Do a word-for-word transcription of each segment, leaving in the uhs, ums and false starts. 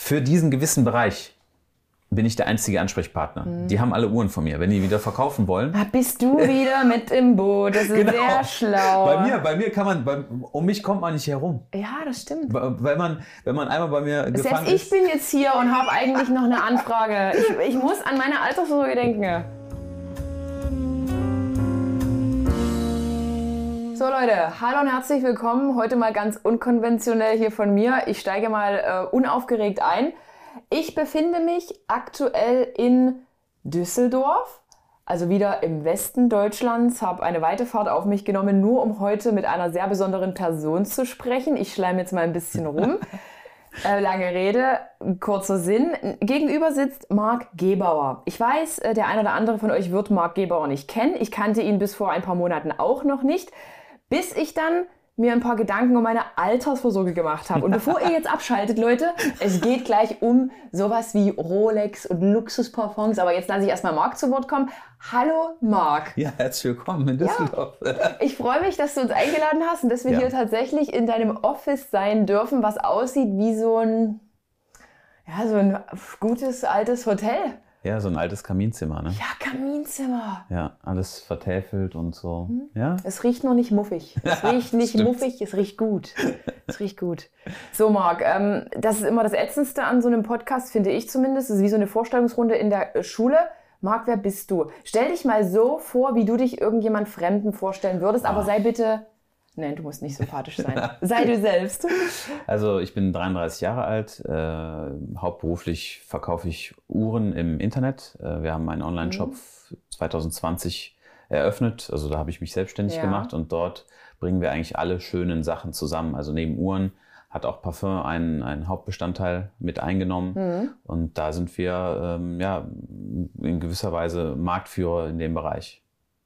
für diesen gewissen Bereich bin ich der einzige Ansprechpartner. Mhm. Die haben alle Uhren von mir. Wenn die wieder verkaufen wollen... Da bist du wieder mit im Boot. Das ist genau. Sehr schlau. Bei mir, bei mir kann man... Bei, um mich kommt man nicht herum. Ja, das stimmt. Wenn man, wenn man einmal bei mir Selbst gefangen ich ist... ich bin jetzt hier und habe eigentlich noch eine Anfrage. Ich, ich muss an meine Altersvorsorge denken. So Leute, hallo und herzlich willkommen. Heute mal ganz unkonventionell hier von mir. Ich steige mal äh, unaufgeregt ein. Ich befinde mich aktuell in Düsseldorf, also wieder im Westen Deutschlands, habe eine weite Fahrt auf mich genommen, nur um heute mit einer sehr besonderen Person zu sprechen. Ich schleime jetzt mal ein bisschen rum. äh, lange Rede, kurzer Sinn. Gegenüber sitzt Marc Gebauer. Ich weiß, der eine oder andere von euch wird Marc Gebauer nicht kennen. Ich kannte ihn bis vor ein paar Monaten auch noch nicht, bis ich dann mir ein paar Gedanken um meine Altersvorsorge gemacht habe. Und bevor ihr jetzt abschaltet, Leute, es geht gleich um sowas wie Rolex und Luxusparfums. Aber jetzt lasse ich erstmal Marc zu Wort kommen. Hallo Marc. Ja, herzlich willkommen in Düsseldorf. Ja, ich freue mich, dass du uns eingeladen hast und dass wir ja. hier tatsächlich in deinem Office sein dürfen, was aussieht wie so ein, ja, so ein gutes altes Hotel. Ja, so ein altes Kaminzimmer, ne? Ja, Kaminzimmer. Ja, alles vertäfelt und so. Hm. Ja? Es riecht noch nicht muffig. Es riecht nicht Stimmt. muffig, es riecht gut. Es riecht gut. So, Marc, ähm, das ist immer das Ätzendste an so einem Podcast, finde ich zumindest. Es ist wie so eine Vorstellungsrunde in der Schule. Marc, wer bist du? Stell dich mal so vor, wie du dich irgendjemand Fremden vorstellen würdest, aber sei bitte... Nein, du musst nicht sympathisch sein. Sei du selbst. Also ich bin dreiunddreißig Jahre alt. Äh, hauptberuflich verkaufe ich Uhren im Internet. Äh, wir haben einen Online-Shop mhm. zwanzig zwanzig eröffnet. Also da habe ich mich selbstständig ja. gemacht und dort bringen wir eigentlich alle schönen Sachen zusammen. Also neben Uhren hat auch Parfum einen, einen Hauptbestandteil mit eingenommen. Mhm. Und da sind wir ähm, ja, in gewisser Weise Marktführer in dem Bereich.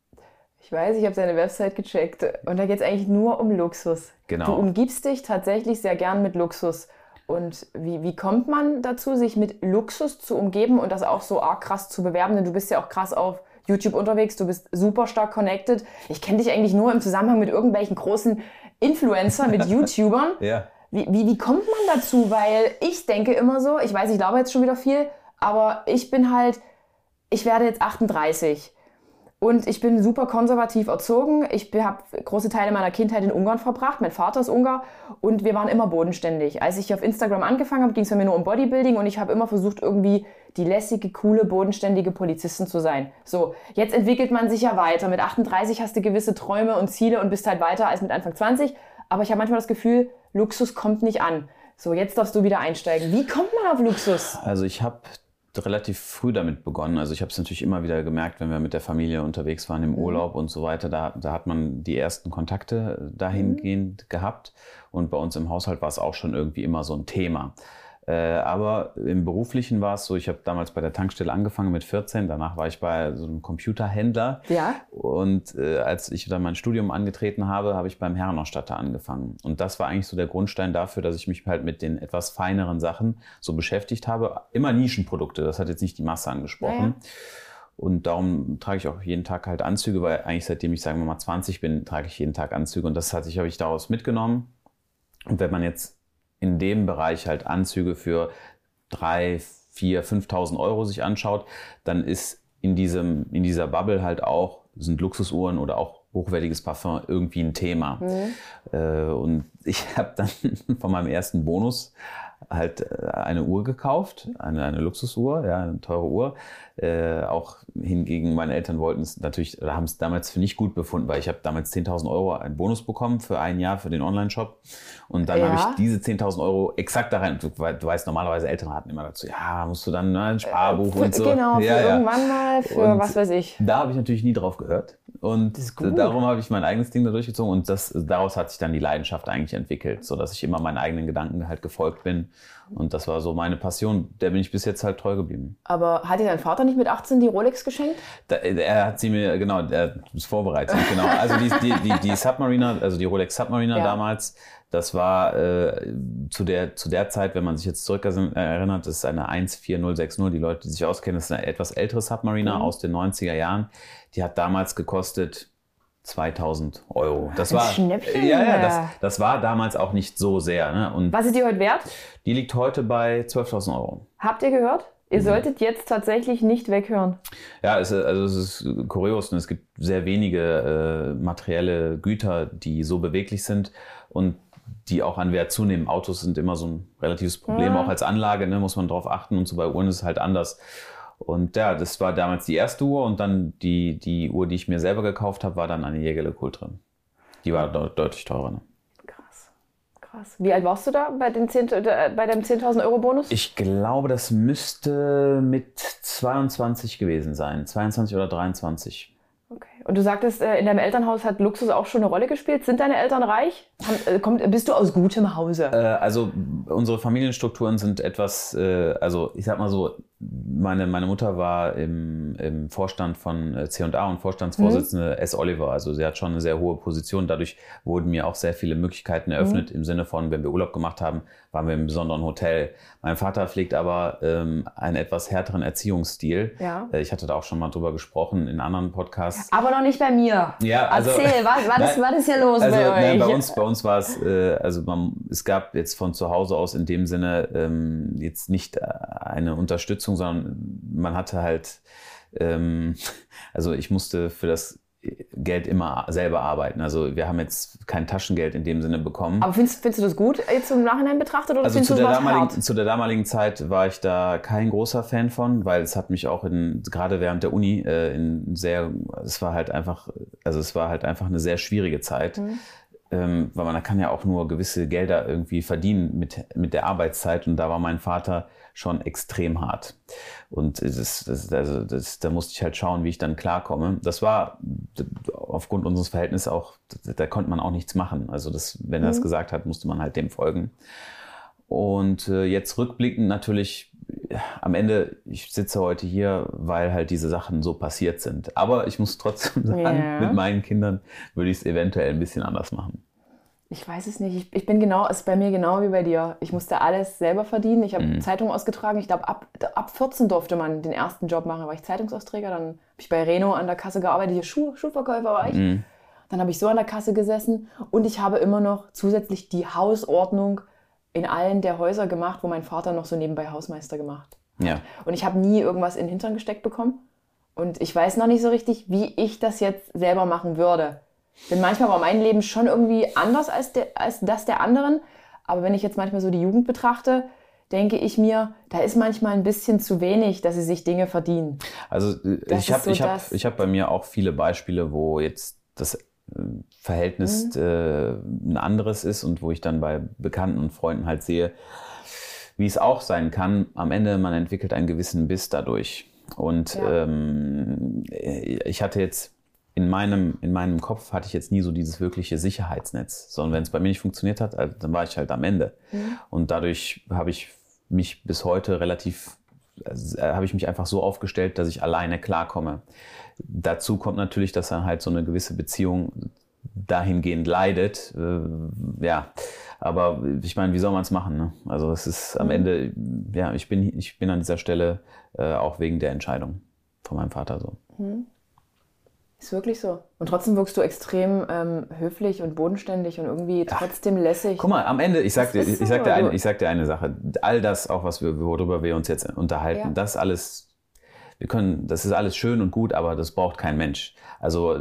Ich weiß, ich habe seine Website gecheckt und da geht es eigentlich nur um Luxus. Genau. Du umgibst dich tatsächlich sehr gern mit Luxus. Und wie, wie kommt man dazu, sich mit Luxus zu umgeben und das auch so arg krass zu bewerben? Denn du bist ja auch krass auf YouTube unterwegs, du bist super stark connected. Ich kenne dich eigentlich nur im Zusammenhang mit irgendwelchen großen Influencern, mit YouTubern. Ja. Wie, wie, wie kommt man dazu? Weil ich denke immer so, ich weiß, ich glaube jetzt schon wieder viel, aber ich bin halt, ich werde jetzt achtunddreißig. Und ich bin super konservativ erzogen. Ich habe große Teile meiner Kindheit in Ungarn verbracht. Mein Vater ist Ungar und wir waren immer bodenständig. Als ich auf Instagram angefangen habe, ging es bei mir nur um Bodybuilding und ich habe immer versucht, irgendwie die lässige, coole, bodenständige Polizistin zu sein. So, jetzt entwickelt man sich ja weiter. Mit achtunddreißig hast du gewisse Träume und Ziele und bist halt weiter als mit Anfang zwanzig. Aber ich habe manchmal das Gefühl, Luxus kommt nicht an. So, jetzt darfst du wieder einsteigen. Wie kommt man auf Luxus? Also ich habe relativ früh damit begonnen. Also ich habe es natürlich immer wieder gemerkt, wenn wir mit der Familie unterwegs waren im Urlaub und so weiter, da, da hat man die ersten Kontakte dahingehend mhm. gehabt und bei uns im Haushalt war es auch schon irgendwie immer so ein Thema. Äh, aber im Beruflichen war es so, ich habe damals bei der Tankstelle angefangen mit vierzehn, danach war ich bei so einem Computerhändler ja. und äh, als ich dann mein Studium angetreten habe, habe ich beim Herrenausstatter angefangen. Und das war eigentlich so der Grundstein dafür, dass ich mich halt mit den etwas feineren Sachen so beschäftigt habe. Immer Nischenprodukte, das hat jetzt nicht die Masse angesprochen. Ja. Und darum trage ich auch jeden Tag halt Anzüge, weil eigentlich seitdem ich, sagen wir mal, zwanzig bin, trage ich jeden Tag Anzüge und das hatte ich, habe ich daraus mitgenommen. Und wenn man jetzt in dem Bereich halt Anzüge für drei, vier, fünftausend Euro sich anschaut, dann ist in diesem, in dieser Bubble halt auch, sind Luxusuhren oder auch hochwertiges Parfum irgendwie ein Thema. Mhm. Äh, und ich habe dann von meinem ersten Bonus halt eine Uhr gekauft, eine, eine Luxusuhr, ja, eine teure Uhr. Äh, auch hingegen, meine Eltern wollten es natürlich, oder haben es damals für nicht gut befunden, weil ich habe damals zehntausend Euro einen Bonus bekommen für ein Jahr für den Online-Shop. Und dann ja. habe ich diese zehntausend Euro exakt da rein, du, du weißt, normalerweise Eltern hatten immer dazu, ja, musst du dann ne, ein Sparbuch äh, und so. Genau, für ja, irgendwann ja. mal, für und was weiß ich. Da habe ich natürlich nie drauf gehört. Und darum habe ich mein eigenes Ding da durchgezogen und das, daraus hat sich dann die Leidenschaft eigentlich entwickelt, so dass ich immer meinen eigenen Gedanken halt gefolgt bin und das war so meine Passion, der bin ich bis jetzt halt treu geblieben. Aber hat dir dein Vater nicht mit achtzehn die Rolex geschenkt? Da, er hat sie mir, genau, er ist vorbereitet, genau. Also die, die, die, die Submariner, also die Rolex Submariner ja. damals, das war äh, zu der zu der Zeit, wenn man sich jetzt zurück erinnert, das ist eine eins vier null sechs null, die Leute, die sich auskennen, das ist eine etwas ältere Submariner mhm. aus den neunziger Jahren. Die hat damals gekostet zweitausend Euro. Das Ein war, Schnäppchen. ja, ja, das, das war damals auch nicht so sehr. Ne? Und Was ist die heute wert? die liegt heute bei zwölftausend Euro. Habt ihr gehört? Ihr solltet jetzt tatsächlich nicht weghören. Ja, es, also es ist kurios und es gibt sehr wenige äh, materielle Güter, die so beweglich sind und die auch an Wert zunehmen. Autos sind immer so ein relatives Problem, Ja. auch als Anlage, ne, muss man drauf achten und so bei Uhren ist es halt anders. Und ja, das war damals die erste Uhr und dann die, die Uhr, die ich mir selber gekauft habe, war dann eine Jägerle-Kult drin. Die war de deutlich teurer. Ne? Krass. Krass. Wie alt warst du da bei, den zehn, äh, bei dem zehntausend Euro Bonus? Ich glaube, das müsste mit zweiundzwanzig gewesen sein. zweiundzwanzig oder dreiundzwanzig. Okay. Und du sagtest, äh, in deinem Elternhaus hat Luxus auch schon eine Rolle gespielt. Sind deine Eltern reich? Haben, äh, kommt, bist du aus gutem Hause? Äh, also unsere Familienstrukturen sind etwas, äh, also ich sag mal so, meine, meine Mutter war im, im Vorstand von C und A und Vorstandsvorsitzende mhm. S. Oliver. Also sie hat schon eine sehr hohe Position. Dadurch wurden mir auch sehr viele Möglichkeiten eröffnet, mhm. im Sinne von, wenn wir Urlaub gemacht haben, waren wir im besonderen Hotel. Mein Vater pflegt aber ähm, einen etwas härteren Erziehungsstil. Ja. Äh, ich hatte da auch schon mal drüber gesprochen in anderen Podcasts. Aber noch nicht bei mir. Ja, also, erzähl, was, was, nein, was ist hier los also, bei euch? Nein, bei uns, bei uns war es, äh, also man, es gab jetzt von zu Hause aus in dem Sinne ähm, jetzt nicht eine Unterstützung, sondern man hatte halt, ähm, also ich musste für das Geld immer selber arbeiten. Also wir haben jetzt kein Taschengeld in dem Sinne bekommen. Aber findest, findest du das gut jetzt im Nachhinein betrachtet oder also findest zu du der, das damaligen, hart? zu der damaligen Zeit war ich da kein großer Fan von, weil es hat mich auch in, gerade während der Uni äh, in sehr, es war halt einfach, also es war halt einfach eine sehr schwierige Zeit. Mhm. Ähm, weil man kann ja auch nur gewisse Gelder irgendwie verdienen mit, mit der Arbeitszeit und da war mein Vater schon extrem hart. Und das, das, also das, da musste ich halt schauen, wie ich dann klarkomme. Das war aufgrund unseres Verhältnisses auch, da konnte man auch nichts machen. Also das, wenn er das gesagt hat, musste man halt dem folgen. Und äh, jetzt rückblickend natürlich, am Ende, ich sitze heute hier, weil halt diese Sachen so passiert sind. Aber ich muss trotzdem sagen, yeah. mit meinen Kindern würde ich es eventuell ein bisschen anders machen. Ich weiß es nicht. Ich, ich bin genau, es ist bei mir genau wie bei dir. Ich musste alles selber verdienen. Ich habe mhm. Zeitungen ausgetragen. Ich glaube, ab, ab vierzehn durfte man den ersten Job machen. Da war ich Zeitungsausträger. Dann habe ich bei Reno an der Kasse gearbeitet. Hier Schuh, Schuhverkäufer war ich. Mhm. Dann habe ich so an der Kasse gesessen. Und ich habe immer noch zusätzlich die Hausordnung in allen der Häuser gemacht, wo mein Vater noch so nebenbei Hausmeister gemacht hat. Ja. Und ich habe nie irgendwas in den Hintern gesteckt bekommen. Und ich weiß noch nicht so richtig, wie ich das jetzt selber machen würde. Denn manchmal war mein Leben schon irgendwie anders als, der, als das der anderen. Aber wenn ich jetzt manchmal so die Jugend betrachte, denke ich mir, da ist manchmal ein bisschen zu wenig, dass sie sich Dinge verdienen. Also das ich habe so ich hab, ich hab bei mir auch viele Beispiele, wo jetzt das Verhältnis mhm. äh, ein anderes ist und wo ich dann bei Bekannten und Freunden halt sehe, wie es auch sein kann. Am Ende, man entwickelt einen gewissen Biss dadurch. Und ja. ähm, ich hatte jetzt in meinem, in meinem Kopf hatte ich jetzt nie so dieses wirkliche Sicherheitsnetz, sondern wenn es bei mir nicht funktioniert hat, also dann war ich halt am Ende. Mhm. Und dadurch habe ich mich bis heute relativ, also, habe ich mich einfach so aufgestellt, dass ich alleine klarkomme. Dazu kommt natürlich, dass dann halt so eine gewisse Beziehung dahingehend leidet. Äh, ja, aber ich meine, wie soll man es machen? Ne? Also es ist am mhm. Ende, ja, ich bin, ich bin an dieser Stelle äh, auch wegen der Entscheidung von meinem Vater so. Mhm. Ist wirklich so. Und trotzdem wirkst du extrem ähm, höflich und bodenständig und irgendwie trotzdem Ach, lässig. Guck mal, am Ende, ich sag, dir, so, ich, sag dir eine, ich sag dir eine Sache. All das, auch was wir, worüber wir uns jetzt unterhalten, ja. das alles, wir können, das ist alles schön und gut, aber das braucht kein Mensch. Also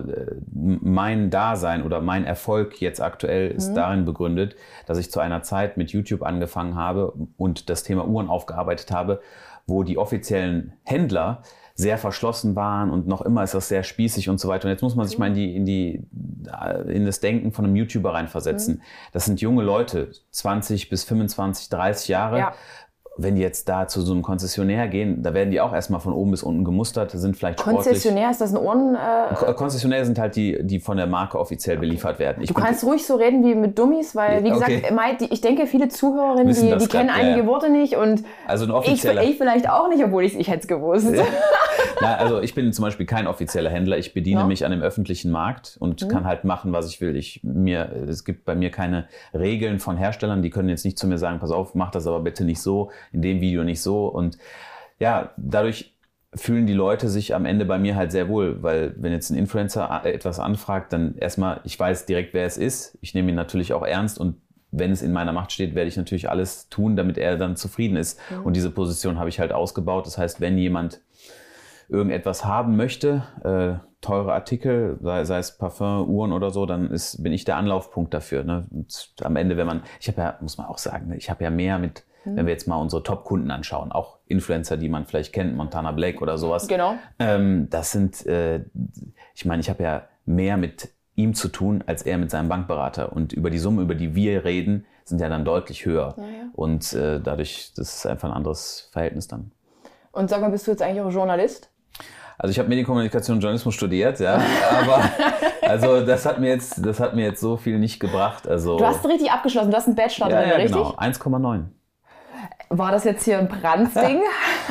mein Dasein oder mein Erfolg jetzt aktuell ist mhm. darin begründet, dass ich zu einer Zeit mit YouTube angefangen habe und das Thema Uhren aufgearbeitet habe, wo die offiziellen Händler sehr verschlossen waren und noch immer ist das sehr spießig und so weiter. Und jetzt muss man sich mal in die, in die, in das Denken von einem YouTuber reinversetzen. Mhm. Das sind junge Leute, zwanzig bis fünfundzwanzig, dreißig Jahre. Ja. Wenn die jetzt da zu so einem Konzessionär gehen, da werden die auch erstmal von oben bis unten gemustert, sind vielleicht sportlich. Konzessionär, ist das ein Ohren... Äh Konzessionär sind halt die, die von der Marke offiziell okay. beliefert werden. Ich du kannst ruhig so reden wie mit Dummies, weil, wie gesagt, okay. ich denke, viele Zuhörerinnen, die, die kennen grad, einige ja. Worte nicht und also ein offizieller, ich, ich vielleicht auch nicht, obwohl ich, ich hätte es gewusst. Ja. Na, also ich bin zum Beispiel kein offizieller Händler, ich bediene ja. mich an dem öffentlichen Markt und mhm. kann halt machen, was ich will. Ich, mir, es gibt bei mir keine Regeln von Herstellern, die können jetzt nicht zu mir sagen, pass auf, mach das aber bitte nicht so, in dem Video nicht so. Und ja, dadurch fühlen die Leute sich am Ende bei mir halt sehr wohl, weil wenn jetzt ein Influencer etwas anfragt, dann erstmal, ich weiß direkt, wer es ist. Ich nehme ihn natürlich auch ernst und wenn es in meiner Macht steht, werde ich natürlich alles tun, damit er dann zufrieden ist. Mhm. Und diese Position habe ich halt ausgebaut. Das heißt, wenn jemand irgendetwas haben möchte, äh, teure Artikel, sei, sei es Parfum, Uhren oder so, dann ist, bin ich der Anlaufpunkt dafür. Ne? Und am Ende, wenn man, ich habe ja, muss man auch sagen, ich habe ja mehr mit, mhm. wenn wir jetzt mal unsere Top-Kunden anschauen, auch Influencer, die man vielleicht kennt, Montana Black oder sowas. Genau. Ähm, das sind, äh, ich meine, ich habe ja mehr mit ihm zu tun, als er mit seinem Bankberater. Und über die Summen, über die wir reden, sind ja dann deutlich höher. Ja, ja. Und äh, dadurch, das ist einfach ein anderes Verhältnis dann. Und sag mal, bist du jetzt eigentlich auch Journalist? Also ich habe Medienkommunikation und Journalismus studiert, ja, aber also das hat mir jetzt, das hat mir jetzt so viel nicht gebracht. Also du hast richtig abgeschlossen, du hast einen Bachelor ja, drin, ja, richtig? Genau, eins Komma neun. War das jetzt hier ein Brandsding?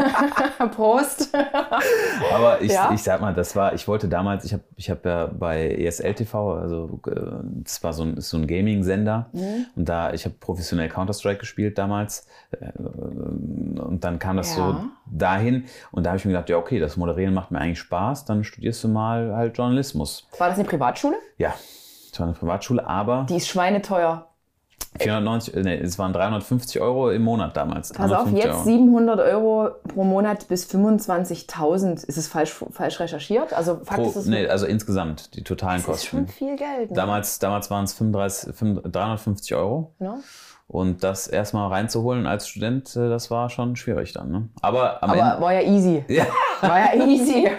Prost. Aber ich, ja? ich sag mal, das war, ich wollte damals, ich habe ich hab ja bei E S L T V, also das war so ein, so ein Gaming-Sender mhm. und da, ich habe professionell Counter-Strike gespielt damals und dann kam das ja. so dahin und da habe ich mir gedacht, ja okay, das Moderieren macht mir eigentlich Spaß, dann studierst du mal halt Journalismus. War das eine Privatschule? Ja, das war eine Privatschule, aber... Die ist schweineteuer. vierhundertneunzig, nee, es waren dreihundertfünfzig Euro im Monat damals. Pass auf, jetzt Euro. siebenhundert Euro pro Monat bis fünfundzwanzigtausend. Ist es falsch, falsch recherchiert? Also, Fakt pro, ist es nee, also insgesamt, die totalen das Kosten. Das ist schon viel Geld. Ne? Damals, damals waren es dreihundertfünfzig Euro. Ja. Und das erstmal reinzuholen als Student, das war schon schwierig dann. Ne? Aber am Aber Ende, war ja easy. Ja. War ja easy.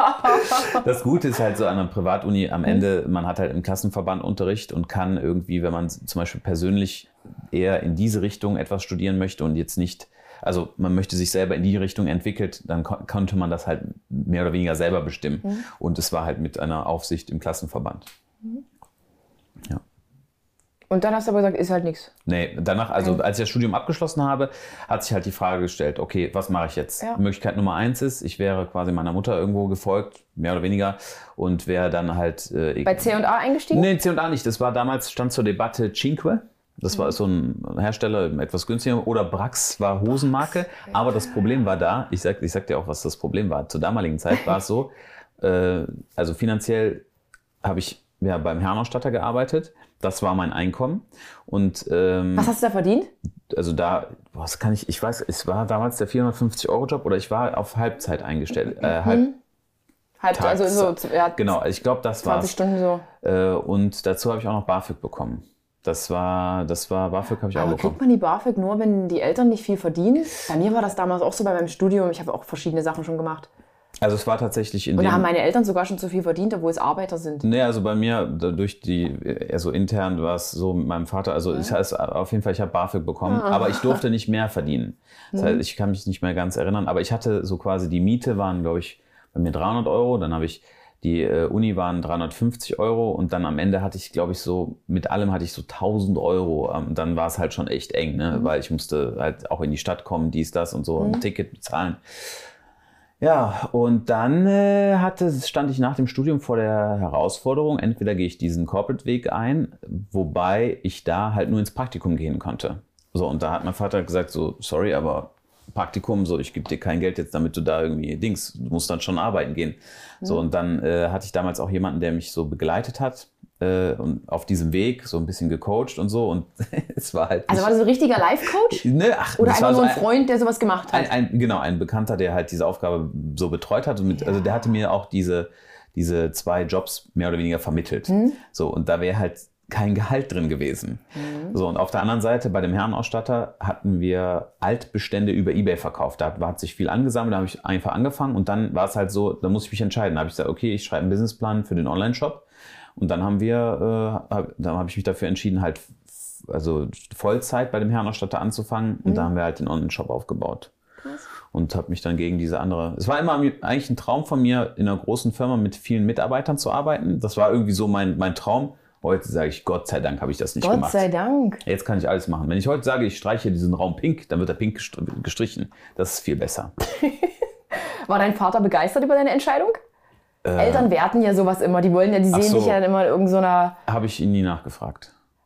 Das Gute ist halt so an einer Privatuni am Ende, man hat halt im Klassenverband Unterricht und kann irgendwie, wenn man zum Beispiel persönlich eher in diese Richtung etwas studieren möchte und jetzt nicht, also man möchte sich selber in die Richtung entwickelt, dann kon- konnte man das halt mehr oder weniger selber bestimmen. Mhm. Und es war halt mit einer Aufsicht im Klassenverband. Mhm. Ja. Und dann hast du aber gesagt, ist halt nichts. Nee, danach, also okay. als ich das Studium abgeschlossen habe, hat sich halt die Frage gestellt, okay, was mache ich jetzt? Ja. Möglichkeit Nummer eins ist, ich wäre quasi meiner Mutter irgendwo gefolgt, mehr oder weniger, und wäre dann halt... Äh, Bei C und A eingestiegen? Nee, C und A nicht. Das war damals, stand zur Debatte Cinque. Das war so ein Hersteller, etwas günstiger. Oder Brax war Hosenmarke. Aber das Problem war da, ich sag, ich sag dir auch, was das Problem war. Zur damaligen Zeit war es so, äh, also finanziell habe ich ja beim Herrenausstatter gearbeitet. Das war mein Einkommen. Und, ähm, was hast du da verdient? Also da, was kann ich, ich weiß, es war damals der vierhundertfünfzig Euro Job oder ich war auf Halbzeit eingestellt. Äh, halb, mhm. Halb, also so, ja, genau, ich glaube, das war zwanzig Stunden so. Äh, und dazu habe ich auch noch BAföG bekommen. Das war, das war, BAföG habe ich Aber auch bekommen. Kriegt man die BAföG nur, wenn die Eltern nicht viel verdienen? Bei mir war das damals auch so bei meinem Studium. Ich habe auch verschiedene Sachen schon gemacht. Also es war tatsächlich in Und dem... da haben meine Eltern sogar schon zu viel verdient, obwohl es Arbeiter sind. Nee, also bei mir, durch die, also intern war es so mit meinem Vater, also ja. ich heißt, auf jeden Fall, ich habe BAföG bekommen, ah. aber ich durfte nicht mehr verdienen. Das heißt, ich kann mich nicht mehr ganz erinnern, aber ich hatte so quasi, die Miete waren, glaube ich, bei mir dreihundert Euro, dann habe ich, die äh, Uni waren dreihundertfünfzig Euro und dann am Ende hatte ich, glaube ich, so, mit allem hatte ich so tausend Euro. Ähm, dann war es halt schon echt eng, ne? Mhm. Weil ich musste halt auch in die Stadt kommen, dies, das und so, mhm. ein Ticket bezahlen. Ja, und dann äh, hatte, stand ich nach dem Studium vor der Herausforderung, entweder gehe ich diesen Corporate-Weg ein, wobei ich da halt nur ins Praktikum gehen konnte. So, und da hat mein Vater gesagt, so, sorry, aber Praktikum, so, ich gebe dir kein Geld jetzt, damit du da irgendwie Dings, du musst dann schon arbeiten gehen. Mhm. So, und dann äh, hatte ich damals auch jemanden, der mich so begleitet hat äh, und auf diesem Weg so ein bisschen gecoacht und so, und es war halt... Also war das so ein richtiger Life-Coach? Ne, ach, oder einfach so nur ein Freund, der sowas gemacht hat? Ein, ein, genau, ein Bekannter, der halt diese Aufgabe so betreut hat. Und mit, ja. Also der hatte mir auch diese, diese zwei Jobs mehr oder weniger vermittelt. Mhm. So, und da wäre halt kein Gehalt drin gewesen. Mhm. So, und auf der anderen Seite, bei dem Herrenausstatter hatten wir Altbestände über eBay verkauft. Da hat sich viel angesammelt, da habe ich einfach angefangen und dann war es halt so, da musste ich mich entscheiden. Da habe ich gesagt, okay, ich schreibe einen Businessplan für den Online-Shop und dann haben wir, äh, hab, dann habe ich mich dafür entschieden, halt also Vollzeit bei dem Herrenausstatter anzufangen und mhm. da haben wir halt den Online-Shop aufgebaut. Krass. Und habe mich dann gegen diese andere... Es war immer eigentlich ein Traum von mir, in einer großen Firma mit vielen Mitarbeitern zu arbeiten. Das war irgendwie so mein, mein Traum. Heute sage ich, Gott sei Dank habe ich das nicht Gott gemacht. Gott sei Dank. Jetzt kann ich alles machen. Wenn ich heute sage, ich streiche diesen Raum pink, dann wird er pink gestrichen. Das ist viel besser. War dein Vater begeistert über deine Entscheidung? Äh, Eltern werten ja sowas immer. Die wollen ja, die sehen so. dich ja dann immer in irgendeiner... Habe ich ihn nie nachgefragt.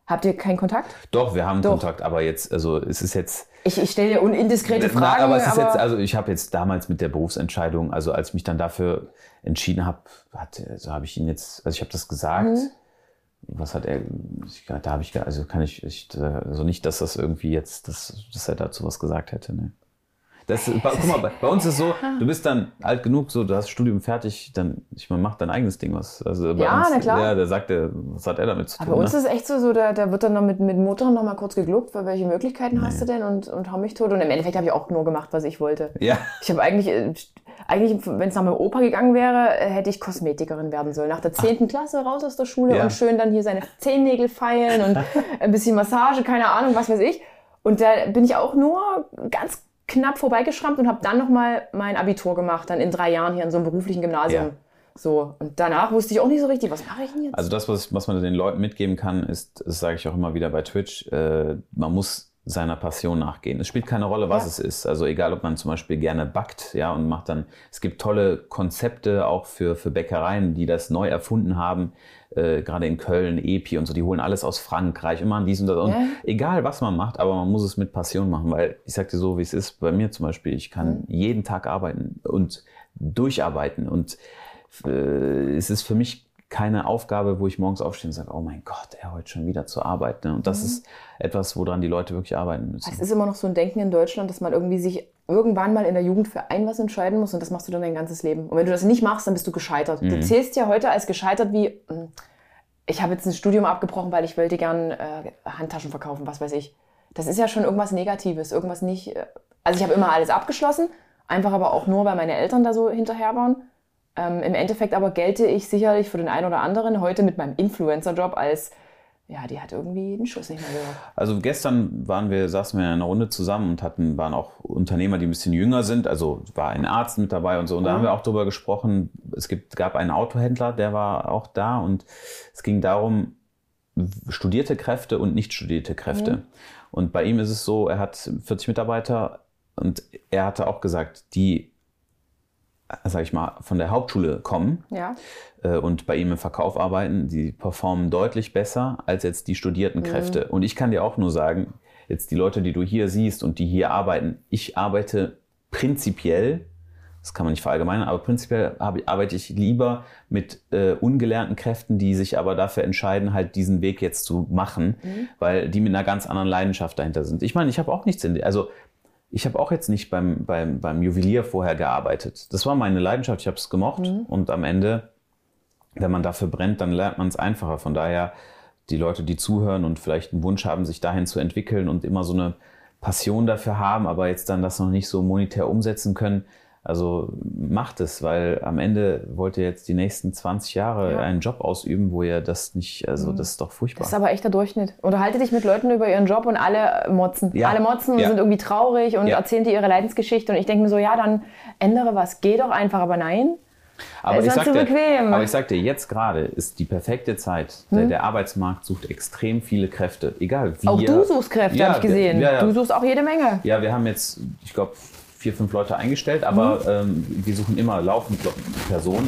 Habt ihr keinen Kontakt? Doch, wir haben Doch. Kontakt, aber jetzt, also es ist jetzt... Ich, ich stelle dir unindiskrete Fragen. Na, aber es ist aber jetzt, also ich habe jetzt damals mit der Berufsentscheidung, also als ich mich dann dafür entschieden habe, hat, also habe ich ihn jetzt, also ich habe das gesagt. Mhm. Was hat er, ich, da habe ich, also kann ich, ich, also nicht, dass das irgendwie jetzt, dass, dass er dazu was gesagt hätte, ne. Das, guck mal, bei, bei uns ist es so, du bist dann alt genug, so, du hast das Studium fertig, dann, ich meine, mach dein eigenes Ding, was, also bei ja, uns, na klar. Ja, der sagt, der, was hat er damit zu tun? Aber bei uns ne? ist es echt so, so da, da wird dann noch mit, mit Motoren noch mal kurz gegluckt, weil welche Möglichkeiten nee. hast du denn und, und hau mich tot. Und im Endeffekt habe ich auch nur gemacht, was ich wollte. Ja. Ich habe eigentlich, eigentlich, wenn es nach meinem Opa gegangen wäre, hätte ich Kosmetikerin werden sollen. Nach der zehnten Klasse raus aus der Schule ja. und schön dann hier seine Zehennägel feilen und ein bisschen Massage, keine Ahnung, was weiß ich. Und da bin ich auch nur ganz knapp vorbeigeschrammt und habe dann nochmal mein Abitur gemacht, dann in drei Jahren hier in so einem beruflichen Gymnasium. Ja. So, und danach wusste ich auch nicht so richtig, was mache ich denn jetzt? Also das, was, was man den Leuten mitgeben kann, ist, das sage ich auch immer wieder bei Twitch, äh, man muss seiner Passion nachgehen. Es spielt keine Rolle, was ja. es ist. Also egal, ob man zum Beispiel gerne backt, ja, und macht dann, es gibt tolle Konzepte auch für, für Bäckereien, die das neu erfunden haben, äh, gerade in Köln, Epi und so, die holen alles aus Frankreich, immer dies und das. Und ja. egal, was man macht, aber man muss es mit Passion machen, weil ich sag dir so, wie es ist, bei mir zum Beispiel, ich kann mhm. jeden Tag arbeiten und durcharbeiten und äh, es ist für mich keine Aufgabe, wo ich morgens aufstehe und sage, oh mein Gott, er heute schon wieder zur Arbeit. Ne? Und das mhm. ist etwas, woran die Leute wirklich arbeiten müssen. Es ist immer noch so ein Denken in Deutschland, dass man irgendwie sich irgendwann mal in der Jugend für ein was entscheiden muss und das machst du dann dein ganzes Leben. Und wenn du das nicht machst, dann bist du gescheitert. Mhm. Du zählst ja heute als gescheitert wie, ich habe jetzt ein Studium abgebrochen, weil ich wollte gern äh, Handtaschen verkaufen, was weiß ich. Das ist ja schon irgendwas Negatives, irgendwas nicht... Also ich habe immer alles abgeschlossen, einfach aber auch nur, weil meine Eltern da so hinterher waren. Ähm, Im Endeffekt aber gelte ich sicherlich für den einen oder anderen heute mit meinem Influencer-Job als, ja, die hat irgendwie den Schuss nicht mehr gehört. Also gestern waren wir, saßen wir in einer Runde zusammen und hatten, waren auch Unternehmer, die ein bisschen jünger sind. Also war ein Arzt mit dabei und so. Und da mhm. haben wir auch drüber gesprochen. Es gibt, gab einen Autohändler, der war auch da. Und es ging darum, studierte Kräfte und nicht studierte Kräfte. Mhm. Und bei ihm ist es so, er hat vierzig Mitarbeiter und er hatte auch gesagt, die sag ich mal, von der Hauptschule kommen ja. äh, und bei ihm im Verkauf arbeiten, die performen deutlich besser als jetzt die studierten Kräfte. Mhm. Und ich kann dir auch nur sagen, jetzt die Leute, die du hier siehst und die hier arbeiten, ich arbeite prinzipiell, das kann man nicht verallgemeinern, aber prinzipiell arbeite ich lieber mit äh, ungelernten Kräften, die sich aber dafür entscheiden, halt diesen Weg jetzt zu machen, mhm. weil die mit einer ganz anderen Leidenschaft dahinter sind. Ich meine, ich habe auch nichts in der, also ich habe auch jetzt nicht beim, beim, beim Juwelier vorher gearbeitet. Das war meine Leidenschaft, ich habe es gemocht. Mhm. Und am Ende, wenn man dafür brennt, dann lernt man es einfacher. Von daher, die Leute, die zuhören und vielleicht einen Wunsch haben, sich dahin zu entwickeln und immer so eine Passion dafür haben, aber jetzt dann das noch nicht so monetär umsetzen können, also macht es, weil am Ende wollt ihr jetzt die nächsten zwanzig Jahre ja. einen Job ausüben, wo ihr das nicht, also das ist doch furchtbar. Das ist aber echt der Durchschnitt. Unterhalte dich mit Leuten über ihren Job und alle motzen. Ja. Alle motzen und ja. sind irgendwie traurig und ja. erzählen dir ihre Leidensgeschichte und ich denke mir so, ja, dann ändere was, geh doch einfach, aber nein. Aber ist ich, halt sag zu dir, bequem. aber ich sag dir, jetzt gerade ist die perfekte Zeit. Hm? Der, der Arbeitsmarkt sucht extrem viele Kräfte, egal wie. Auch du suchst Kräfte, ja, habe ich gesehen. Ja, ja. Du suchst auch jede Menge. Ja, wir haben jetzt, ich glaube, vier, fünf Leute eingestellt, aber mhm. ähm, wir suchen immer laufend Personen.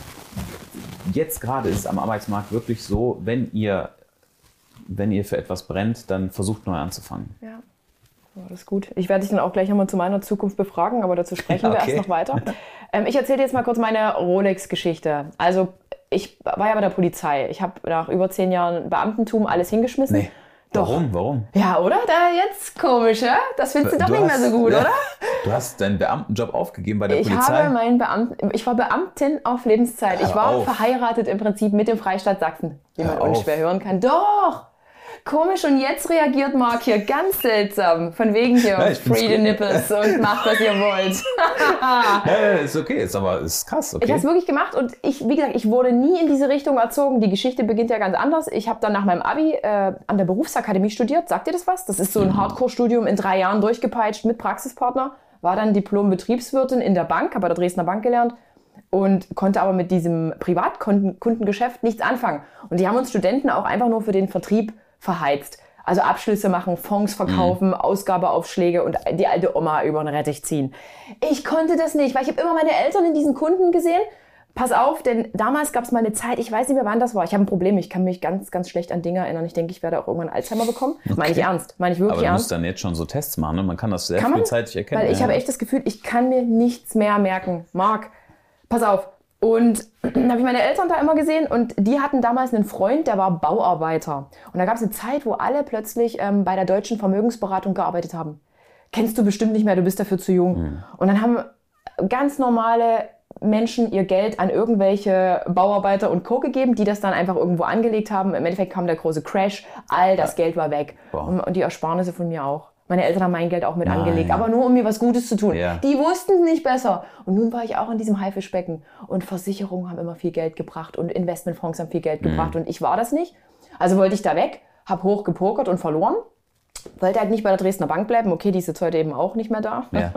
Und jetzt gerade ist es am Arbeitsmarkt wirklich so, wenn ihr, wenn ihr für etwas brennt, dann versucht neu anzufangen. Ja, oh, das ist gut. Ich werde dich dann auch gleich nochmal zu meiner Zukunft befragen, aber dazu sprechen wir okay. erst noch weiter. Ähm, ich erzähle dir jetzt mal kurz meine Rolex-Geschichte. Also ich war ja bei der Polizei. Ich habe nach über zehn Jahren Beamtentum alles hingeschmissen. Nee. Doch. Warum? Warum? Ja, oder? Da jetzt komisch, ja? Das findest du, du doch nicht hast, mehr so gut, ja, oder? Du hast deinen Beamtenjob aufgegeben bei der ich Polizei? Habe meinen Beamten, ich war Beamtin auf Lebenszeit. Hör ich war auf. verheiratet im Prinzip mit dem Freistaat Sachsen, wie man Hör unschwer auf. hören kann. Doch! Komisch, und jetzt reagiert Marc hier ganz seltsam. Von wegen hier, ja, free the nipples und macht, was ihr wollt. Ja, ist okay, ist aber ist krass. Okay. Ich habe es wirklich gemacht und ich, wie gesagt, ich wurde nie in diese Richtung erzogen. Die Geschichte beginnt ja ganz anders. Ich habe dann nach meinem Abi äh, an der Berufsakademie studiert. Sagt ihr das was? Das ist so ein mhm. Hardcore-Studium in drei Jahren durchgepeitscht mit Praxispartner. War dann Diplom-Betriebswirtin in der Bank, habe bei der Dresdner Bank gelernt. Und konnte aber mit diesem Privatkundengeschäft nichts anfangen. Und die haben uns Studenten auch einfach nur für den Vertrieb verheizt. Also Abschlüsse machen, Fonds verkaufen, mhm. Ausgabeaufschläge und die alte Oma über den Rettich ziehen. Ich konnte das nicht, weil ich habe immer meine Eltern in diesen Kunden gesehen. Pass auf, denn damals gab es mal eine Zeit, ich weiß nicht mehr, wann das war. Ich habe ein Problem, ich kann mich ganz, ganz schlecht an Dinge erinnern. Ich denke, ich werde auch irgendwann Alzheimer bekommen. Okay. Meine ich ernst, meine ich wirklich ernst. Aber du ernst. musst dann jetzt schon so Tests machen, ne? Man kann das sehr kann frühzeitig man? erkennen. Weil ich ja. habe echt das Gefühl, ich kann mir nichts mehr merken. Marc, pass auf. Und dann habe ich meine Eltern da immer gesehen und die hatten damals einen Freund, der war Bauarbeiter. Und da gab es eine Zeit, wo alle plötzlich ähm, bei der Deutschen Vermögensberatung gearbeitet haben. Kennst du bestimmt nicht mehr, du bist dafür zu jung. Hm. Und dann haben ganz normale Menschen ihr Geld an irgendwelche Bauarbeiter und Co. gegeben, die das dann einfach irgendwo angelegt haben. Im Endeffekt kam der große Crash, all das ja. Geld war weg. Und, und die Ersparnisse von mir auch. Meine Eltern haben mein Geld auch mit Nein. angelegt, aber nur um mir was Gutes zu tun. Ja. Die wussten nicht besser. Und nun war ich auch in diesem Haifischbecken. Und Versicherungen haben immer viel Geld gebracht und Investmentfonds haben viel Geld mhm. gebracht. Und ich war das nicht. Also wollte ich da weg, habe hoch gepokert und verloren. Wollte halt nicht bei der Dresdner Bank bleiben. Okay, die ist jetzt heute eben auch nicht mehr da. Ja.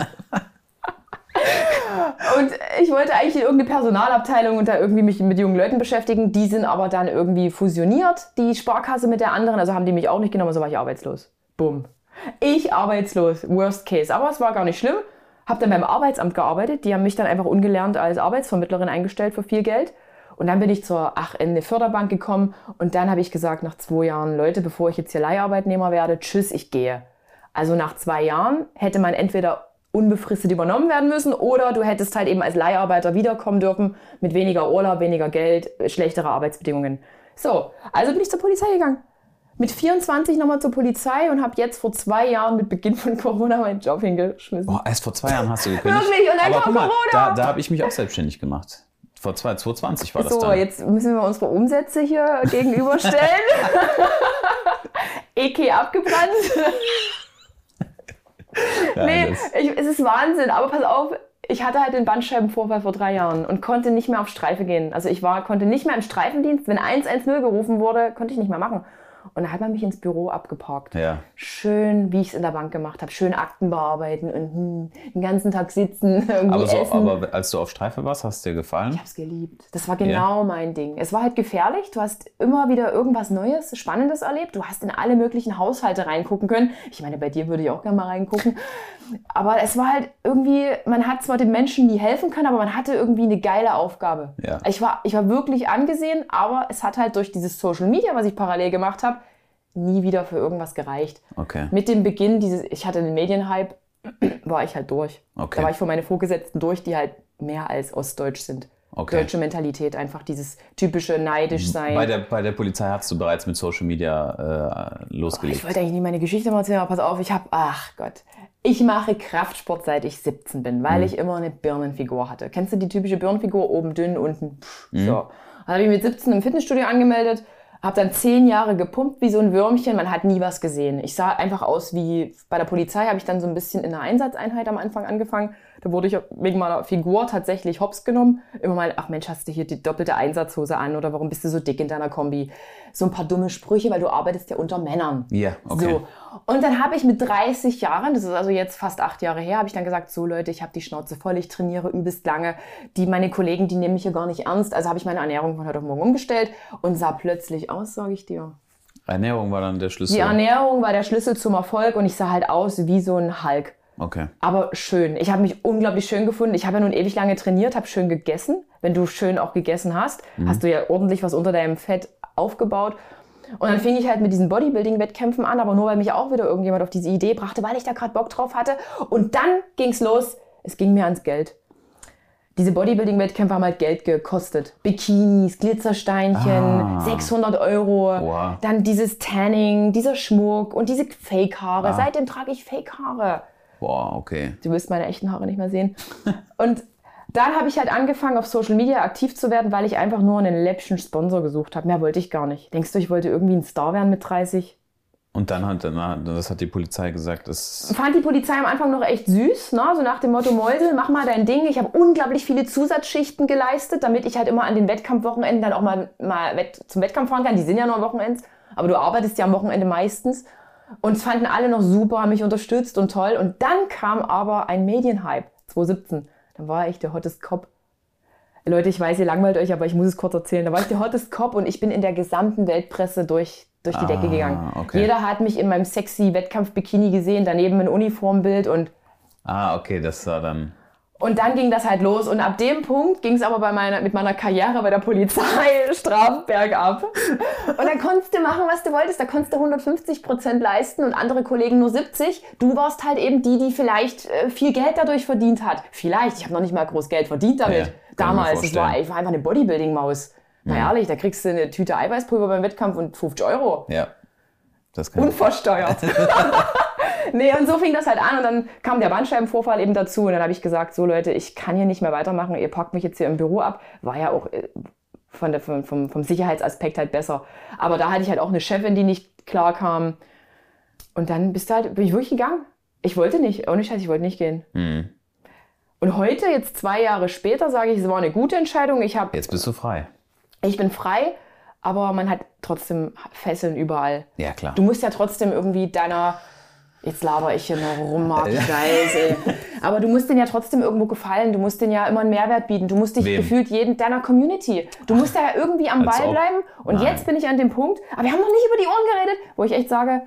Und ich wollte eigentlich in irgendeine Personalabteilung und da irgendwie mich mit jungen Leuten beschäftigen. Die sind aber dann irgendwie fusioniert, die Sparkasse mit der anderen. Also haben die mich auch nicht genommen, so war ich arbeitslos. Bumm. Ich arbeitslos, worst case. Aber es war gar nicht schlimm. Hab dann beim Arbeitsamt gearbeitet. Die haben mich dann einfach ungelernt als Arbeitsvermittlerin eingestellt für viel Geld. Und dann bin ich zur ach, in eine Förderbank gekommen. Und dann habe ich gesagt, nach zwei Jahren, Leute, bevor ich jetzt hier Leiharbeitnehmer werde, tschüss, ich gehe. Also nach zwei Jahren hätte man entweder unbefristet übernommen werden müssen oder du hättest halt eben als Leiharbeiter wiederkommen dürfen mit weniger Urlaub, weniger Geld, schlechtere Arbeitsbedingungen. So, also bin ich zur Polizei gegangen. Mit vierundzwanzig nochmal zur Polizei und habe jetzt vor zwei Jahren mit Beginn von Corona meinen Job hingeschmissen. Boah, erst vor zwei Jahren hast du gekündigt? Wirklich, und dann Aber kam guck mal, Corona. Da, da habe ich mich auch selbstständig gemacht. Vor zwanzig zwanzig war das so, dann. So, jetzt müssen wir unsere Umsätze hier gegenüberstellen. E K abgebrannt. Ja, nee, ich, es ist Wahnsinn. Aber pass auf, ich hatte halt den Bandscheibenvorfall vor drei Jahren und konnte nicht mehr auf Streife gehen. Also ich war, konnte nicht mehr im Streifendienst. Wenn eins eins null gerufen wurde, konnte ich nicht mehr machen. Und dann hat man mich ins Büro abgeparkt. Ja. Schön, wie ich es in der Bank gemacht habe. Schön Akten bearbeiten und hm, den ganzen Tag sitzen, irgendwie aber, so, essen. aber als du auf Streife warst, hast es dir gefallen? Ich habe es geliebt. Das war genau ja. mein Ding. Es war halt gefährlich. Du hast immer wieder irgendwas Neues, Spannendes erlebt. Du hast in alle möglichen Haushalte reingucken können. Ich meine, bei dir würde ich auch gerne mal reingucken. Aber es war halt irgendwie, man hat zwar den Menschen nie helfen können, aber man hatte irgendwie eine geile Aufgabe. Ja. Ich war, ich war wirklich angesehen, aber es hat halt durch dieses Social Media, was ich parallel gemacht habe, nie wieder für irgendwas gereicht. Okay. Mit dem Beginn dieses, ich hatte einen Medienhype, war ich halt durch. Okay. Da war ich für meine Vorgesetzten durch, die halt mehr als ostdeutsch sind. Okay. Deutsche Mentalität, einfach dieses typische neidisch sein. Bei der, bei der Polizei hast du bereits mit Social Media äh, losgelegt. Oh, ich wollte eigentlich nie meine Geschichte mal erzählen, aber pass auf, ich habe, ach Gott, ich mache Kraftsport seit ich siebzehn bin, weil mhm. ich immer eine Birnenfigur hatte. Kennst du die typische Birnenfigur? Oben dünn, unten pff, mhm. so. Dann habe ich mit siebzehn im Fitnessstudio angemeldet, habe dann zehn Jahre gepumpt wie so ein Würmchen, man hat nie was gesehen. Ich sah einfach aus wie, bei der Polizei habe ich dann so ein bisschen in einer Einsatzeinheit am Anfang angefangen. Da wurde ich wegen meiner Figur tatsächlich hops genommen. Immer mal, ach Mensch, hast du hier die doppelte Einsatzhose an oder warum bist du so dick in deiner Kombi? So ein paar dumme Sprüche, weil du arbeitest ja unter Männern. Ja, okay. So. Und dann habe ich mit dreißig Jahren, das ist also jetzt fast acht Jahre her, habe ich dann gesagt, so Leute, ich habe die Schnauze voll, ich trainiere übelst lange. Die, meine Kollegen, die nehmen mich hier gar nicht ernst. Also habe ich meine Ernährung von heute auf morgen umgestellt und sah plötzlich aus, sage ich dir. Ernährung war dann der Schlüssel? Die Ernährung war der Schlüssel zum Erfolg und ich sah halt aus wie so ein Hulk. Okay. Aber schön. Ich habe mich unglaublich schön gefunden. Ich habe ja nun ewig lange trainiert, habe schön gegessen. Wenn du schön auch gegessen hast, mhm. hast du ja ordentlich was unter deinem Fett aufgebaut. Und dann fing ich halt mit diesen Bodybuilding-Wettkämpfen an, aber nur weil mich auch wieder irgendjemand auf diese Idee brachte, weil ich da gerade Bock drauf hatte. Und dann ging's los. Es ging mir ans Geld. Diese Bodybuilding-Wettkämpfe haben halt Geld gekostet. Bikinis, Glitzersteinchen, ah. sechshundert Euro. Wow. Dann dieses Tanning, dieser Schmuck und diese Fake-Haare. Ah. Seitdem trage ich Fake-Haare. Boah, okay. Du wirst meine echten Haare nicht mehr sehen. Und dann habe ich halt angefangen, auf Social Media aktiv zu werden, weil ich einfach nur einen läppischen Sponsor gesucht habe. Mehr wollte ich gar nicht. Denkst du, ich wollte irgendwie ein Star werden mit dreißig? Und dann hat, das hat die Polizei gesagt, das... Fand die Polizei am Anfang noch echt süß, ne? So nach dem Motto, Mäusel, mach mal dein Ding. Ich habe unglaublich viele Zusatzschichten geleistet, damit ich halt immer an den Wettkampfwochenenden dann auch mal, mal wett- zum Wettkampf fahren kann. Die sind ja nur Wochenends, aber du arbeitest ja am Wochenende meistens. Und es fanden alle noch super, haben mich unterstützt und toll. Und dann kam aber ein Medienhype, zwanzig siebzehn. Dann war ich der hottest Cop. Leute, ich weiß, ihr langweilt euch, aber ich muss es kurz erzählen. Da war ich der hottest Cop und ich bin in der gesamten Weltpresse durch, durch die ah, Decke gegangen. Okay. Jeder hat mich in meinem sexy Wettkampf-Bikini gesehen, daneben ein Uniformbild und... Ah, okay, das war dann... Und dann ging das halt los. Und ab dem Punkt ging es aber bei meiner, mit meiner Karriere bei der Polizei straff bergab. Und dann konntest du machen, was du wolltest. Da konntest du hundertfünfzig Prozent leisten und andere Kollegen nur siebzig. Du warst halt eben die, die vielleicht äh, viel Geld dadurch verdient hat. Vielleicht. Ich habe noch nicht mal groß Geld verdient damit. Ja, damals. Das war, ich war einfach eine Bodybuilding-Maus. Na mhm. ehrlich, da kriegst du eine Tüte Eiweißpulver beim Wettkampf und fünfzig Euro. Ja. Das kann Unversteuert. Nee, und so fing das halt an und dann kam der Bandscheibenvorfall eben dazu und dann habe ich gesagt, so Leute, ich kann hier nicht mehr weitermachen, ihr packt mich jetzt hier im Büro ab. War ja auch von der, vom, vom Sicherheitsaspekt halt besser. Aber da hatte ich halt auch eine Chefin, die nicht klar kam. Und dann bist du halt, bin ich wirklich gegangen. Ich wollte nicht, ohne Scheiß, ich wollte nicht gehen. Mhm. Und heute, jetzt zwei Jahre später, sage ich, es war eine gute Entscheidung. Ich hab, jetzt bist du frei. Ich bin frei, aber man hat trotzdem Fesseln überall. Ja, klar. Du musst ja trotzdem irgendwie deiner... Jetzt laber ich hier noch rum, Marc, ich weiß, ey. Aber du musst denen ja trotzdem irgendwo gefallen. Du musst denen ja immer einen Mehrwert bieten. Du musst dich Wem? gefühlt jeden deiner Community. Du musst ja irgendwie am Als Ball ob. bleiben. Und Nein. jetzt bin ich an dem Punkt, aber wir haben noch nicht über die Ohren geredet, wo ich echt sage,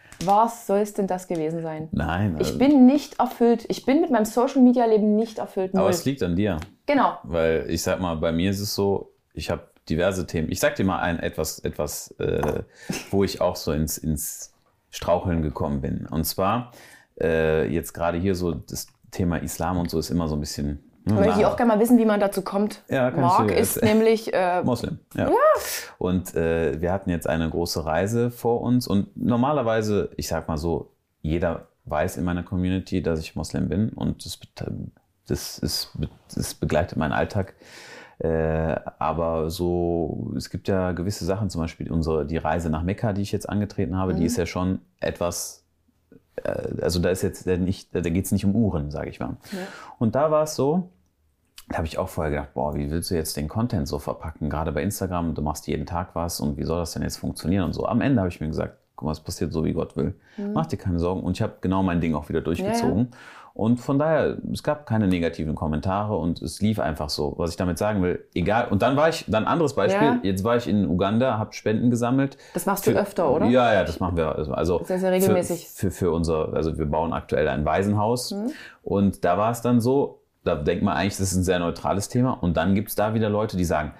was soll es denn das gewesen sein? Nein. Ich bin nicht erfüllt. Ich bin mit meinem Social-Media-Leben nicht erfüllt. Null. Aber es liegt an dir. Genau. Weil ich sag mal, bei mir ist es so, ich habe diverse Themen. Ich sag dir mal ein etwas, etwas äh, wo ich auch so ins, ins Straucheln gekommen bin. Und zwar äh, jetzt gerade hier so das Thema Islam und so ist immer so ein bisschen... Da möchte ich auch gerne mal wissen, wie man dazu kommt. Ja, kann Marc ich dir ist jetzt- nämlich... Äh, Moslem, ja. Ja. Und äh, wir hatten jetzt eine große Reise vor uns und normalerweise, ich sag mal so, jeder weiß in meiner Community, dass ich Moslem bin und das, das, ist, das begleitet meinen Alltag. Äh, aber so, es gibt ja gewisse Sachen, zum Beispiel unsere, die Reise nach Mekka, die ich jetzt angetreten habe, Mhm. die ist ja schon etwas, äh, also da ist jetzt nicht, da geht es nicht um Uhren, sage ich mal. Ja. Und da war es so, da habe ich auch vorher gedacht, boah, wie willst du jetzt den Content so verpacken? Gerade bei Instagram, du machst jeden Tag was und wie soll das denn jetzt funktionieren und so. Am Ende habe ich mir gesagt, guck mal, es passiert so, wie Gott will. Mhm. Mach dir keine Sorgen. Und ich habe genau mein Ding auch wieder durchgezogen. Ja, ja. Und von daher, es gab keine negativen Kommentare und es lief einfach so. Was ich damit sagen will, egal. Und dann war ich, dann anderes Beispiel, Ja. jetzt war ich in Uganda, habe Spenden gesammelt. Das machst für, du öfter, oder? Ja, ja, das machen wir. Also Sehr, sehr regelmäßig. Für, für, für unser, also wir bauen aktuell ein Waisenhaus. Mhm. Und da war es dann so, da denkt man eigentlich, das ist ein sehr neutrales Thema. Und dann gibt es da wieder Leute, die sagen,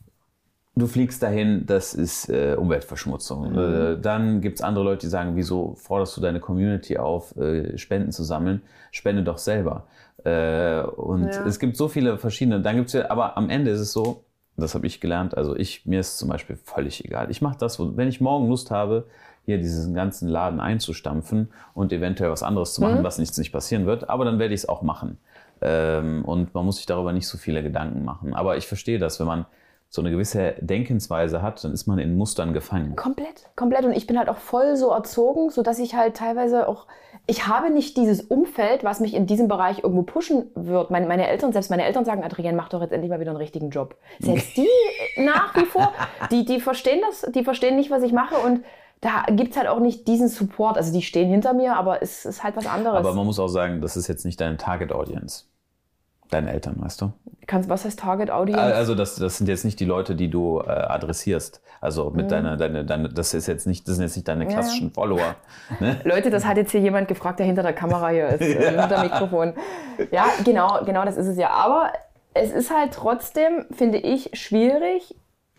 du fliegst dahin, das ist äh, Umweltverschmutzung. Mhm. Äh, dann gibt es andere Leute, die sagen, wieso forderst du deine Community auf, äh, Spenden zu sammeln? Spende doch selber. Äh, und Ja. es gibt so viele verschiedene, dann gibt's ja, aber am Ende ist es so, das habe ich gelernt, also ich, mir ist zum Beispiel völlig egal. Ich mache das, wenn ich morgen Lust habe, hier diesen ganzen Laden einzustampfen und eventuell was anderes zu machen, Mhm. was nichts nicht passieren wird, aber dann werde ich es auch machen. Ähm, und man muss sich darüber nicht so viele Gedanken machen. Aber ich verstehe das, wenn man so eine gewisse Denkensweise hat, dann ist man in Mustern gefangen. Komplett, komplett. Und ich bin halt auch voll so erzogen, sodass ich halt teilweise auch, ich habe nicht dieses Umfeld, was mich in diesem Bereich irgendwo pushen wird. Meine, meine Eltern, selbst meine Eltern sagen, Adrienne, mach doch jetzt endlich mal wieder einen richtigen Job. Selbst die nach wie vor, die, die verstehen das, die verstehen nicht, was ich mache und da gibt's halt auch nicht diesen Support. Also die stehen hinter mir, aber es ist halt was anderes. Aber man muss auch sagen, das ist jetzt nicht deine Target-Audience. Deine Eltern, weißt du? Kannst, was heißt Target Audience? Also das, das sind jetzt nicht die Leute, die du äh, adressierst. Also mit Mhm. deiner, deine, deine, das ist jetzt nicht, das sind jetzt nicht deine Ja, klassischen ja. Follower. Ne? Leute, das hat jetzt hier jemand gefragt, der hinter der Kamera hier ist, äh, hinter dem Mikrofon. Ja, genau, genau, das ist es ja. Aber es ist halt trotzdem, finde ich, schwierig,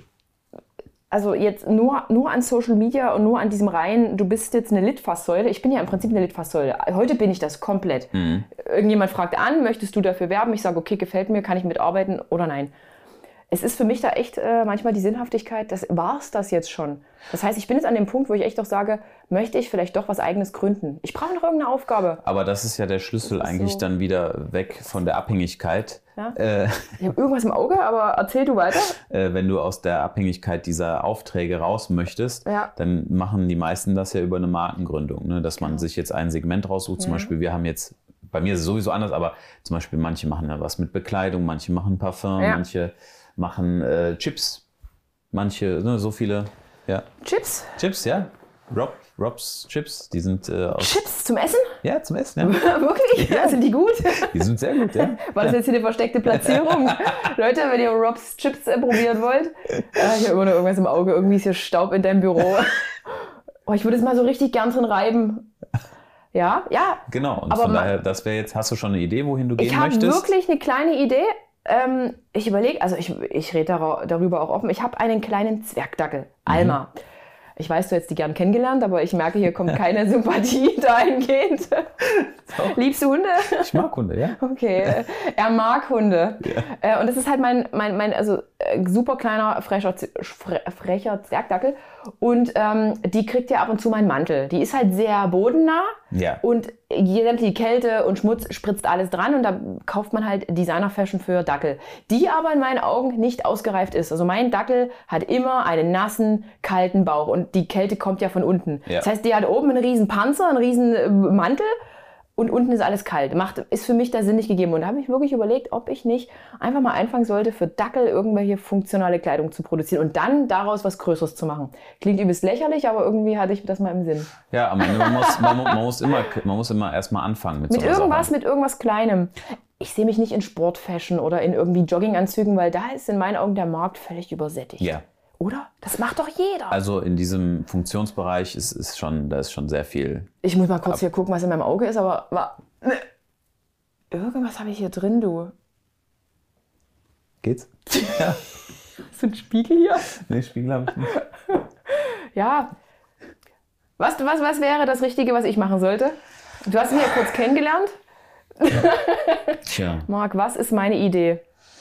also jetzt nur, nur an Social Media und nur an diesem rein, du bist jetzt eine Litfaßsäule. Ich bin ja im Prinzip eine Litfaßsäule. Heute bin ich das komplett. Mhm. Irgendjemand fragt an, möchtest du dafür werben? Ich sage, okay, gefällt mir, kann ich mitarbeiten oder nein. Es ist für mich da echt äh, manchmal die Sinnhaftigkeit, das war es das jetzt schon. Das heißt, ich bin jetzt an dem Punkt, wo ich echt auch sage, möchte ich vielleicht doch was Eigenes gründen? Ich brauche noch irgendeine Aufgabe. Aber das ist ja der Schlüssel Das ist eigentlich so. dann wieder weg von der Abhängigkeit. Ja? Äh, Ich habe irgendwas im Auge, aber erzähl du weiter. äh, wenn du aus der Abhängigkeit dieser Aufträge raus möchtest, Ja. dann machen die meisten das ja über eine Markengründung. Ne? Dass man Genau. sich jetzt ein Segment raussucht. Zum Ja. Beispiel, wir haben jetzt, bei mir ist es sowieso anders, aber zum Beispiel manche machen ja was mit Bekleidung, manche machen Parfum, Ja. manche machen äh, Chips, manche, ne, so viele, ja. Chips? Chips, ja. Rob, Robs Chips, die sind äh, aus, Chips zum Essen? ja, zum Essen, ja. Wirklich? Ja. Sind die gut? Die sind sehr gut, ja. War das jetzt hier eine versteckte Platzierung? Leute, wenn ihr Robs Chips äh, probieren wollt. Äh, ich habe immer noch irgendwas im Auge. Irgendwie ist hier Staub in deinem Büro. Oh, ich würde es mal so richtig gern drin reiben. Ja, ja. Genau, und aber von daher, das wäre jetzt, hast du schon eine Idee, wohin du gehen ich möchtest? Ich habe wirklich eine kleine Idee. Ähm, ich überlege, also ich, ich rede darüber auch offen, ich habe einen kleinen Zwergdackel, Alma. Mhm. Ich weiß, du hättest die gern kennengelernt, aber ich merke, hier kommt keine Sympathie dahingehend. So. Liebst du Hunde? Ich mag Hunde, ja. Okay, er mag Hunde. Ja. Und das ist halt mein, mein, mein also super kleiner, frecher, frecher Zwergdackel. Und ähm, die kriegt ja ab und zu meinen Mantel. Die ist halt sehr bodennah. Ja. Und die Kälte und Schmutz spritzt alles dran. Und da kauft man halt Designer-Fashion für Dackel. Die aber in meinen Augen nicht ausgereift ist. Also mein Dackel hat immer einen nassen, kalten Bauch. Und die Kälte kommt ja von unten. Ja. Das heißt, die hat oben einen riesen Panzer, einen riesen Mantel. Und unten ist alles kalt. Macht, ist für mich da Sinn nicht gegeben. Und da habe ich wirklich überlegt, ob ich nicht einfach mal anfangen sollte, für Dackel irgendwelche funktionale Kleidung zu produzieren und dann daraus was Größeres zu machen. Klingt übelst lächerlich, aber irgendwie hatte ich das mal im Sinn. Ja, aber man muss, man, man muss immer, man muss immer erstmal anfangen mit, mit so irgendwas, Sache. mit irgendwas Kleinem. Ich sehe mich nicht in Sportfashion oder in irgendwie Jogginganzügen, weil da ist in meinen Augen der Markt völlig übersättigt. Ja. Oder? Das macht doch jeder. Also in diesem Funktionsbereich ist, ist schon, da ist schon sehr viel. Ich muss mal kurz ab. hier gucken, was in meinem Auge ist, aber war, ne. Irgendwas habe ich hier drin, du. Geht's? Ja. Hast du einen Spiegel hier? Nee, Spiegel habe ich nicht. Ja. Was, was, was wäre das Richtige, was ich machen sollte? Du hast mich ja kurz kennengelernt. Tja. Marc, was ist meine Idee?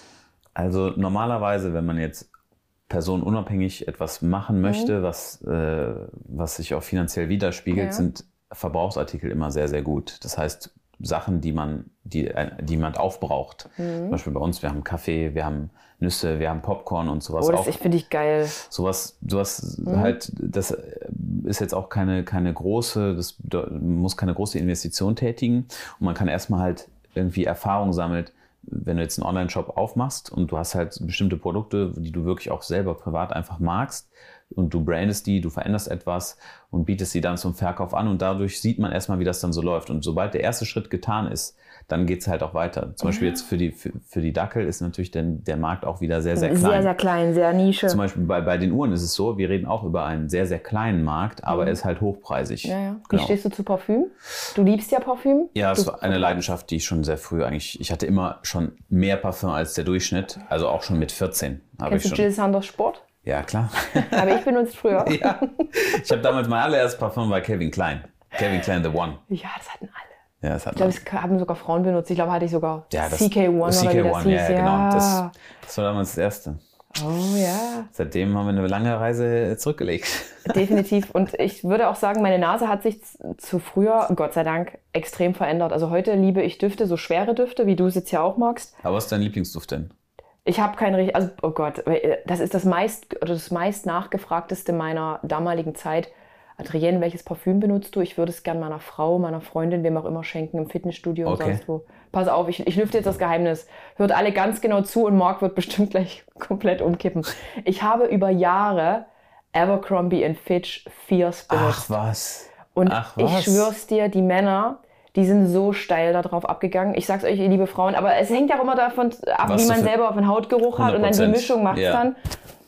Also normalerweise, wenn man jetzt personenunabhängig etwas machen möchte, mhm. was, äh, was sich auch finanziell widerspiegelt, ja. sind Verbrauchsartikel immer sehr, sehr gut. Das heißt, Sachen, die man, die, die jemand aufbraucht. Mhm. Zum Beispiel bei uns, wir haben Kaffee, wir haben Nüsse, wir haben Popcorn und sowas. Oh, das auch. Ich finde ich geil. Sowas, sowas mhm. halt, das ist jetzt auch keine, keine große, das muss keine große Investition tätigen. Und man kann erstmal halt irgendwie Erfahrung sammeln, wenn du jetzt einen Online-Shop aufmachst und du hast halt bestimmte Produkte, die du wirklich auch selber privat einfach magst und du brandest die, du veränderst etwas und bietest sie dann zum Verkauf an und dadurch sieht man erstmal, wie das dann so läuft. Und sobald der erste Schritt getan ist, dann geht's halt auch weiter. Zum Beispiel jetzt für die, für, für die Dackel ist natürlich der, der Markt auch wieder sehr, sehr klein. Sehr, sehr klein, sehr Nische. Zum Beispiel bei, bei den Uhren ist es so, wir reden auch über einen sehr, sehr kleinen Markt, aber mhm. er ist halt hochpreisig. Ja, ja. Wie genau. stehst du zu Parfüm? Du liebst ja Parfüm. Ja, es war eine Leidenschaft, die ich schon sehr früh eigentlich, ich hatte immer schon mehr Parfüm als der Durchschnitt, also auch schon mit vierzehn. Kennst ich du schon. Jill Sanders Sport? Ja, klar. Aber ich benutzt früher. Ja. Ich habe damals mein allererstes Parfüm bei Calvin Klein. Calvin Klein The One. Ja, das hatten alle. Ja, das hat ich glaube, es haben sogar Frauen benutzt. Ich glaube, hatte ich sogar ja, das, C K eins oder C K wie das eins, hieß. ja, ja, genau. Das, das war damals das Erste. Oh ja. Seitdem haben wir eine lange Reise zurückgelegt. Definitiv. Und ich würde auch sagen, meine Nase hat sich zu früher, Gott sei Dank, extrem verändert. Also heute liebe ich Düfte, so schwere Düfte, wie du es jetzt ja auch magst. Aber was ist dein Lieblingsduft denn? Ich habe keinen richtig, also oh Gott, das ist das meist, oder das meist nachgefragteste meiner damaligen Zeit. Adrienne, welches Parfüm benutzt du? Ich würde es gern meiner Frau, meiner Freundin, wem auch immer schenken, im Fitnessstudio und okay. sonst wo. Pass auf, ich, ich lüfte jetzt das Geheimnis. Hört alle ganz genau zu und Marc wird bestimmt gleich komplett umkippen. Ich habe über Jahre Abercrombie and Fitch Fierce benutzt. Ach was. Und Ach, was? ich schwör's dir, die Männer, die sind so steil darauf abgegangen. Ich sag's euch, ihr liebe Frauen, aber es hängt ja auch immer davon ab, Was wie man für selber auf den Hautgeruch hat und dann die Mischung macht's ja. dann.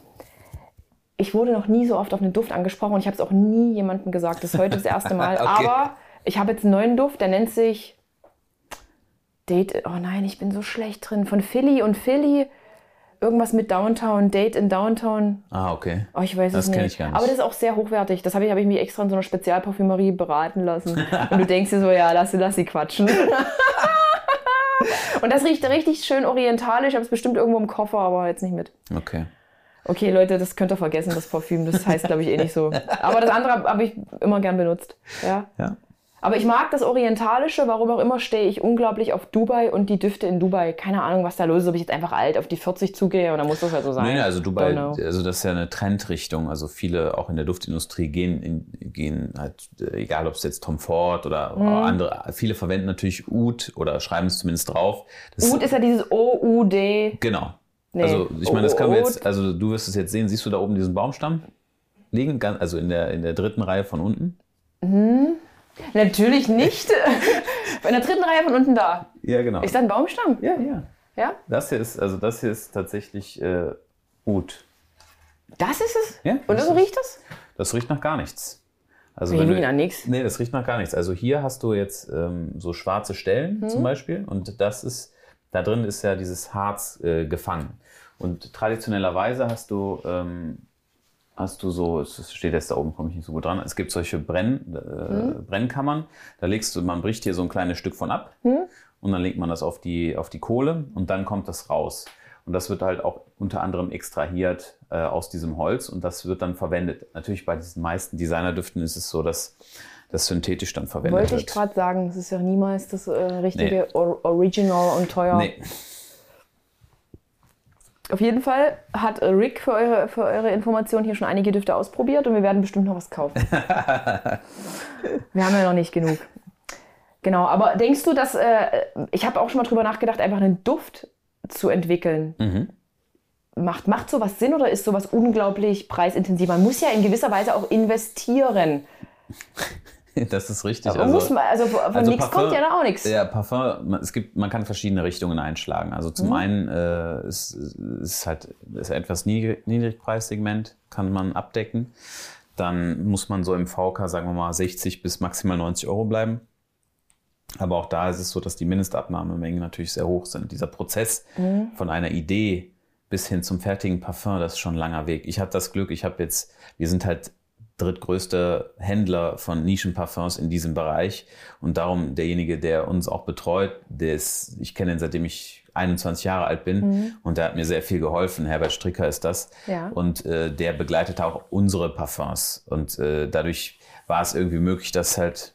Ich wurde noch nie so oft auf einen Duft angesprochen und ich habe es auch nie jemandem gesagt. Das ist heute das erste Mal. Okay. Aber ich habe jetzt einen neuen Duft, der nennt sich Date. Oh nein, ich bin so schlecht drin. Von Philly und Philly. Irgendwas mit Downtown, Date in Downtown. Ah, okay. Oh, ich weiß das es nicht. kenn ich gar nicht. Aber das ist auch sehr hochwertig. Das habe ich, hab ich mich extra in so einer Spezialparfümerie beraten lassen. Und du denkst dir so, ja, lass sie, lass sie quatschen. Und das riecht richtig schön orientalisch. Ich habe es bestimmt irgendwo im Koffer, aber jetzt nicht mit. Okay. Okay, Leute, das könnt ihr vergessen, das Parfüm. Das heißt, glaube ich, eh nicht so. Aber das andere habe hab ich immer gern benutzt. Ja. Ja. Aber ich mag das Orientalische. Warum auch immer stehe ich unglaublich auf Dubai und die Düfte in Dubai. Keine Ahnung, was da los ist. Ob ich jetzt einfach alt auf die vierzig zugehe und dann muss das halt so sein. Nein, also Dubai, also das ist ja eine Trendrichtung. Also viele, auch in der Duftindustrie, gehen, in, gehen halt, egal ob es jetzt Tom Ford oder mhm. andere, viele verwenden natürlich Oud oder schreiben es zumindest drauf. Das Oud ist ja dieses O U D. Genau. Nee. Also ich meine, das können wir jetzt, also du wirst es jetzt sehen, siehst du da oben diesen Baumstamm liegen, also in der, in der dritten Reihe von unten? Mhm. Natürlich nicht. In der dritten Reihe von unten da. Ja, genau. Ist das ein Baumstamm? Ja, ja. Ja? Das hier ist, also das hier ist tatsächlich äh, Oud. Das ist es? Ja. Und so riecht das? Das riecht nach gar nichts. Also riecht wenn du, nach nichts. Nee, das riecht nach gar nichts. Also hier hast du jetzt ähm, so schwarze Stellen mhm. zum Beispiel und das ist, da drin ist ja dieses Harz äh, gefangen. Und traditionellerweise hast du, ähm, hast du so, es steht jetzt da oben, komme ich nicht so gut dran, es gibt solche Brenn, äh, mhm. Brennkammern, da legst du, man bricht hier so ein kleines Stück von ab mhm. und dann legt man das auf die, auf die Kohle und dann kommt das raus. Und das wird halt auch unter anderem extrahiert äh, aus diesem Holz und das wird dann verwendet. Natürlich bei diesen meisten Designerdüften ist es so, dass das synthetisch dann verwendet Wollte wird. Wollte ich gerade sagen, es ist ja niemals das äh, richtige nee. Or- Original und teuer. Nee. Auf jeden Fall hat Rick für eure, für eure Information hier schon einige Düfte ausprobiert und wir werden bestimmt noch was kaufen. Wir haben ja noch nicht genug. Genau, aber denkst du, dass, äh, ich habe auch schon mal drüber nachgedacht, einfach einen Duft zu entwickeln. Mhm. Macht, macht sowas Sinn oder ist sowas unglaublich preisintensiv? Man muss ja in gewisser Weise auch investieren. Das ist richtig. Aber also, muss man, also von also nichts kommt ja dann auch nichts. Ja, Parfum, es gibt, man kann verschiedene Richtungen einschlagen. Also zum mhm. einen äh, ist, ist halt ist etwas Niedrigpreissegment, kann man abdecken. Dann muss man so im V K, sagen wir mal, sechzig bis maximal neunzig Euro bleiben. Aber auch da ist es so, dass die Mindestabnahmemengen natürlich sehr hoch sind. Dieser Prozess mhm. von einer Idee bis hin zum fertigen Parfum, das ist schon ein langer Weg. Ich hatte das Glück, ich habe jetzt, wir sind halt drittgrößte Händler von Nischenparfums in diesem Bereich und darum derjenige, der uns auch betreut, der ist, ich kenne ihn seitdem ich einundzwanzig Jahre alt bin mhm. und der hat mir sehr viel geholfen. Herbert Stricker ist das ja. und äh, der begleitet auch unsere Parfums und äh, dadurch war es irgendwie möglich, dass halt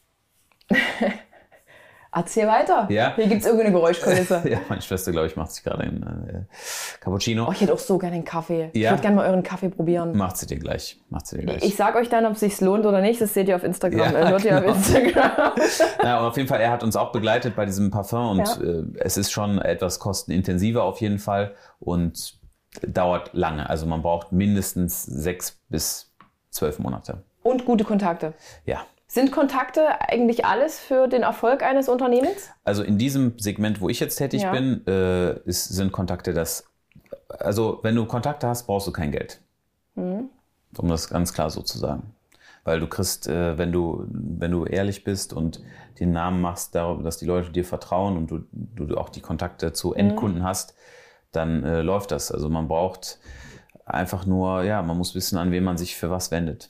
Erzähl weiter. Ja. Hier gibt es irgendeine Geräuschkulisse. Ja, meine Schwester, glaube ich, macht sich gerade einen äh, Cappuccino. Oh, ich hätte auch so gerne einen Kaffee. Ja. Ich würde gerne mal euren Kaffee probieren. Macht sie dir gleich. Macht sie dir gleich. Ich sage euch dann, ob es sich lohnt oder nicht. Das seht ihr auf Instagram. Ja, das hört genau. ihr auf Instagram. Ja, und auf jeden Fall, er hat uns auch begleitet bei diesem Parfum. Und ja. äh, es ist schon etwas kostenintensiver auf jeden Fall. Und dauert lange. Also man braucht mindestens sechs bis zwölf Monate. Und gute Kontakte. Ja. Sind Kontakte eigentlich alles für den Erfolg eines Unternehmens? Also in diesem Segment, wo ich jetzt tätig ja. bin, äh, ist, sind Kontakte das. Also wenn du Kontakte hast, brauchst du kein Geld. Mhm. Um das ganz klar so zu sagen. Weil du kriegst, äh, wenn du, wenn du ehrlich bist und den Namen machst, darüber, dass die Leute dir vertrauen und du, du auch die Kontakte zu Endkunden mhm. hast, dann äh, läuft das. Also man braucht einfach nur, ja, man muss wissen, an wen man sich für was wendet.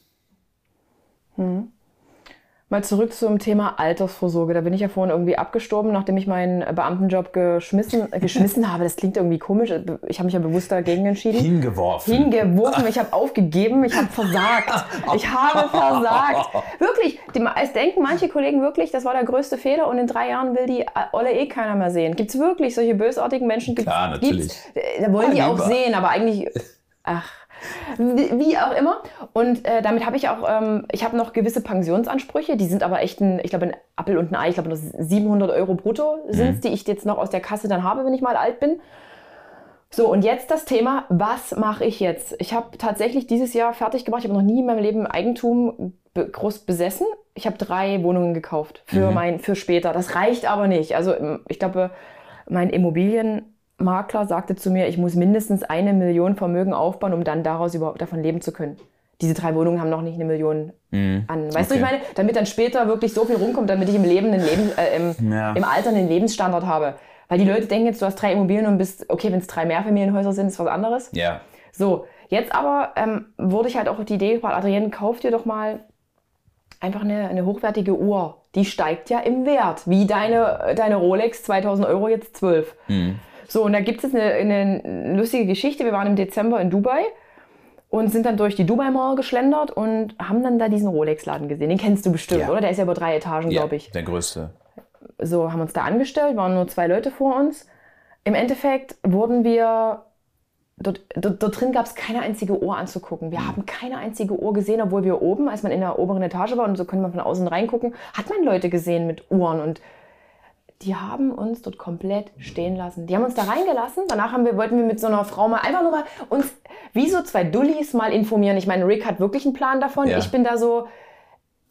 Mhm. Mal zurück zum Thema Altersvorsorge. Da bin ich ja vorhin irgendwie abgestorben, nachdem ich meinen Beamtenjob geschmissen, äh, geschmissen habe. Das klingt irgendwie komisch. Ich habe mich ja bewusst dagegen entschieden. Hingeworfen. Hingeworfen. Ich habe aufgegeben. Ich habe versagt. Ich habe versagt. Wirklich. Die, es denken manche Kollegen wirklich, das war der größte Fehler und in drei Jahren will die Olle eh keiner mehr sehen. Gibt es wirklich solche bösartigen Menschen? Gibt's, Klar, natürlich. Da wollen die auch sehen, aber eigentlich... Ach... Wie auch immer. Und äh, damit habe ich auch, ähm, ich habe noch gewisse Pensionsansprüche, die sind aber echt ein, ich glaube ein Appel und ein Ei, ich glaube siebenhundert Euro brutto sind es, mhm. die ich jetzt noch aus der Kasse dann habe, wenn ich mal alt bin. So, und jetzt das Thema, was mache ich jetzt? Ich habe tatsächlich dieses Jahr fertig gemacht, ich habe noch nie in meinem Leben Eigentum be- groß besessen. Ich habe drei Wohnungen gekauft für, mhm. mein, für später. Das reicht aber nicht. Also ich glaube, mein Immobilien... Makler sagte zu mir, ich muss mindestens eine Million Vermögen aufbauen, um dann daraus überhaupt davon leben zu können. Diese drei Wohnungen haben noch nicht eine Million mm, an. Weißt okay. du, ich meine, damit dann später wirklich so viel rumkommt, damit ich im Leben, einen Leben äh, im, ja. im Alter einen Lebensstandard habe. Weil die Leute denken jetzt, du hast drei Immobilien und bist, okay, wenn es drei Mehrfamilienhäuser sind, ist was anderes. Ja. So, jetzt aber ähm, wurde ich halt auch auf die Idee gebracht, Adrienne, kauf dir doch mal einfach eine, eine hochwertige Uhr. Die steigt ja im Wert, wie deine, deine Rolex zweitausend Euro jetzt zwölf. Mm. So, und da gibt es jetzt eine, eine lustige Geschichte. Wir waren im Dezember in Dubai und sind dann durch die Dubai Mall geschlendert und haben dann da diesen Rolex-Laden gesehen. Den kennst du bestimmt, ja. oder? Der ist ja über drei Etagen, ja, glaube ich. Der größte. So, haben uns da angestellt, waren nur zwei Leute vor uns. Im Endeffekt wurden wir... Dort, dort, dort drin gab es keine einzige Uhr anzugucken. Wir mhm. haben keine einzige Uhr gesehen, obwohl wir oben, als man in der oberen Etage war und so konnte man von außen reingucken, hat man Leute gesehen mit Uhren und die haben uns dort komplett stehen lassen. Die haben uns da reingelassen. Danach haben wir, wollten wir mit so einer Frau mal einfach nur mal uns, wie so zwei Dullis, mal informieren. Ich meine, Rick hat wirklich einen Plan davon. Ja. Ich bin da so,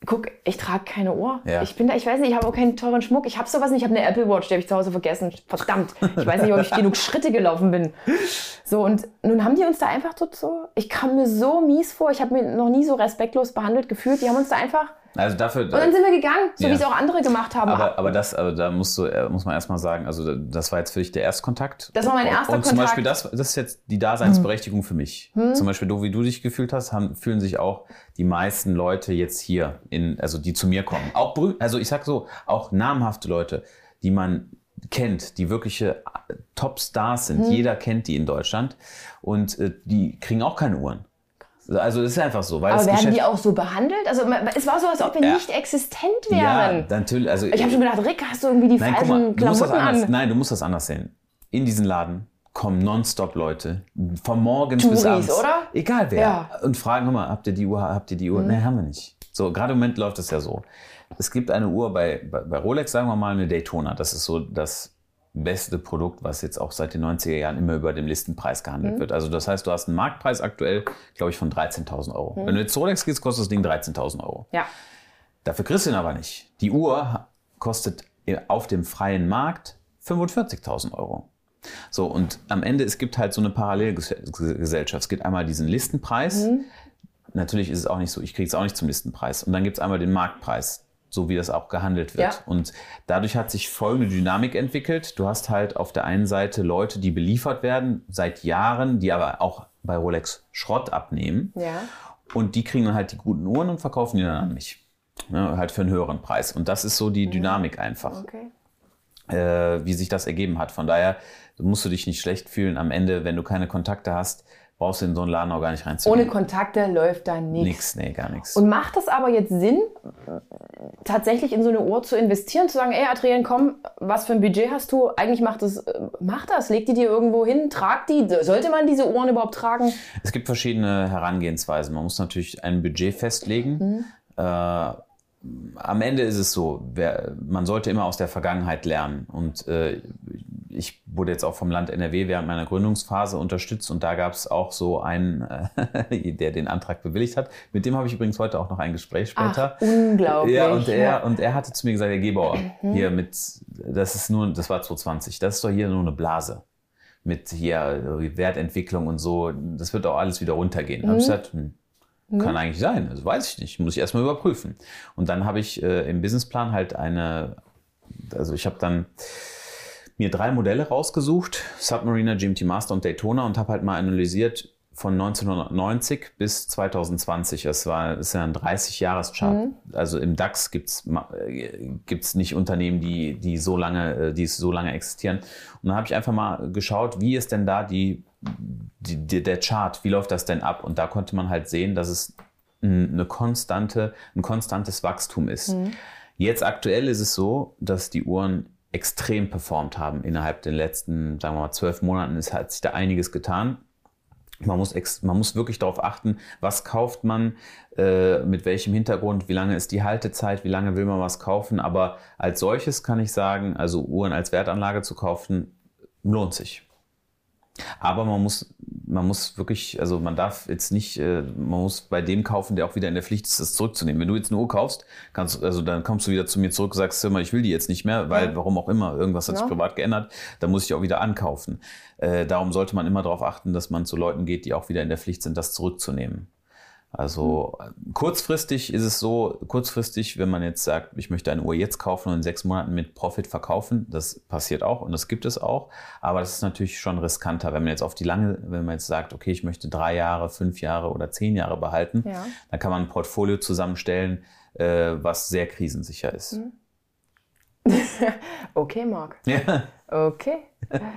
Guck, ich trage keine Uhr. Ja. Ich bin da, ich weiß nicht, ich habe auch keinen teuren Schmuck. Ich habe sowas nicht, ich habe eine Apple Watch, die habe ich zu Hause vergessen. Verdammt, ich weiß nicht, ob ich genug Schritte gelaufen bin. So, und nun haben die uns da einfach so, ich kam mir so mies vor, ich habe mich noch nie so respektlos behandelt gefühlt. Die haben uns da einfach, Also dafür, und dann sind wir gegangen, so ja. wie es auch andere gemacht haben. Aber, aber das, also da musst du, muss man erstmal sagen, also das war jetzt für dich der Erstkontakt. Das war mein erster und, und zum Kontakt. Beispiel das, das ist jetzt die Daseinsberechtigung hm. für mich. Hm. Zum Beispiel, du, wie du dich gefühlt hast, haben, fühlen sich auch die meisten Leute jetzt hier, in, also die zu mir kommen. Auch, also ich sag so, auch namhafte Leute, die man kennt, die wirkliche Top-Stars sind. Hm. Jeder kennt die in Deutschland und äh, die kriegen auch keine Uhren. Also das ist einfach so. Weil aber das werden Geschäft, die auch so behandelt? Also es war so, als ob wir ja. nicht existent wären. Ja, natürlich. Also, ich habe schon gedacht, Rick, hast du irgendwie die nein, falschen guck mal, du musst das Klamotten anders, an? Nein, du musst das anders sehen. In diesen Laden kommen nonstop Leute, von morgens Touris, bis abends. oder? Egal wer. Ja. Und fragen, hör mal, habt ihr die Uhr? Habt ihr die Uhr? Mhm. Nein, haben wir nicht. So, gerade im Moment läuft es ja so. Es gibt eine Uhr bei, bei, bei Rolex, sagen wir mal, eine Daytona. Das ist so das beste Produkt, was jetzt auch seit den neunziger Jahren immer über dem Listenpreis gehandelt mhm. wird. Also das heißt, du hast einen Marktpreis aktuell, glaube ich, von dreizehntausend Euro. Mhm. Wenn du jetzt zu Rolex gehst, kostet das Ding dreizehntausend Euro. Ja. Dafür kriegst du ihn aber nicht. Die Uhr kostet auf dem freien Markt fünfundvierzigtausend Euro. So, und am Ende, es gibt halt so eine Parallelgesellschaft. Es gibt einmal diesen Listenpreis. Mhm. Natürlich ist es auch nicht so, ich kriege es auch nicht zum Listenpreis. Und dann gibt es einmal den Marktpreis, so wie das auch gehandelt wird. Ja. Und dadurch hat sich folgende Dynamik entwickelt. Du hast halt auf der einen Seite Leute, die beliefert werden seit Jahren, die aber auch bei Rolex Schrott abnehmen. Ja. Und die kriegen dann halt die guten Uhren und verkaufen die dann an mich. Ja, halt für einen höheren Preis. Und das ist so die Dynamik einfach, okay. äh, wie sich das ergeben hat. Von daher musst du dich nicht schlecht fühlen am Ende, wenn du keine Kontakte hast, brauchst du in so einen Laden auch gar nicht reinzugehen. Ohne Kontakte läuft da nichts. Nichts, nee, gar nichts. Und macht das aber jetzt Sinn, tatsächlich in so eine Uhr zu investieren, zu sagen, ey Adrian, komm, was für ein Budget hast du? Eigentlich macht das, mach das, leg die dir irgendwo hin, trag die. Sollte man diese Uhren überhaupt tragen? Es gibt verschiedene Herangehensweisen. Man muss natürlich ein Budget festlegen. Mhm. Äh, am Ende ist es so, wer, man sollte immer aus der Vergangenheit lernen. Und äh, ich wurde jetzt auch vom Land N R W während meiner Gründungsphase unterstützt und da gab es auch so einen, äh, der den Antrag bewilligt hat. Mit dem habe ich übrigens heute auch noch ein Gespräch später. Ach, unglaublich. Ja, und er, und er hatte zu mir gesagt, Herr Gebauer, mhm. hier mit, das ist nur, das war zwanzig zwanzig, das ist doch hier nur eine Blase. Mit hier Wertentwicklung und so, das wird auch alles wieder runtergehen. Da mhm. habe ich gesagt, hm, kann mhm. eigentlich sein, das weiß ich nicht, muss ich erstmal überprüfen. Und dann habe ich äh, im Businessplan halt eine, also ich habe dann mir drei Modelle rausgesucht, Submariner, G M T Master und Daytona, und habe halt mal analysiert von neunzehnhundertneunzig bis zweitausendzwanzig. Das war, das ist ja ein dreißig-Jahres-Chart. Mhm. Also im DAX gibt's gibt's nicht Unternehmen, die die so lange, die so lange existieren. Und dann habe ich einfach mal geschaut, wie ist denn da die, die, die der Chart, wie läuft das denn ab? Und da konnte man halt sehen, dass es eine konstante, ein konstantes Wachstum ist. Mhm. Jetzt aktuell ist es so, dass die Uhren extrem performt haben innerhalb der letzten, sagen wir mal, zwölf Monaten. Es hat sich da einiges getan. Man muss, ex, man muss wirklich darauf achten, was kauft man, äh, mit welchem Hintergrund, wie lange ist die Haltezeit, wie lange will man was kaufen. Aber als solches kann ich sagen, also Uhren als Wertanlage zu kaufen, lohnt sich. Aber man muss, man muss wirklich, also man darf jetzt nicht, äh, man muss bei dem kaufen, der auch wieder in der Pflicht ist, das zurückzunehmen. Wenn du jetzt eine Uhr kaufst, kannst, also dann kommst du wieder zu mir zurück und sagst, hör mal, ich will die jetzt nicht mehr, weil ja. warum auch immer, irgendwas hat sich ja. privat geändert, dann muss ich auch wieder ankaufen. Äh, darum sollte man immer darauf achten, dass man zu Leuten geht, die auch wieder in der Pflicht sind, das zurückzunehmen. Also mhm. kurzfristig ist es so, kurzfristig, wenn man jetzt sagt, ich möchte eine Uhr jetzt kaufen und in sechs Monaten mit Profit verkaufen, das passiert auch und das gibt es auch, aber das ist natürlich schon riskanter, wenn man jetzt auf die lange, wenn man jetzt sagt, okay, ich möchte drei Jahre, fünf Jahre oder zehn Jahre behalten, ja. dann kann man ein Portfolio zusammenstellen, äh, was sehr krisensicher ist. Mhm. Okay, Marc. Ja. Okay.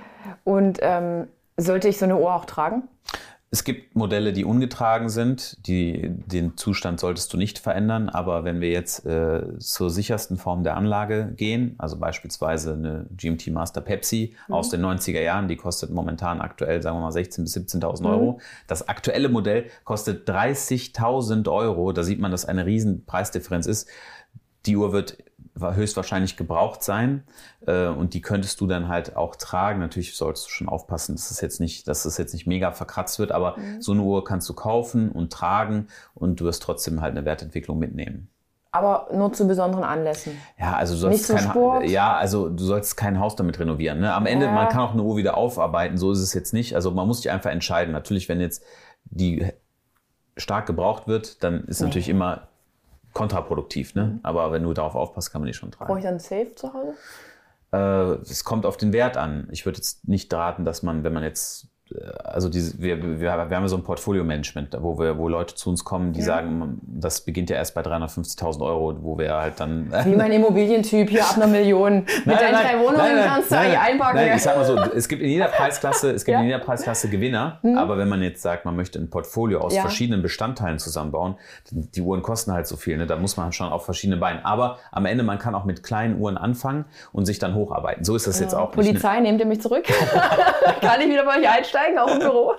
Und ähm, sollte ich so eine Uhr auch tragen? Es gibt Modelle, die ungetragen sind, die, den Zustand solltest du nicht verändern, aber wenn wir jetzt äh, zur sichersten Form der Anlage gehen, also beispielsweise eine G M T Master Pepsi mhm. aus den neunziger Jahren, die kostet momentan aktuell, sagen wir mal, sechzehntausend bis siebzehntausend mhm. Euro. Das aktuelle Modell kostet dreißigtausend Euro, da sieht man, dass eine riesen Preisdifferenz ist. Die Uhr wird höchstwahrscheinlich gebraucht sein äh, und die könntest du dann halt auch tragen. Natürlich solltest du schon aufpassen, dass es jetzt nicht, dass es jetzt nicht mega verkratzt wird, aber mhm. so eine Uhr kannst du kaufen und tragen und du wirst trotzdem halt eine Wertentwicklung mitnehmen. aber nur zu besonderen Anlässen. Ja, also du sollst Nicht zum kein, Sport. ja, also du sollst kein Haus damit renovieren. Ne? Am Ende, Ja. man kann auch eine Uhr wieder aufarbeiten, so ist es jetzt nicht. Also man muss sich einfach entscheiden. Natürlich, wenn jetzt die stark gebraucht wird, dann ist Nee. natürlich immer kontraproduktiv. Ne? Mhm. Aber wenn du darauf aufpasst, kann man die schon tragen. Brauche ich dann ein Safe zu Hause? Äh, es kommt auf den Wert an. Ich würde jetzt nicht raten, dass man, wenn man jetzt, also diese, wir, wir, wir haben ja so ein Portfolio-Management, wo wir, wo Leute zu uns kommen, die ja. sagen, das beginnt ja erst bei dreihundertfünfzigtausend Euro, wo wir halt dann... Wie mein Immobilientyp hier ab einer Million. Mit nein, deinen nein, drei Wohnungen nein, nein, kannst du nein, eigentlich einpacken. Nein, ich sag mal so, es gibt in jeder Preisklasse, es gibt ja. in jeder Preisklasse Gewinner, hm. aber wenn man jetzt sagt, man möchte ein Portfolio aus ja. verschiedenen Bestandteilen zusammenbauen, die Uhren kosten halt so viel, ne? Da muss man schon auf verschiedene Beine. Aber am Ende, man kann auch mit kleinen Uhren anfangen und sich dann hocharbeiten. So ist das ja. jetzt auch Polizei, nicht. Polizei, nehmt ihr mich zurück? Kann ich wieder bei euch einsteigen, auch im Büro?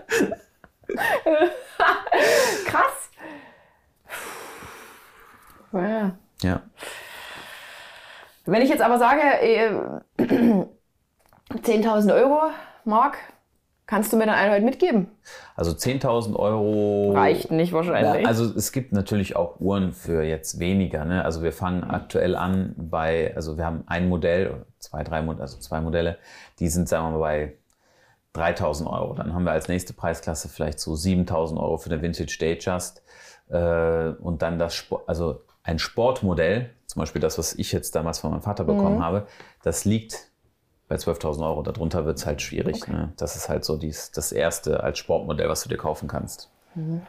Krass. Ja. ja. Wenn ich jetzt aber sage, äh, zehntausend Euro, Marc, kannst du mir dann einen heute mitgeben? Also zehntausend Euro... Reicht nicht wahrscheinlich. Ja, also es gibt natürlich auch Uhren für jetzt weniger. Ne? Also wir fangen aktuell an bei, also wir haben ein Modell, zwei, drei, also zwei Modelle, die sind, sagen wir mal, bei dreitausend Euro. Dann haben wir als nächste Preisklasse vielleicht so siebentausend Euro für eine Vintage Datejust. Äh, und dann das, Sport, also ein Sportmodell, zum Beispiel das, was ich jetzt damals von meinem Vater bekommen mhm. habe, das liegt bei zwölftausend Euro. Darunter wird es halt schwierig. Okay. Ne? Das ist halt so dies, das erste als Sportmodell, was du dir kaufen kannst. Mhm.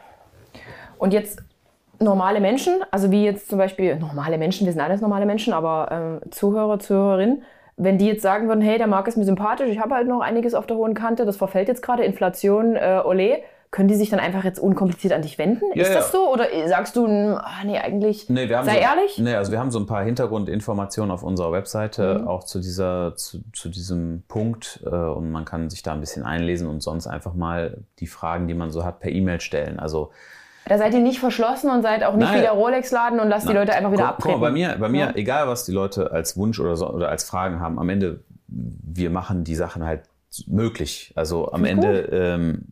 Und jetzt normale Menschen, also wie jetzt zum Beispiel normale Menschen, wir sind alles normale Menschen, aber ähm, Zuhörer, Zuhörerinnen, wenn die jetzt sagen würden, hey, der Marc ist mir sympathisch, ich habe halt noch einiges auf der hohen Kante, das verfällt jetzt gerade, Inflation, äh, ole, können die sich dann einfach jetzt unkompliziert an dich wenden? Ja, ist das ja. so? Oder sagst du, ah, nee, eigentlich, nee, wir haben sei so, ehrlich? Nee, also wir haben so ein paar Hintergrundinformationen auf unserer Webseite, mhm. auch zu, dieser, zu, zu diesem Punkt. Äh, und man kann sich da ein bisschen einlesen und sonst einfach mal die Fragen, die man so hat, per E-Mail stellen. Also da seid ihr nicht verschlossen und seid auch nicht Nein. wie der Rolex-Laden und lasst Nein. die Leute einfach wieder guck, abtreten. Guck mal, bei mir, bei mir ja. egal was die Leute als Wunsch oder, so, oder als Fragen haben, am Ende, wir machen die Sachen halt möglich. Also am Ende, ähm,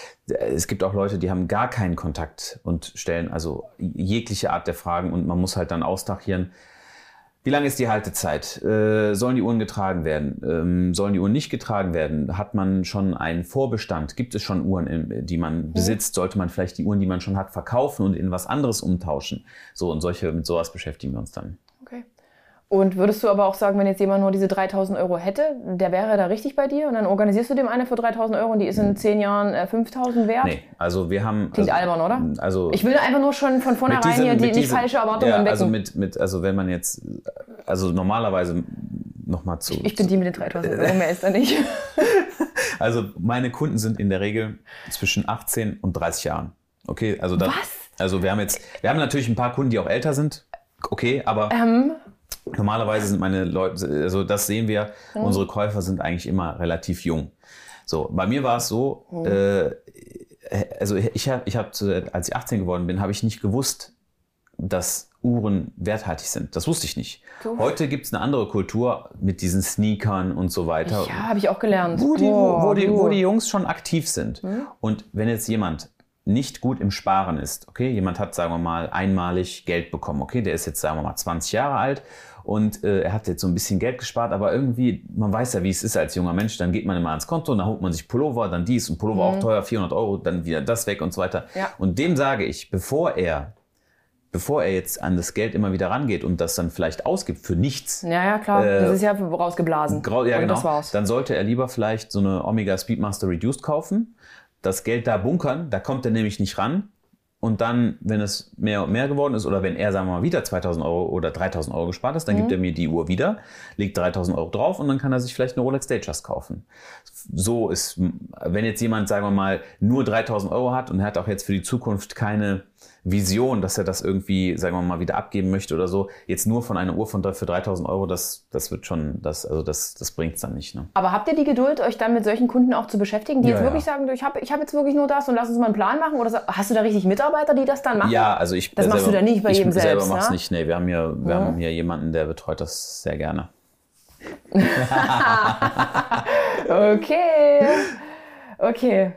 es gibt auch Leute, die haben gar keinen Kontakt und stellen also jegliche Art der Fragen und man muss halt dann austachieren, wie lange ist die Haltezeit? Äh, sollen die Uhren getragen werden? Ähm, sollen die Uhren nicht getragen werden? Hat man schon einen Vorbestand? Gibt es schon Uhren, die man besitzt? Sollte man vielleicht die Uhren, die man schon hat, verkaufen und in was anderes umtauschen? So und solche, mit sowas beschäftigen wir uns dann. Okay. Und würdest du aber auch sagen, wenn jetzt jemand nur diese dreitausend Euro hätte, der wäre da richtig bei dir und dann organisierst du dem eine für dreitausend Euro und die ist in zehn Jahren äh, fünftausend wert? Nee, also wir haben... Klingt also, albern, oder? Also ich will einfach nur schon von vornherein diesem, hier die diesem, nicht falsche Erwartungen ja, wecken. Also mit, mit, also wenn man jetzt, also normalerweise nochmal zu... Ich, ich bin die mit den dreitausend Euro, mehr ist da nicht. Also meine Kunden sind in der Regel zwischen achtzehn und dreißig Jahren. Okay, also das, Was? Also wir haben jetzt, wir haben natürlich ein paar Kunden, die auch älter sind. Okay, aber... Ähm... Normalerweise sind meine Leute, also das sehen wir, mhm. unsere Käufer sind eigentlich immer relativ jung. So, bei mir war es so, mhm. äh, also ich habe, ich hab, als ich achtzehn geworden bin, habe ich nicht gewusst, dass Uhren werthaltig sind. Das wusste ich nicht. Du. Heute gibt es eine andere Kultur mit diesen Sneakern und so weiter. Ja, habe ich auch gelernt. Wo die, oh, wo, die, wo die Jungs schon aktiv sind. Mhm. Und wenn jetzt jemand nicht gut im Sparen ist, okay, jemand hat, sagen wir mal, einmalig Geld bekommen, okay, der ist jetzt, sagen wir mal, zwanzig Jahre alt und äh, er hat jetzt so ein bisschen Geld gespart, aber irgendwie, man weiß ja, wie es ist als junger Mensch, dann geht man immer ans Konto, dann holt man sich Pullover, dann dies und Pullover mhm. auch teuer, vierhundert Euro, dann wieder das weg und so weiter. Ja. Und dem sage ich, bevor er, bevor er jetzt an das Geld immer wieder rangeht und das dann vielleicht ausgibt für nichts. Ja, ja, klar, äh, das ist ja rausgeblasen. Grau, ja, und genau. Das war's. Dann sollte er lieber vielleicht so eine Omega Speedmaster Reduced kaufen, das Geld da bunkern, da kommt er nämlich nicht ran. Und dann, wenn es mehr und mehr geworden ist oder wenn er, sagen wir mal, wieder zweitausend Euro oder dreitausend Euro gespart ist, dann mhm. gibt er mir die Uhr wieder, legt dreitausend Euro drauf und dann kann er sich vielleicht eine Rolex Datejust kaufen. So ist, wenn jetzt jemand, sagen wir mal, nur dreitausend Euro hat und er hat auch jetzt für die Zukunft keine Vision, dass er das irgendwie, sagen wir mal, wieder abgeben möchte oder so, jetzt nur von einer Uhr von für dreitausend Euro, das, das wird schon, das, also das, das bringt es dann nicht. Ne? Aber habt ihr die Geduld, euch dann mit solchen Kunden auch zu beschäftigen, die ja, jetzt wirklich ja. sagen, ich habe ich hab jetzt wirklich nur das und lass uns mal einen Plan machen? Oder hast du da richtig Mitarbeiter, die das dann machen? Ja, also ich Das selber, machst du da nicht bei ich jedem selber selbst, mach's ne? nicht, nee, wir haben hier, wir ja. haben hier jemanden, der betreut das sehr gerne. Okay. Okay.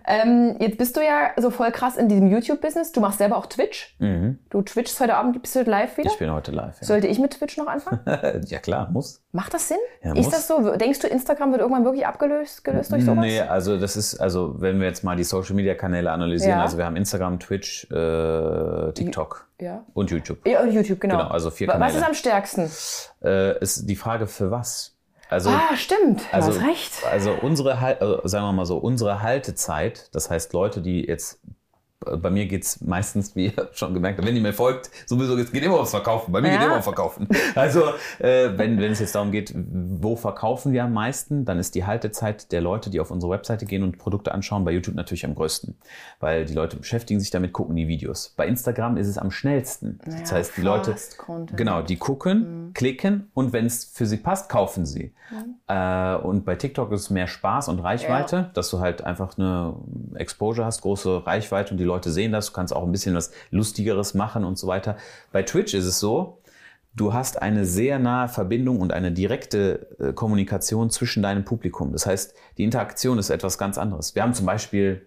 Ähm, jetzt bist du ja so voll krass in diesem YouTube-Business. Du machst selber auch Twitch. Mhm. Du twitchst heute Abend, bist du live wieder? Ich bin heute live, ja. Sollte ich mit Twitch noch anfangen? Ja klar, muss. Macht das Sinn? Ja, ist muss. das so? Denkst du, Instagram wird irgendwann wirklich abgelöst gelöst durch sowas? Nee, also das ist, also wenn wir jetzt mal die Social-Media-Kanäle analysieren, Ja. also wir haben Instagram, Twitch, äh, TikTok Ja. und YouTube. Ja, und YouTube, genau. Genau, also vier Was Kanäle. ist am stärksten? Äh, ist die Frage für was? Also, Ah, stimmt. Du also, hast recht. also unsere, Hal- also sagen wir mal so, unsere Haltezeit, das heißt Leute, die jetzt, bei mir geht's meistens, wie ihr schon gemerkt habt, wenn ihr mir folgt, sowieso, es geht immer ums Verkaufen, bei mir Ja. geht immer ums Verkaufen. Also äh, wenn, wenn es jetzt darum geht, wo verkaufen wir am meisten, dann ist die Haltezeit der Leute, die auf unsere Webseite gehen und Produkte anschauen, bei YouTube natürlich am größten, weil die Leute beschäftigen sich damit, gucken die Videos. Bei Instagram ist es am schnellsten. Das Ja, heißt, die Leute, Fast Content. genau, die gucken, klicken und wenn es für sie passt, kaufen sie. Äh, und bei TikTok ist es mehr Spaß und Reichweite, Ja. dass du halt einfach eine Exposure hast, große Reichweite und die Leute sehen das. Du kannst auch ein bisschen was Lustigeres machen und so weiter. Bei Twitch ist es so, du hast eine sehr nahe Verbindung und eine direkte äh, Kommunikation zwischen deinem Publikum. Das heißt, die Interaktion ist etwas ganz anderes. Wir haben zum Beispiel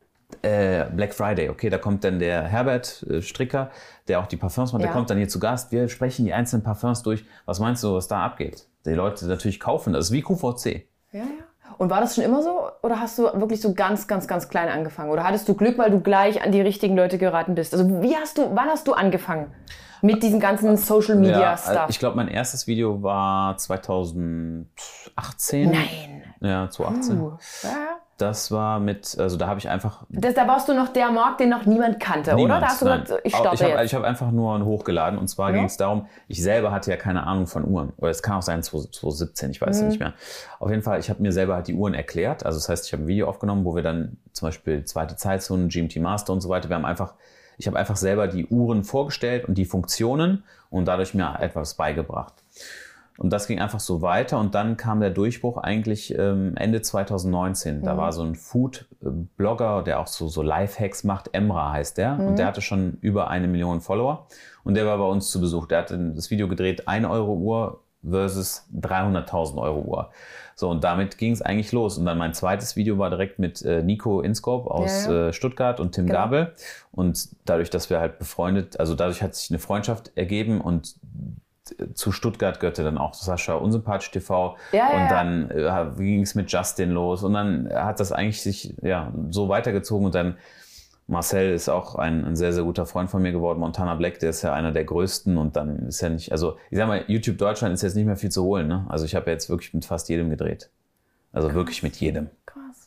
äh, Black Friday, okay, da kommt dann der Herbert äh, Stricker, der auch die Parfums macht, Ja. der kommt dann hier zu Gast. Wir sprechen die einzelnen Parfums durch. Was meinst du, was da abgeht? Die Leute natürlich kaufen, das ist wie Q V C. Ja, ja. Und war das schon immer so? Oder hast du wirklich so ganz, ganz, ganz klein angefangen? Oder hattest du Glück, weil du gleich an die richtigen Leute geraten bist? Also wie hast du, wann hast du angefangen mit diesem ganzen Social Media Ja, Stuff? ich glaube, mein erstes Video war zweitausendachtzehn. Nein. Ja, zweitausendachtzehn. Uh, ja. Das war mit, also da habe ich einfach Das, da warst du noch der Markt, den noch niemand kannte, Niemand, oder? Da hast du nein. gesagt, ich Auch- starte ich habe jetzt. ich hab einfach nur hochgeladen und zwar Ja. ging es darum, ich selber hatte ja keine Ahnung von Uhren. Oder es kann auch sein zwanzig siebzehn, ich weiß Mhm. ja nicht mehr. Auf jeden Fall, ich habe mir selber halt die Uhren erklärt. Also das heißt, ich habe ein Video aufgenommen, wo wir dann zum Beispiel zweite Zeitzone, G M T Master und so weiter, wir haben einfach, ich habe einfach selber die Uhren vorgestellt und die Funktionen und dadurch mir etwas beigebracht. Und das ging einfach so weiter und dann kam der Durchbruch eigentlich ähm, Ende zweitausendneunzehn. Da war so ein Food-Blogger, der auch so, so Lifehacks macht, Emra heißt der. Und der hatte schon über eine Million Follower. Und der war bei uns zu Besuch. Der hat das Video gedreht, ein Euro Uhr versus dreihunderttausend Euro Uhr. So, und damit ging es eigentlich los. Und dann mein zweites Video war direkt mit äh, Nico Inscope aus Ja, ja. Äh, Stuttgart und Tim Genau. Gabel. Und dadurch, dass wir halt befreundet, also dadurch hat sich eine Freundschaft ergeben und zu Stuttgart gehörte dann auch Sascha Unsympathisch T V Ja, ja, und ja. dann äh, ging es mit Justin los und dann hat das eigentlich sich ja so weitergezogen und dann Marcel ist auch ein, ein sehr, sehr guter Freund von mir geworden. Montana Black, der ist ja einer der größten und dann ist ja nicht, also ich sag mal, YouTube Deutschland ist jetzt nicht mehr viel zu holen, ne? Also ich habe jetzt wirklich mit fast jedem gedreht. Also wirklich mit jedem. Krass.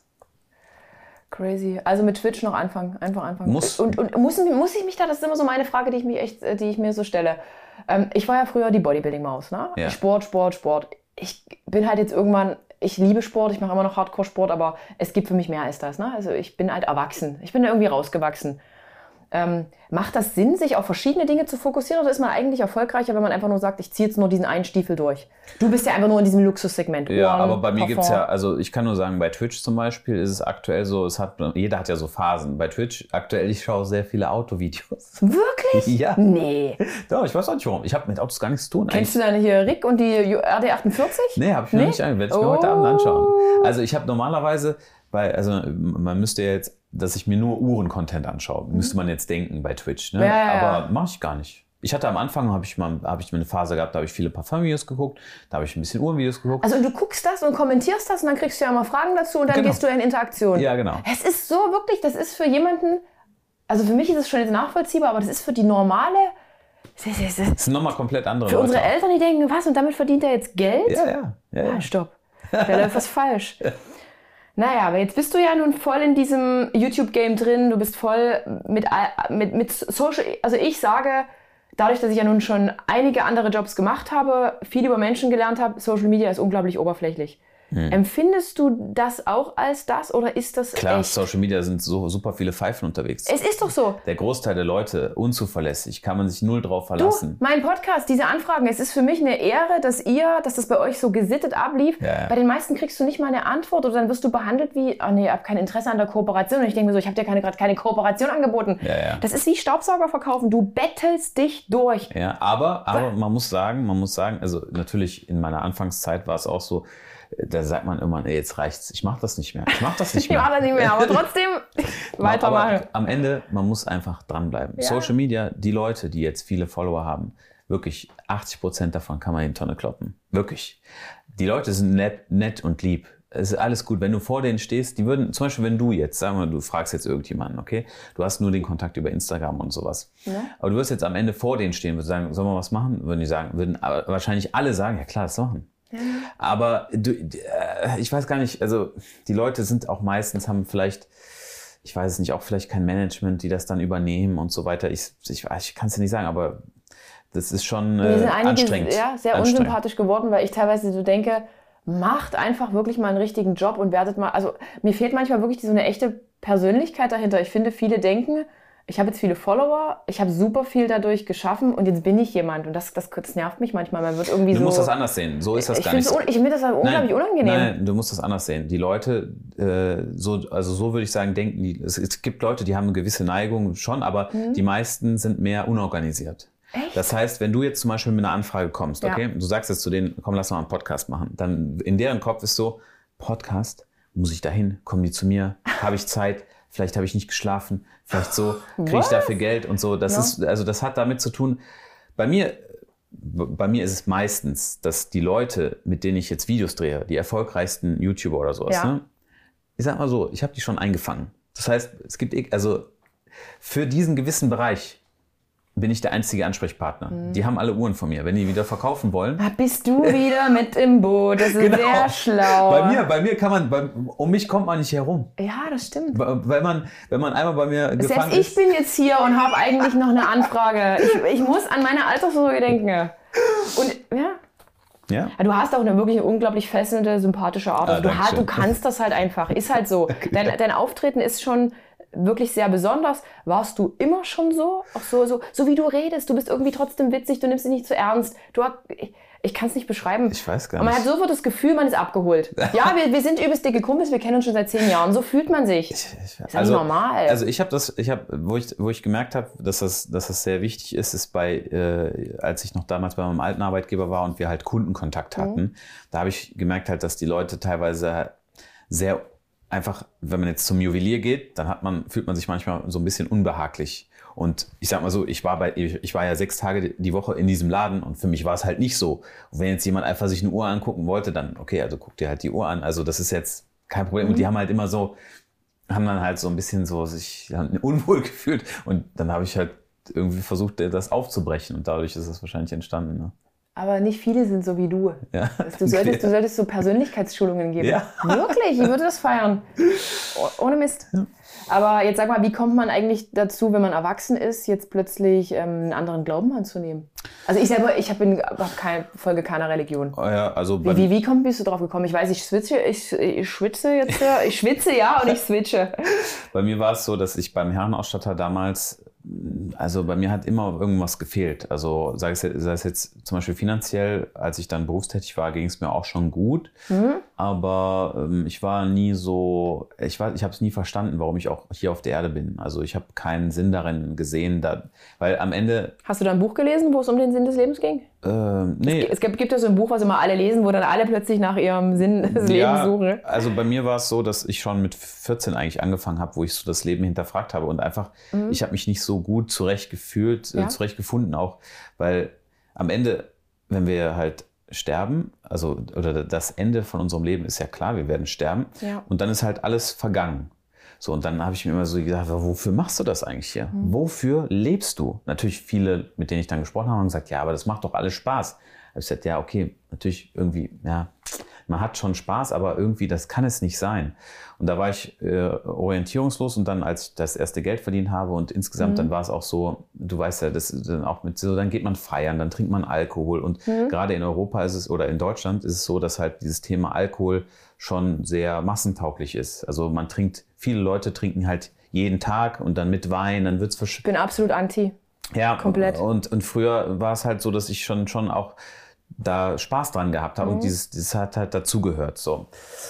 Crazy. Also mit Twitch noch anfangen. Einfach anfangen. Muss. Und, und muss, muss ich mich da, das ist immer so meine Frage, die ich, mich echt, äh, die ich mir so stelle. Ähm, ich war ja früher die Bodybuilding-Maus, ne? Ja. Sport, Sport, Sport. Ich bin halt jetzt irgendwann, ich liebe Sport, ich mache immer noch Hardcore-Sport, aber es gibt für mich mehr als das, ne? Also ich bin halt erwachsen. Ich bin da irgendwie rausgewachsen. Ähm, macht das Sinn, sich auf verschiedene Dinge zu fokussieren oder ist man eigentlich erfolgreicher, wenn man einfach nur sagt, ich ziehe jetzt nur diesen einen Stiefel durch? Du bist ja einfach nur in diesem Luxussegment. Ja, Ohren, aber bei mir Parfum. gibt's ja, also ich kann nur sagen, bei Twitch zum Beispiel ist es aktuell so, es hat, jeder hat ja so Phasen. Bei Twitch aktuell, ich schaue sehr viele Autovideos. Wirklich? Ja. Nee. Doch, ich weiß auch nicht warum. Ich habe mit Autos gar nichts zu tun. Kennst du dann hier Rick und die R D achtundvierzig? Nee, habe ich mir Nee? noch nicht angeschaut. Werde ich mir heute Abend anschauen. Also ich habe normalerweise, bei, also man müsste ja jetzt, dass ich mir nur Uhren-Content anschaue, müsste man jetzt denken bei Twitch. Ne? Ja, ja, ja. Aber mache ich gar nicht. Ich hatte am Anfang, habe ich mal, habe ich mal eine Phase gehabt, da habe ich viele Parfum-Videos geguckt, da habe ich ein bisschen Uhrenvideos geguckt. Also du guckst das und kommentierst das und dann kriegst du ja immer Fragen dazu und dann Genau. gehst du in Interaktion. Ja, genau. Es ist so wirklich, das ist für jemanden, also für mich ist es schon jetzt nachvollziehbar, aber das ist für die normale, das ist, das ist, Das sind nochmal komplett andere für Leute. unsere Eltern, die denken, was, und damit verdient er jetzt Geld? Ja, ja. ja, ja. Ah, stopp, da läuft was falsch. Naja, aber jetzt bist du ja nun voll in diesem YouTube-Game drin, du bist voll mit, mit, mit Social, also ich sage, dadurch, dass ich ja nun schon einige andere Jobs gemacht habe, viel über Menschen gelernt habe, Social Media ist unglaublich oberflächlich. Hm. Empfindest du das auch als das oder ist das Klar, echt? Social Media sind so super viele Pfeifen unterwegs. Es ist doch so. Der Großteil der Leute unzuverlässig, kann man sich null drauf Du, verlassen. mein Podcast, diese Anfragen, es ist für mich eine Ehre, dass ihr, dass das bei euch so gesittet ablief. Ja, ja. Bei den meisten kriegst du nicht mal eine Antwort oder dann wirst du behandelt wie, oh nee, ich habe kein Interesse an der Kooperation. Und ich denke mir so, ich habe dir keine, gerade keine Kooperation angeboten. Ja, ja. Das ist wie Staubsauger verkaufen. Du bettelst dich durch. Ja, aber, aber man muss sagen, man muss sagen, also natürlich in meiner Anfangszeit war es auch so, da sagt man immer, ey, jetzt reicht's, ich mach das nicht mehr, ich mach das nicht mehr. Ich mach das nicht mehr, aber trotzdem weitermachen. Aber am Ende, man muss einfach dranbleiben. Ja. Social Media, die Leute, die jetzt viele Follower haben, wirklich achtzig Prozent davon kann man in die Tonne kloppen. Wirklich. Die Leute sind nett, nett und lieb. Es ist alles gut. Wenn du vor denen stehst, die würden, zum Beispiel wenn du jetzt, sagen wir, du fragst jetzt irgendjemanden, okay, du hast nur den Kontakt über Instagram und sowas. Ja. Aber du wirst jetzt am Ende vor denen stehen, würdest sagen, sollen wir was machen? Würden die sagen, würden aber wahrscheinlich alle sagen, ja klar, das machen. Ja. Aber du, ich weiß gar nicht, also die Leute sind auch meistens, haben vielleicht, ich weiß es nicht, auch vielleicht kein Management, die das dann übernehmen und so weiter. Ich, ich, ich kann es dir nicht sagen, aber das ist schon äh, Wir sind einige, anstrengend. Ja, sehr anstrengend. Unsympathisch geworden, weil ich teilweise so denke, macht einfach wirklich mal einen richtigen Job und werdet mal, also mir fehlt manchmal wirklich so eine echte Persönlichkeit dahinter. Ich finde, viele denken, ich habe jetzt viele Follower, ich habe super viel dadurch geschaffen und jetzt bin ich jemand und das, das, das nervt mich manchmal. Man wird irgendwie du so... musst das anders sehen, so ist das ich gar nicht. So, ich finde das halt unglaublich nein, unangenehm. Nein, du musst das anders sehen. Die Leute, äh, so, also so würde ich sagen, denken die, es, es gibt Leute, die haben eine gewisse Neigung schon, aber mhm. die meisten sind mehr unorganisiert. Echt? Das heißt, wenn du jetzt zum Beispiel mit einer Anfrage kommst, okay, ja. du sagst jetzt zu denen, komm, lass mal einen Podcast machen, dann in deren Kopf ist so, Podcast, muss ich dahin, kommen die zu mir, habe ich Zeit, vielleicht habe ich nicht geschlafen, vielleicht so, kriege ich dafür Geld und so. Das ja. ist, also das hat damit zu tun, bei mir, bei mir ist es meistens, dass die Leute, mit denen ich jetzt Videos drehe, die erfolgreichsten YouTuber oder sowas, ja. ne? Ich sag mal so, ich habe die schon eingefangen. Das heißt, es gibt, also für diesen gewissen Bereich bin ich der einzige Ansprechpartner. Mhm. Die haben alle Uhren von mir. Wenn die wieder verkaufen wollen... Da bist du wieder mit im Boot. Das ist genau. sehr schlau. Bei mir, bei mir kann man... Bei, um mich kommt man nicht herum. Ja, das stimmt. Weil man, wenn man einmal bei mir das gefangen heißt, ist... ich bin jetzt hier und habe eigentlich noch eine Anfrage. Ich, ich muss an meine Altersvorsorge denken. Und ja... Ja. Du hast auch eine wirklich unglaublich fesselnde, sympathische Art. Also ah, du, du kannst das halt einfach. Ist halt so. Dein, dein Auftreten ist schon... wirklich sehr besonders. Warst du immer schon so? Auch so, so, so wie du redest. Du bist irgendwie trotzdem witzig, du nimmst dich nicht zu ernst. Du hast, ich, ich kann es nicht beschreiben. Ich weiß gar nicht. Und man nicht. hat sofort das Gefühl, man ist abgeholt. Ja, wir, wir sind übelst dicke Kumpels, wir kennen uns schon seit zehn Jahren. So fühlt man sich. Ich, ich, das ist also, nicht normal. Also ich habe das, ich habe, wo ich, wo ich gemerkt habe, dass das, dass das sehr wichtig ist, ist bei, äh, als ich noch damals bei meinem alten Arbeitgeber war und wir halt Kundenkontakt hatten, mhm. da habe ich gemerkt halt, dass die Leute teilweise sehr einfach, wenn man jetzt zum Juwelier geht, dann hat man, fühlt man sich manchmal so ein bisschen unbehaglich. Und ich sag mal so, ich war bei, ich war ja sechs Tage die Woche in diesem Laden und für mich war es halt nicht so. Und wenn jetzt jemand einfach sich eine Uhr angucken wollte, dann, okay, also guck dir halt die Uhr an. Also das ist jetzt kein Problem. Mhm. Und die haben halt immer so, haben dann halt so ein bisschen so sich unwohl gefühlt. Und dann habe ich halt irgendwie versucht, das aufzubrechen. Und dadurch ist das wahrscheinlich entstanden, ne? Aber nicht viele sind so wie du. Ja. Du solltest, du solltest so Persönlichkeitsschulungen geben. Ja. Wirklich, ich würde das feiern. Oh, ohne Mist. Ja. Aber jetzt sag mal, wie kommt man eigentlich dazu, wenn man erwachsen ist, jetzt plötzlich ähm, einen anderen Glauben anzunehmen? Also ich selber, ich habe hab keine, folge keiner Religion. Oh ja, also wie, wie, wie komm, bist du drauf gekommen? Ich weiß, ich switche, ich, ich schwitze jetzt, ich schwitze ja und ich switche. Bei mir war es so, dass ich beim Herrenausstatter damals, also bei mir hat immer irgendwas gefehlt. Also sei es, sei es jetzt zum Beispiel finanziell, als ich dann berufstätig war, ging es mir auch schon gut. Mhm. Aber ähm, ich war nie so, ich, war, ich habe es nie verstanden, warum ich auch hier auf der Erde bin. Also ich habe keinen Sinn darin gesehen, da, weil am Ende... Hast du da ein Buch gelesen, wo es um den Sinn des Lebens ging? Ähm, nee. Es, es gibt, gibt ja so ein Buch, was immer alle lesen, wo dann alle plötzlich nach ihrem Sinn des ja, Lebens suchen. Also bei mir war es so, dass ich schon mit vierzehn eigentlich angefangen habe, wo ich so das Leben hinterfragt habe und einfach, mhm. ich habe mich nicht so gut zurecht gefühlt, ja. äh, zurecht gefunden auch, weil am Ende, wenn wir halt sterben, also oder das Ende von unserem Leben ist ja klar, wir werden sterben ja. und dann ist halt alles vergangen. So, und dann habe ich mir immer so gedacht, wofür machst du das eigentlich hier? Mhm. Wofür lebst du? Natürlich viele, mit denen ich dann gesprochen habe, haben gesagt, ja, aber das macht doch alles Spaß. Da habe ich gesagt, ja, okay, natürlich irgendwie, ja, man hat schon Spaß, aber irgendwie, das kann es nicht sein. Und da war ich äh, orientierungslos und dann, als ich das erste Geld verdient habe und insgesamt, mhm. dann war es auch so, du weißt ja, das dann auch mit so, dann geht man feiern, dann trinkt man Alkohol und mhm. gerade in Europa ist es, oder in Deutschland ist es so, dass halt dieses Thema Alkohol schon sehr massentauglich ist. Also man trinkt, viele Leute trinken halt jeden Tag und dann mit Wein, dann wird's versch- Ich bin absolut anti. Ja, komplett. Und, und früher war es halt so, dass ich schon, schon auch da Spaß dran gehabt habe mhm. und dieses, dieses hat halt dazugehört, so.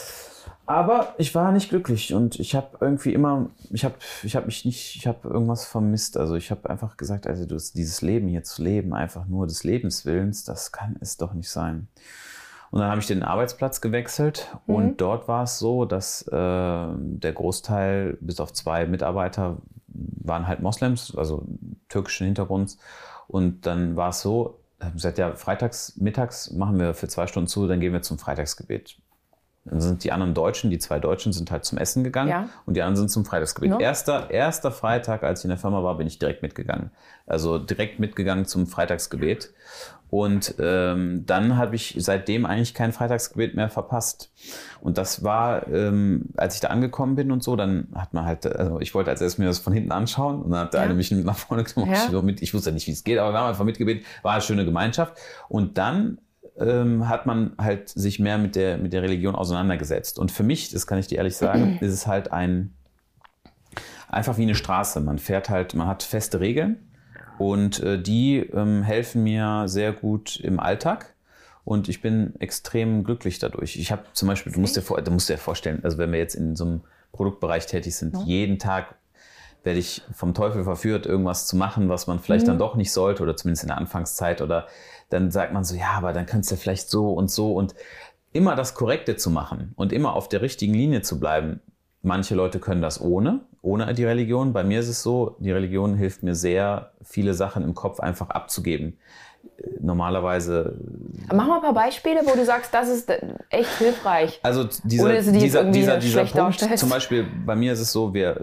Aber ich war nicht glücklich und ich habe irgendwie immer, ich habe ich hab mich nicht, ich habe irgendwas vermisst. Also ich habe einfach gesagt, also du, dieses Leben hier zu leben, einfach nur des Lebenswillens, das kann es doch nicht sein. Und dann habe ich den Arbeitsplatz gewechselt mhm. und dort war es so, dass äh, der Großteil, bis auf zwei Mitarbeiter, waren halt Moslems, also türkischen Hintergrunds. Und dann war es so, seit ja freitags, mittags machen wir für zwei Stunden zu, dann gehen wir zum Freitagsgebet. Dann sind die anderen Deutschen, die zwei Deutschen sind halt zum Essen gegangen ja. und die anderen sind zum Freitagsgebet. No. Erster, erster Freitag, als ich in der Firma war, bin ich direkt mitgegangen. Also direkt mitgegangen zum Freitagsgebet. Und ähm, dann habe ich seitdem eigentlich kein Freitagsgebet mehr verpasst. Und das war, ähm, als ich da angekommen bin und so, dann hat man halt, also ich wollte als erstes mir das von hinten anschauen und dann hat der ja. eine mich nach vorne genommen. Ja. Ich, mit, ich wusste nicht, wie es geht, aber wir haben einfach mitgebetet, war eine schöne Gemeinschaft. Und dann ähm, hat man halt sich mehr mit der, mit der Religion auseinandergesetzt. Und für mich, das kann ich dir ehrlich sagen, ist es halt ein, einfach wie eine Straße. Man fährt halt, man hat feste Regeln. Und äh, die ähm, helfen mir sehr gut im Alltag und ich bin extrem glücklich dadurch. Ich habe zum Beispiel, du musst, dir vor, du musst dir vorstellen, also wenn wir jetzt in so einem Produktbereich tätig sind, ja. jeden Tag werde ich vom Teufel verführt, irgendwas zu machen, was man vielleicht mhm. dann doch nicht sollte oder zumindest in der Anfangszeit oder dann sagt man so, ja, aber dann kannst du vielleicht so und so und immer das Korrekte zu machen und immer auf der richtigen Linie zu bleiben. Manche Leute können das ohne, ohne die Religion. Bei mir ist es so, die Religion hilft mir sehr, viele Sachen im Kopf einfach abzugeben. Normalerweise... Mach mal ein paar Beispiele, wo du sagst, das ist echt hilfreich. Also dieser, Ohne, die dieser, dieser, dieser Punkt, darstellst. Zum Beispiel bei mir ist es so, wir,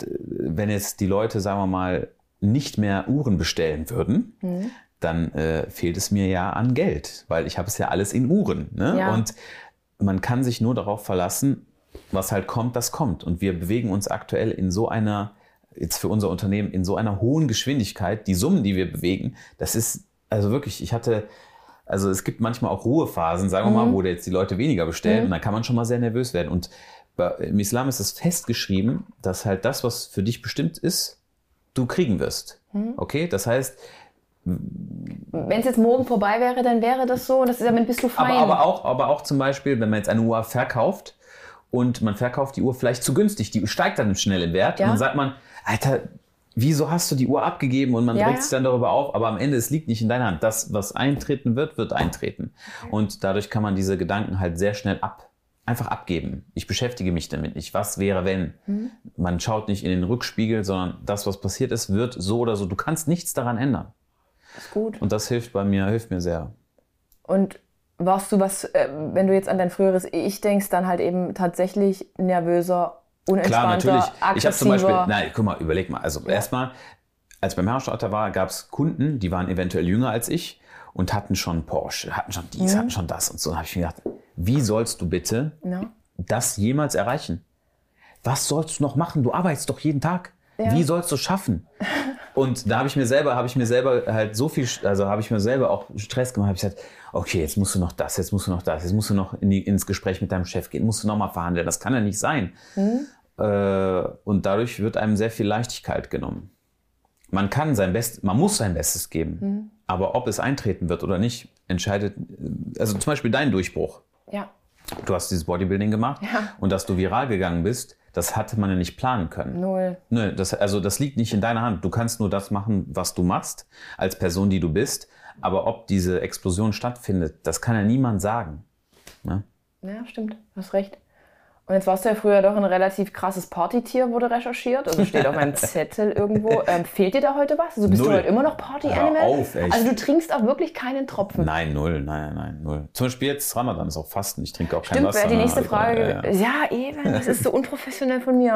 wenn jetzt die Leute, sagen wir mal, nicht mehr Uhren bestellen würden, mhm. dann äh, fehlt es mir ja an Geld, weil ich habe es ja alles in Uhren. Ne? Ja. Und man kann sich nur darauf verlassen, was halt kommt, das kommt. Und wir bewegen uns aktuell in so einer, jetzt für unser Unternehmen, in so einer hohen Geschwindigkeit. Die Summen, die wir bewegen, das ist, also wirklich, ich hatte, also es gibt manchmal auch Ruhephasen, sagen wir mhm. mal, wo jetzt die Leute weniger bestellen. Mhm. Und dann kann man schon mal sehr nervös werden. Und bei, im Islam ist es festgeschrieben, dass halt das, was für dich bestimmt ist, du kriegen wirst. Mhm. Okay? Das heißt, wenn es jetzt morgen vorbei wäre, dann wäre das so. Und das ist, damit bist du fein. Aber, aber, auch, aber auch zum Beispiel, wenn man jetzt eine Uhr verkauft, und man verkauft die Uhr vielleicht zu günstig, die steigt dann schnell im Wert. Ja. Und dann sagt man, Alter, wieso hast du die Uhr abgegeben? Und man ja, regt ja. sich dann darüber auf, aber am Ende, es liegt nicht in deiner Hand. Das, was eintreten wird, wird eintreten. Und dadurch kann man diese Gedanken halt sehr schnell ab, einfach abgeben. Ich beschäftige mich damit nicht. Was wäre, wenn? Mhm. Man schaut nicht in den Rückspiegel, sondern das, was passiert ist, wird so oder so. Du kannst nichts daran ändern. Das ist gut. Und das hilft bei mir, hilft mir sehr. Und warst du was, äh, wenn du jetzt an dein früheres Ich denkst, dann halt eben tatsächlich nervöser, unentspannter, Klar, natürlich. aggressiver? Ich habe zum Beispiel, nein, guck mal, überleg mal. Also ja. erstmal, als ich beim Herrenstadter war, gab es Kunden, die waren eventuell jünger als ich und hatten schon Porsche, hatten schon dies, mhm. hatten schon das und so. Da habe ich mir gedacht, wie sollst du bitte ja. das jemals erreichen? Was sollst du noch machen? Du arbeitest doch jeden Tag. Ja. Wie sollst du es schaffen? Und da habe ich mir selber, habe ich mir selber halt so viel, also habe ich mir selber auch Stress gemacht. Habe ich gesagt, okay, jetzt musst du noch das, jetzt musst du noch das, jetzt musst du noch in die, ins Gespräch mit deinem Chef gehen, musst du noch mal verhandeln. Das kann ja nicht sein. Mhm. Äh, und dadurch wird einem sehr viel Leichtigkeit genommen. Man kann sein Bestes, man muss sein Bestes geben. Mhm. Aber ob es eintreten wird oder nicht, entscheidet, also zum Beispiel dein Durchbruch. Ja. Du hast dieses Bodybuilding gemacht ja. und dass du viral gegangen bist, das hatte man ja nicht planen können. Null. Nö, das, also das liegt nicht in deiner Hand. Du kannst nur das machen, was du machst, als Person, die du bist. Aber ob diese Explosion stattfindet, das kann ja niemand sagen. Ne? Ja, stimmt. Du hast recht. Und jetzt warst du ja früher doch ein relativ krasses Partytier, wurde recherchiert. Also steht auf meinem Zettel irgendwo. Ähm, fehlt dir da heute was? Also bist null. Du heute immer noch Party-Animal? Hör auf, echt. Also du trinkst auch wirklich keinen Tropfen? Nein, null. Nein, nein, nein, null. Zum Beispiel jetzt Ramadan ist auch Fasten. Ich trinke auch Stimmt, kein Wasser. Stimmt, wäre die nächste mehr. Frage. Ja, ja. ja, eben. Das ist so unprofessionell von mir.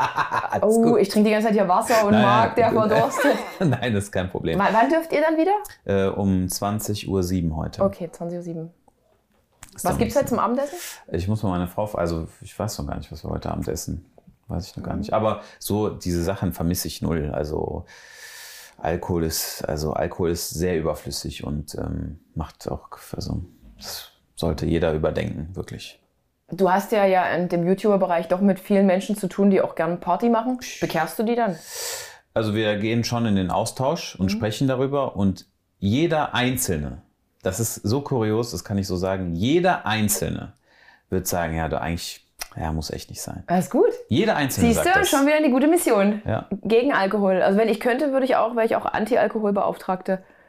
Oh, gut. Ich trinke die ganze Zeit hier Wasser und nein, Marc, der verdurstet. Nein, das ist kein Problem. W- wann dürft ihr dann wieder? Äh, um zwanzig Uhr sieben heute. Okay, zwanzig Uhr sieben. Was gibt es heute zum Abendessen? Ich muss mal meine Frau, also ich weiß noch gar nicht, was wir heute Abend essen. Weiß ich noch gar nicht. Aber so diese Sachen vermisse ich null. Also Alkohol ist, also Alkohol ist sehr überflüssig und ähm, macht auch, also das sollte jeder überdenken, wirklich. Du hast ja ja in dem YouTuber-Bereich doch mit vielen Menschen zu tun, die auch gerne Party machen. Bekehrst du die dann? Also wir gehen schon in den Austausch und mhm. sprechen darüber und jeder Einzelne, das ist so kurios, das kann ich so sagen, jeder Einzelne wird sagen, ja, du eigentlich, ja, muss echt nicht sein. Alles gut. Jeder Einzelne Siehst sagt du, das. schon wieder eine gute Mission. Ja. Gegen Alkohol. Also wenn ich könnte, würde ich auch, wäre ich auch Anti-Alkoholbeauftragte.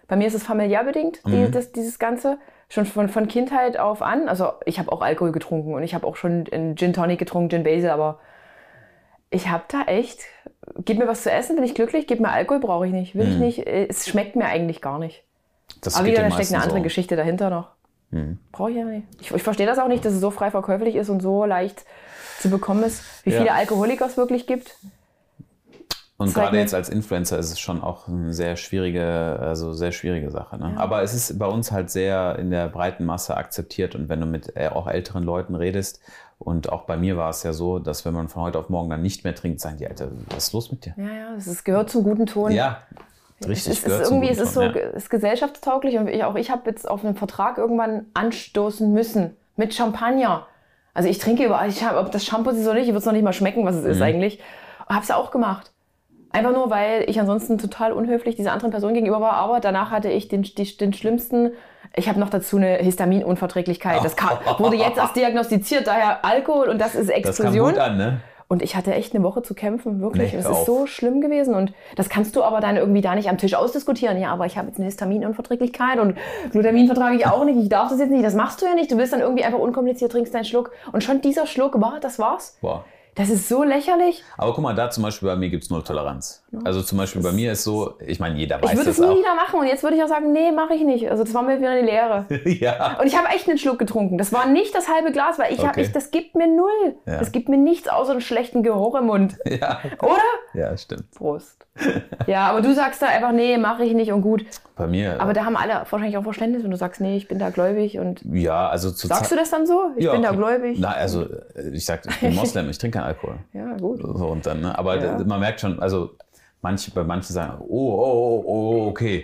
Bei mir ist es familiär bedingt, die, Mhm. das, dieses Ganze. Schon von, von Kindheit auf an. Also ich habe auch Alkohol getrunken und ich habe auch schon einen Gin Tonic getrunken, Gin Basil, aber ich habe da echt, gib mir was zu essen, bin ich glücklich, gib mir Alkohol, brauche ich nicht, will ich nicht, es schmeckt mir eigentlich gar nicht. Das Aber geht wieder, den da steckt eine meisten andere so. Geschichte dahinter noch. Mhm. Brauche ich ja nicht. Ich, ich verstehe das auch nicht, dass es so frei verkäuflich ist und so leicht zu bekommen ist, wie Ja. viele Alkoholiker es wirklich gibt. Und Zeig gerade mir- jetzt als Influencer ist es schon auch eine sehr schwierige, also sehr schwierige Sache. Ne? Aber es ist bei uns halt sehr in der breiten Masse akzeptiert. Und wenn du mit äh, auch älteren Leuten redest, und auch bei mir war es ja so, dass wenn man von heute auf morgen dann nicht mehr trinkt, sagen die, Alter, was ist los mit dir? Ja, ja, es ist, gehört zum guten Ton. Ja, richtig. Es ist, gehört ist zum irgendwie, es guten ist so, Ton, ja. es ist gesellschaftstauglich und ich, auch ich habe jetzt auf einen Vertrag irgendwann anstoßen müssen mit Champagner. Also ich trinke überall, ich hab, ob das Shampoo ist oder nicht, wird es noch nicht mal schmecken, was es ist eigentlich. Habe es auch gemacht. Einfach nur, weil ich ansonsten total unhöflich dieser anderen Person gegenüber war, aber danach hatte ich den, die, den schlimmsten, ich habe noch dazu eine Histaminunverträglichkeit. Das kam, wurde jetzt erst diagnostiziert, daher Alkohol und das ist Das kam Explosion. gut an, ne? Und ich hatte echt eine Woche zu kämpfen, wirklich. Nee, Es hör ist auf. so schlimm gewesen. Und das kannst du aber dann irgendwie da nicht am Tisch ausdiskutieren. Ja, aber ich habe jetzt eine Histaminunverträglichkeit und Glutamin vertrage ich auch nicht. Ich darf das jetzt nicht. Das machst du ja nicht. Du bist dann irgendwie einfach unkompliziert, trinkst deinen Schluck. Und schon dieser Schluck war, das war's. Boah. Das ist so lächerlich. Aber guck mal, da zum Beispiel bei mir gibt es null Toleranz. Also zum Beispiel bei mir ist so, ich meine, jeder Ich weiß würde es das nie auch. wieder machen. Und jetzt würde ich auch sagen, nee, mache ich nicht. Also das war mir wieder eine Lehre. Ja. Und ich habe echt einen Schluck getrunken. Das war nicht das halbe Glas, weil ich habe, Okay. ich, das gibt mir null. Ja. Das gibt mir nichts außer einen schlechten Geruch im Mund. Ja. Oder? Ja, stimmt. Prost. Ja, aber du sagst da einfach, nee, mache ich nicht und gut. Bei mir, Aber da haben alle wahrscheinlich auch Verständnis, wenn du sagst, nee, ich bin da gläubig und ja, also zu sagst du das dann so? Ich Ja, bin da okay. gläubig. Na, also äh, ich sag, ich bin Moslem, ich trinke keinen Alkohol. Ja, gut. So und dann, ne? Aber Ja. d- man merkt schon, also manche, bei manchen sagen, oh, oh, oh, oh, okay.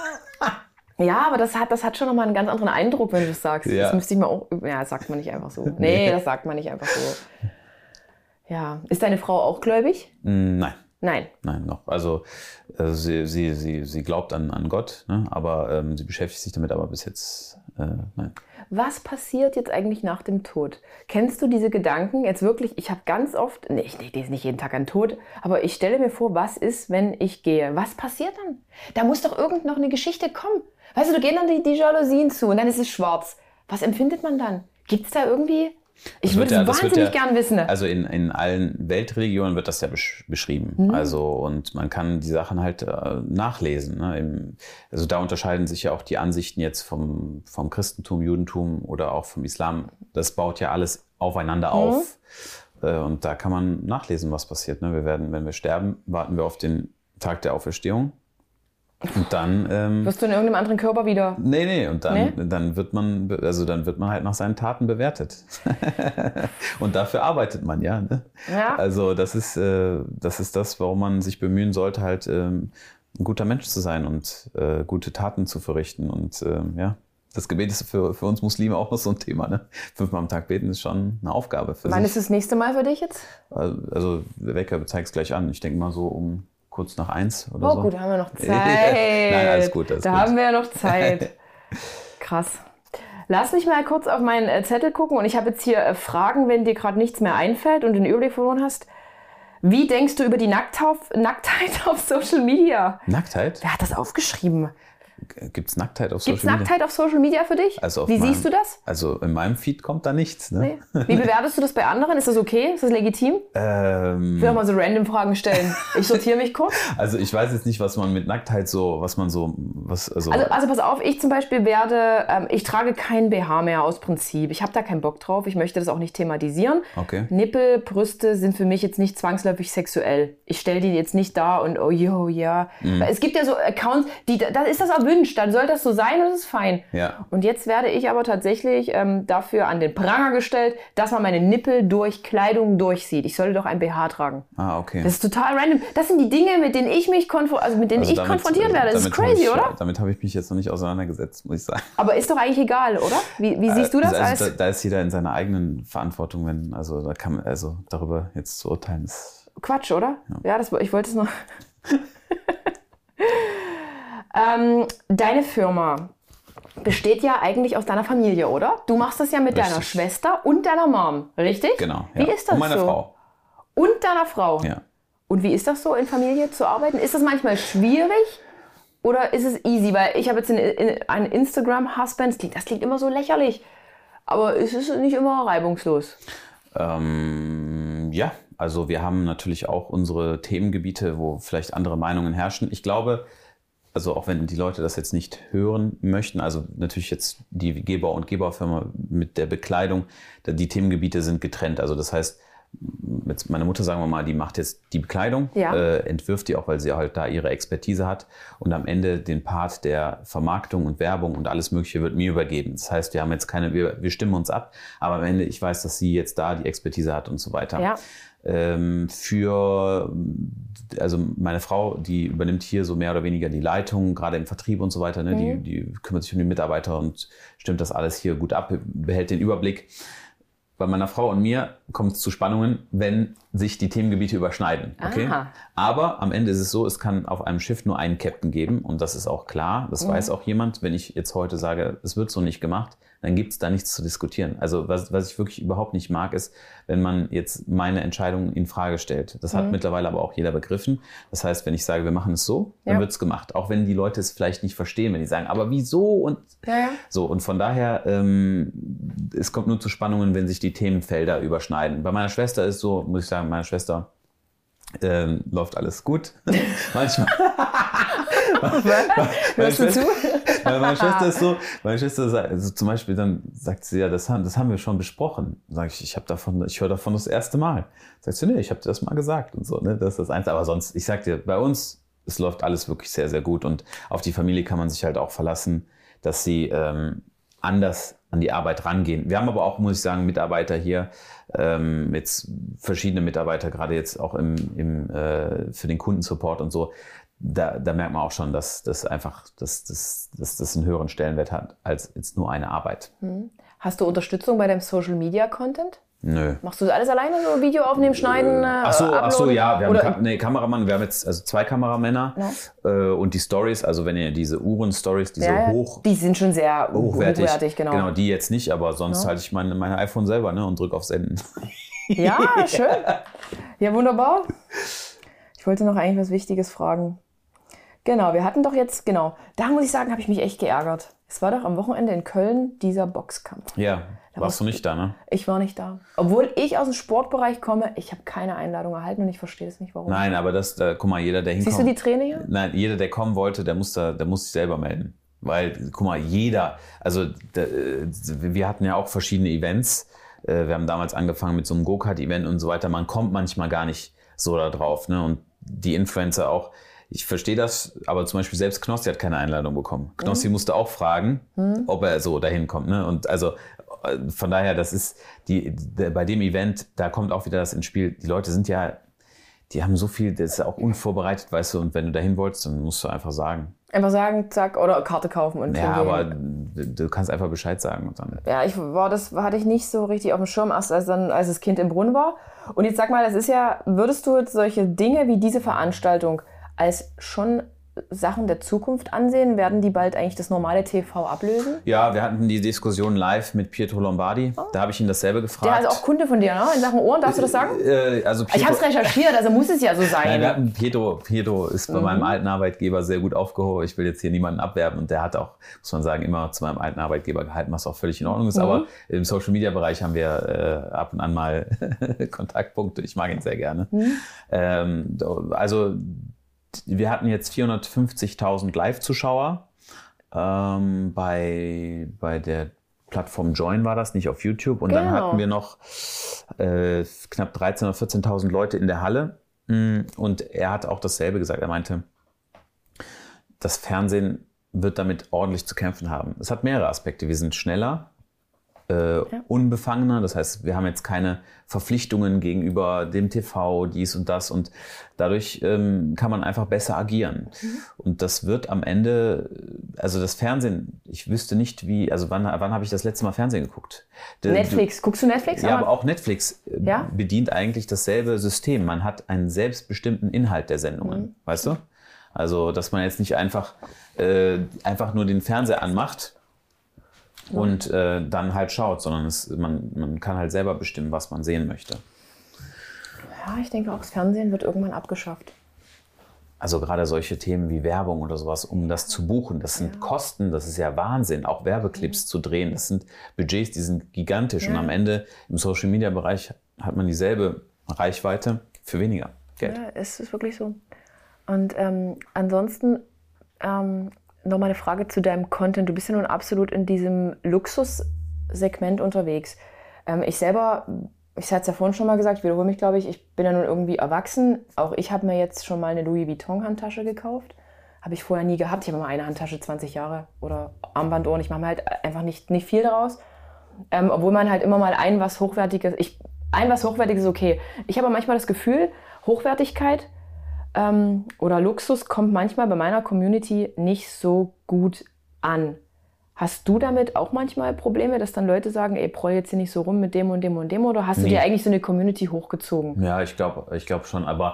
Ja, aber das hat, das hat schon nochmal einen ganz anderen Eindruck, wenn du das sagst. Ja. Das müsste ich mal auch, ja, das sagt man nicht einfach so. Nee, Nee. das sagt man nicht einfach so. Ja. Ist deine Frau auch gläubig? Mm, Nein. Nein. Nein, noch. Also äh, sie, sie, sie, sie glaubt an, an Gott, ne? Aber ähm, sie beschäftigt sich damit aber bis jetzt, äh, nein. Was passiert jetzt eigentlich nach dem Tod? Kennst du diese Gedanken? Jetzt wirklich, ich habe ganz oft, nee, ich lese nicht jeden Tag an Tod, aber ich stelle mir vor, was ist, wenn ich gehe? Was passiert dann? Da muss doch irgend noch eine Geschichte kommen. Weißt du, du gehst dann die, die Jalousien zu und dann ist es schwarz. Was empfindet man dann? Gibt es da irgendwie? Ich Das würde wird ja- es das wird wahnsinnig ja- gern wissen. Also in, in allen Weltreligionen wird das ja besch beschrieben. Also und man kann die Sachen halt äh, nachlesen. Ne? Im, also da unterscheiden sich ja auch die Ansichten jetzt vom, vom Christentum, Judentum oder auch vom Islam. Das baut ja alles aufeinander auf. Äh, und da kann man nachlesen, was passiert. Ne? Wir werden, wenn wir sterben, warten wir auf den Tag der Auferstehung. Und dann ähm, Wirst du in irgendeinem anderen Körper wieder? Nee, nee, und dann, Nee? dann wird man, be- also dann wird man halt nach seinen Taten bewertet. Und dafür arbeitet man ja. Ne? Ja. Also das ist, äh, das ist das, warum man sich bemühen sollte, halt ähm, ein guter Mensch zu sein und äh, gute Taten zu verrichten. Und ähm, ja, das Gebet ist für, für uns Muslime auch noch so ein Thema. Ne? Fünfmal am Tag beten ist schon eine Aufgabe für Wann sich. ist das nächste Mal für dich jetzt? Also der Wecker zeigt es gleich an. Ich denke mal so um kurz nach eins oder Oh so. gut, da haben wir noch Zeit. Nein, alles gut, alles da gut. haben wir ja noch Zeit. Krass. Lass mich mal kurz auf meinen äh, Zettel gucken und ich habe jetzt hier äh, Fragen, wenn dir gerade nichts mehr einfällt und den Überblick verloren hast. Wie denkst du über die Nacktauf Nacktheit auf Social Media? Nacktheit? Wer hat das aufgeschrieben? Gibt es Nacktheit auf Gibt es Social Media? Nacktheit auf Social Media für dich? Also auf Wie meinem- siehst du das? Also in meinem Feed kommt da nichts. Ne? Nee. Wie bewertest du das bei anderen? Ist das okay? Ist das legitim? Ähm, Ich will auch mal so random Fragen stellen. Ich sortiere mich kurz. also ich weiß jetzt nicht, was man mit Nacktheit so, was man so, was, also, Also, also pass auf, ich zum Beispiel werde, ähm, ich trage kein B H mehr aus Prinzip. Ich habe da keinen Bock drauf. Ich möchte das auch nicht thematisieren. Okay. Nippel, Brüste sind für mich jetzt nicht zwangsläufig sexuell. Ich stelle die jetzt nicht da und oh yo, ja. Mhm. Weil es gibt ja so Accounts, die, da ist das erwünscht. Dann soll das so sein und das ist fein. Ja. Und jetzt werde ich aber tatsächlich ähm, dafür an den Pranger gestellt, dass man meine Nippel durch Kleidung durchsieht. Ich sollte doch ein B H tragen. Ah, okay. Das ist total random. Das sind die Dinge, mit denen ich mich konfro also mit denen Also ich damit- konfrontiert werde. Das ist damit hab crazy, ich, oder? Damit habe ich mich jetzt noch nicht auseinandergesetzt, muss ich sagen. Aber ist doch eigentlich egal, oder? Wie, wie siehst du das? Also, als da, da ist jeder in seiner eigenen Verantwortung, wenn, also da kann man, also darüber jetzt zu urteilen, ist, Quatsch, oder? Ja, das, ich wollte es noch. ähm, deine Firma besteht ja eigentlich aus deiner Familie, oder? Du machst das ja mit Richtig. deiner Schwester und deiner Mom, richtig? genau. Wie ja. ist das Und meine so? Frau. Und deiner Frau. Ja. Und wie ist das so, in Familie zu arbeiten? Ist das manchmal schwierig? oder ist es easy? Weil ich habe jetzt einen Instagram-Husband, das klingt, das klingt immer so lächerlich, aber es ist nicht immer reibungslos. Ähm, ja, also wir haben natürlich auch unsere Themengebiete, wo vielleicht andere Meinungen herrschen. Ich glaube, also auch wenn die Leute das jetzt nicht hören möchten, also natürlich jetzt die Gebau- und Gebau-Firma mit der Bekleidung, die Themengebiete sind getrennt. Also das heißt, jetzt meine Mutter, sagen wir mal, die macht jetzt die Bekleidung, ja. äh, entwirft die auch, weil sie halt da ihre Expertise hat und am Ende den Part der Vermarktung und Werbung und alles Mögliche wird mir übergeben. Das heißt, wir haben jetzt keine, wir, wir stimmen uns ab, aber am Ende, ich weiß, dass sie jetzt da die Expertise hat und so weiter. Ja. Ähm, für, also meine Frau, die übernimmt hier so mehr oder weniger die Leitung, gerade im Vertrieb und so weiter, ne? Mhm. die, die kümmert sich um die Mitarbeiter und stimmt das alles hier gut ab, behält den Überblick. Bei meiner Frau und mir kommt es zu Spannungen, wenn sich die Themengebiete überschneiden. Okay? Aha. Aber am Ende ist es so, es kann auf einem Schiff nur einen Captain geben und das ist auch klar, das mhm. weiß auch jemand. Wenn ich jetzt heute sage, es wird so nicht gemacht, dann gibt es da nichts zu diskutieren. Also was, was ich wirklich überhaupt nicht mag, ist, wenn man jetzt meine Entscheidungen in Frage stellt. Das hat mhm. mittlerweile aber auch jeder begriffen. Das heißt, wenn ich sage, wir machen es so, dann ja. wird es gemacht. Auch wenn die Leute es vielleicht nicht verstehen, wenn die sagen, aber wieso? Und ja, ja. so. Und von daher, ähm, es kommt nur zu Spannungen, wenn sich die Themenfelder überschneiden. Bei meiner Schwester ist so, muss ich sagen, meine Schwester ähm, läuft alles gut. Manchmal. Hörst du zu? Weil meine Schwester ist so, meine Schwester sagt, also zum Beispiel dann sagt sie, ja, das haben, das haben wir schon besprochen. Sag ich, ich habe davon, ich höre davon das erste Mal. Sagt sie, nee, ich habe dir das mal gesagt und so, ne, das ist das Einzige. Aber sonst, ich sag dir, bei uns, es läuft alles wirklich sehr, sehr gut und auf die Familie kann man sich halt auch verlassen, dass sie ähm, anders an die Arbeit rangehen. Wir haben aber auch, muss ich sagen, Mitarbeiter hier, ähm, jetzt verschiedene Mitarbeiter, gerade jetzt auch im, im, äh, für den Kundensupport und so. Da, da merkt man auch schon, dass das einfach, dass, dass, dass das einen höheren Stellenwert hat als jetzt nur eine Arbeit. Hast du Unterstützung bei deinem Social Media Content? Nö. Machst du das alles alleine, so Video aufnehmen, schneiden, äh, ach so, ach so, ja, wir haben Oder Ka- nee, Kameramann, wir haben jetzt also zwei Kameramänner ja. äh, und die Stories, also wenn ihr diese Uhren-Stories, diese ja, hoch, die sind schon sehr hochwertig, hochwertig, genau. Genau, die jetzt nicht, aber sonst ja. halte ich mein, mein iPhone selber, ne, und drücke auf Senden. Ja, schön. Ja, wunderbar. Ich wollte noch eigentlich was Wichtiges fragen. Genau, wir hatten doch jetzt, genau, da muss ich sagen, habe ich mich echt geärgert. Es war doch am Wochenende in Köln dieser Boxkampf. Ja, da warst du nicht da, ne? Ich war nicht da. Obwohl ich aus dem Sportbereich komme, ich habe keine Einladung erhalten und ich verstehe das nicht, warum. Nein, aber das, da, guck mal, jeder, der hinkommt. Siehst du die Träne hier? Nein, jeder, der kommen wollte, der muss, da, der muss sich selber melden. Weil, guck mal, jeder, also da, wir hatten ja auch verschiedene Events. Wir haben damals angefangen mit so einem Go-Kart-Event und so weiter. Man kommt manchmal gar nicht so da drauf, ne? Und die Influencer auch. Ich verstehe das, aber zum Beispiel selbst Knossi hat keine Einladung bekommen. Knossi mhm. musste auch fragen, mhm. ob er so dahin kommt. Ne? Und also von daher, das ist die, der, bei dem Event, da kommt auch wieder das ins Spiel. Die Leute sind ja, die haben so viel, das ist auch unvorbereitet, weißt du. Und wenn du dahin wolltest, dann musst du einfach sagen. Einfach sagen, zack, oder Karte kaufen und ja, aber du kannst einfach Bescheid sagen und dann. Ja, ich war, das hatte ich nicht so richtig auf dem Schirm, erst als dann, als das Kind im Brunnen war. Und jetzt sag mal, das ist ja, würdest du jetzt solche Dinge wie diese Veranstaltung als schon Sachen der Zukunft ansehen? Werden die bald eigentlich das normale T V ablösen? Ja, wir hatten die Diskussion live mit Pietro Lombardi. Oh. Da habe ich ihn dasselbe gefragt. Der ist auch Kunde von dir, ne? In Sachen Ohren, darfst du das sagen? Äh, also Pietro, ich habe es recherchiert, also muss es ja so sein. Nein, wir hatten Pietro, Pietro ist bei mhm. meinem alten Arbeitgeber sehr gut aufgehoben. Ich will jetzt hier niemanden abwerben und der hat auch, muss man sagen, immer zu meinem alten Arbeitgeber gehalten, was auch völlig in Ordnung ist. Mhm. Aber im Social-Media-Bereich haben wir äh, ab und an mal Kontaktpunkte. Ich mag ihn sehr gerne. Mhm. Ähm, also wir hatten jetzt vierhundertfünfzigtausend Live-Zuschauer ähm, bei, bei der Plattform Join war das, nicht auf YouTube. Und genau. Dann hatten wir noch äh, knapp dreizehntausend oder vierzehntausend Leute in der Halle. Und er hat auch dasselbe gesagt. Er meinte, das Fernsehen wird damit ordentlich zu kämpfen haben. Es hat mehrere Aspekte. Wir sind schneller. Äh, ja. unbefangener. Das heißt, wir haben jetzt keine Verpflichtungen gegenüber dem T V, dies und das und dadurch ähm, kann man einfach besser agieren. Mhm. Und das wird am Ende, also das Fernsehen, ich wüsste nicht wie, also wann, wann habe ich das letzte Mal Fernsehen geguckt? De, Netflix, du, guckst du Netflix? Ja, aber auch Netflix ja? bedient eigentlich dasselbe System. Man hat einen selbstbestimmten Inhalt der Sendungen, mhm. weißt du? Also, dass man jetzt nicht einfach, äh, einfach nur den Fernseher anmacht und äh, dann halt schaut, sondern es, man, man kann halt selber bestimmen, was man sehen möchte. Ja, ich denke auch, das Fernsehen wird irgendwann abgeschafft. also gerade solche Themen wie Werbung oder sowas, um das zu buchen, das sind ja. Kosten, das ist ja Wahnsinn, auch Werbeclips ja. zu drehen, das sind Budgets, die sind gigantisch ja. und am Ende im Social-Media-Bereich hat man dieselbe Reichweite für weniger Geld. Ja, es ist wirklich so. Und ähm, ansonsten ähm, nochmal eine Frage zu deinem Content. Du bist ja nun absolut in diesem Luxussegment unterwegs. Ähm, ich selber... Ich hatte es ja vorhin schon mal gesagt, ich wiederhole mich, glaube ich, ich bin ja nun irgendwie erwachsen. Auch ich habe mir jetzt schon mal eine Louis Vuitton-Handtasche gekauft. Habe ich vorher nie gehabt. Ich habe immer eine Handtasche zwanzig Jahre oder Armbanduhren. Ich mache mir halt einfach nicht, nicht viel daraus. Ähm, obwohl man halt immer mal ein was Hochwertiges, ich, ein was Hochwertiges ist okay. Ich habe manchmal das Gefühl, Hochwertigkeit ähm, oder Luxus kommt manchmal bei meiner Community nicht so gut an. Hast du damit auch manchmal Probleme, dass dann Leute sagen, ey, proll jetzt hier nicht so rum mit dem und dem und dem? Oder hast nee. du dir eigentlich so eine Community hochgezogen? Ja, ich glaube ich glaub schon. Aber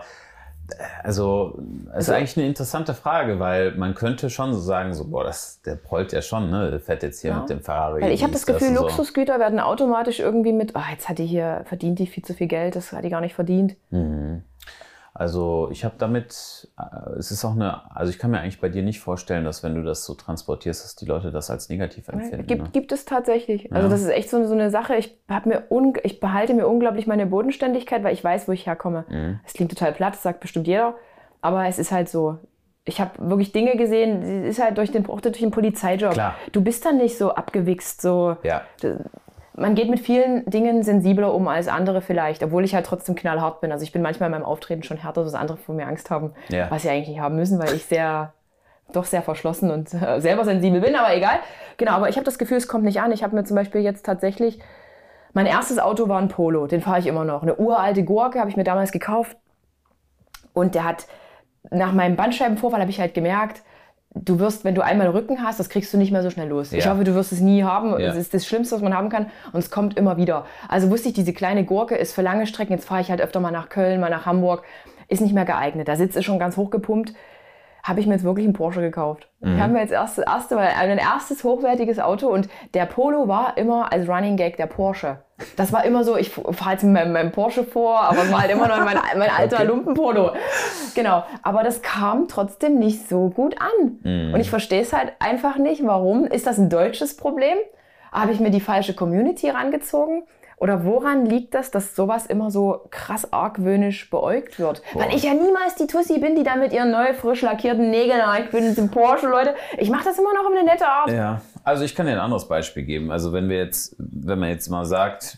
also, es also, ist eigentlich eine interessante Frage, weil man könnte schon so sagen, so, boah, das, der prollt ja schon, ne? Der fährt jetzt hier ja. mit dem Ferrari. Weil ich habe das Gefühl, das Luxusgüter so. werden automatisch irgendwie mit, oh, jetzt hat die hier, verdient die viel zu viel Geld, das hat die gar nicht verdient. Mhm. Also ich habe damit, es ist auch eine, also ich kann mir eigentlich bei dir nicht vorstellen, dass wenn du das so transportierst, dass die Leute das als negativ empfinden. Gibt, ne? gibt es tatsächlich. Also ja. das ist echt so, so eine Sache, ich, hab mir un, ich behalte mir unglaublich meine Bodenständigkeit, weil ich weiß, wo ich herkomme. Mhm. Es klingt total platt, das sagt bestimmt jeder, aber es ist halt so. Ich habe wirklich Dinge gesehen, es ist halt durch den, auch durch den Polizeijob. Klar. Du bist dann nicht so abgewichst, so... Ja. Man geht mit vielen Dingen sensibler um als andere vielleicht, obwohl ich halt trotzdem knallhart bin. Also ich bin manchmal in meinem Auftreten schon härter, dass andere vor mir Angst haben, ja. was sie eigentlich nicht haben müssen, weil ich sehr, doch sehr verschlossen und äh, selber sensibel bin, aber egal. Genau, aber ich habe das Gefühl, es kommt nicht an. Ich habe mir zum Beispiel jetzt tatsächlich, mein erstes Auto war ein Polo, den fahre ich immer noch. Eine uralte Gurke habe ich mir damals gekauft und der hat, nach meinem Bandscheibenvorfall habe ich halt gemerkt, du wirst, wenn du einmal Rücken hast, das kriegst du nicht mehr so schnell los. Ja. Ich hoffe, du wirst es nie haben. Ja. Das ist das Schlimmste, was man haben kann. Und es kommt immer wieder. Also wusste ich, diese kleine Gurke ist für lange Strecken. Jetzt fahre ich halt öfter mal nach Köln, mal nach Hamburg. Ist nicht mehr geeignet. Der Sitz ist schon ganz hochgepumpt. Habe ich mir jetzt wirklich einen Porsche gekauft. Mhm. Ich habe mir jetzt erst das erste, ein erstes hochwertiges Auto und der Polo war immer als Running Gag der Porsche. Das war immer so, ich fahre jetzt mit meinem, meinem Porsche vor, aber es war halt immer noch mein, mein alter okay. Lumpenpolo. Genau, aber das kam trotzdem nicht so gut an. Mhm. Und ich verstehe es halt einfach nicht, warum. Ist das ein deutsches Problem? Habe ich mir die falsche Community rangezogen? Oder woran liegt das, dass sowas immer so krass argwöhnisch beäugt wird? Boah. Weil ich ja niemals die Tussi bin, die da mit ihren neu frisch lackierten Nägeln, ich bin mit dem Porsche, Leute. Ich mache das immer noch auf eine nette Art. Ja, also ich kann dir ein anderes Beispiel geben. Also wenn wir jetzt, wenn man jetzt mal sagt,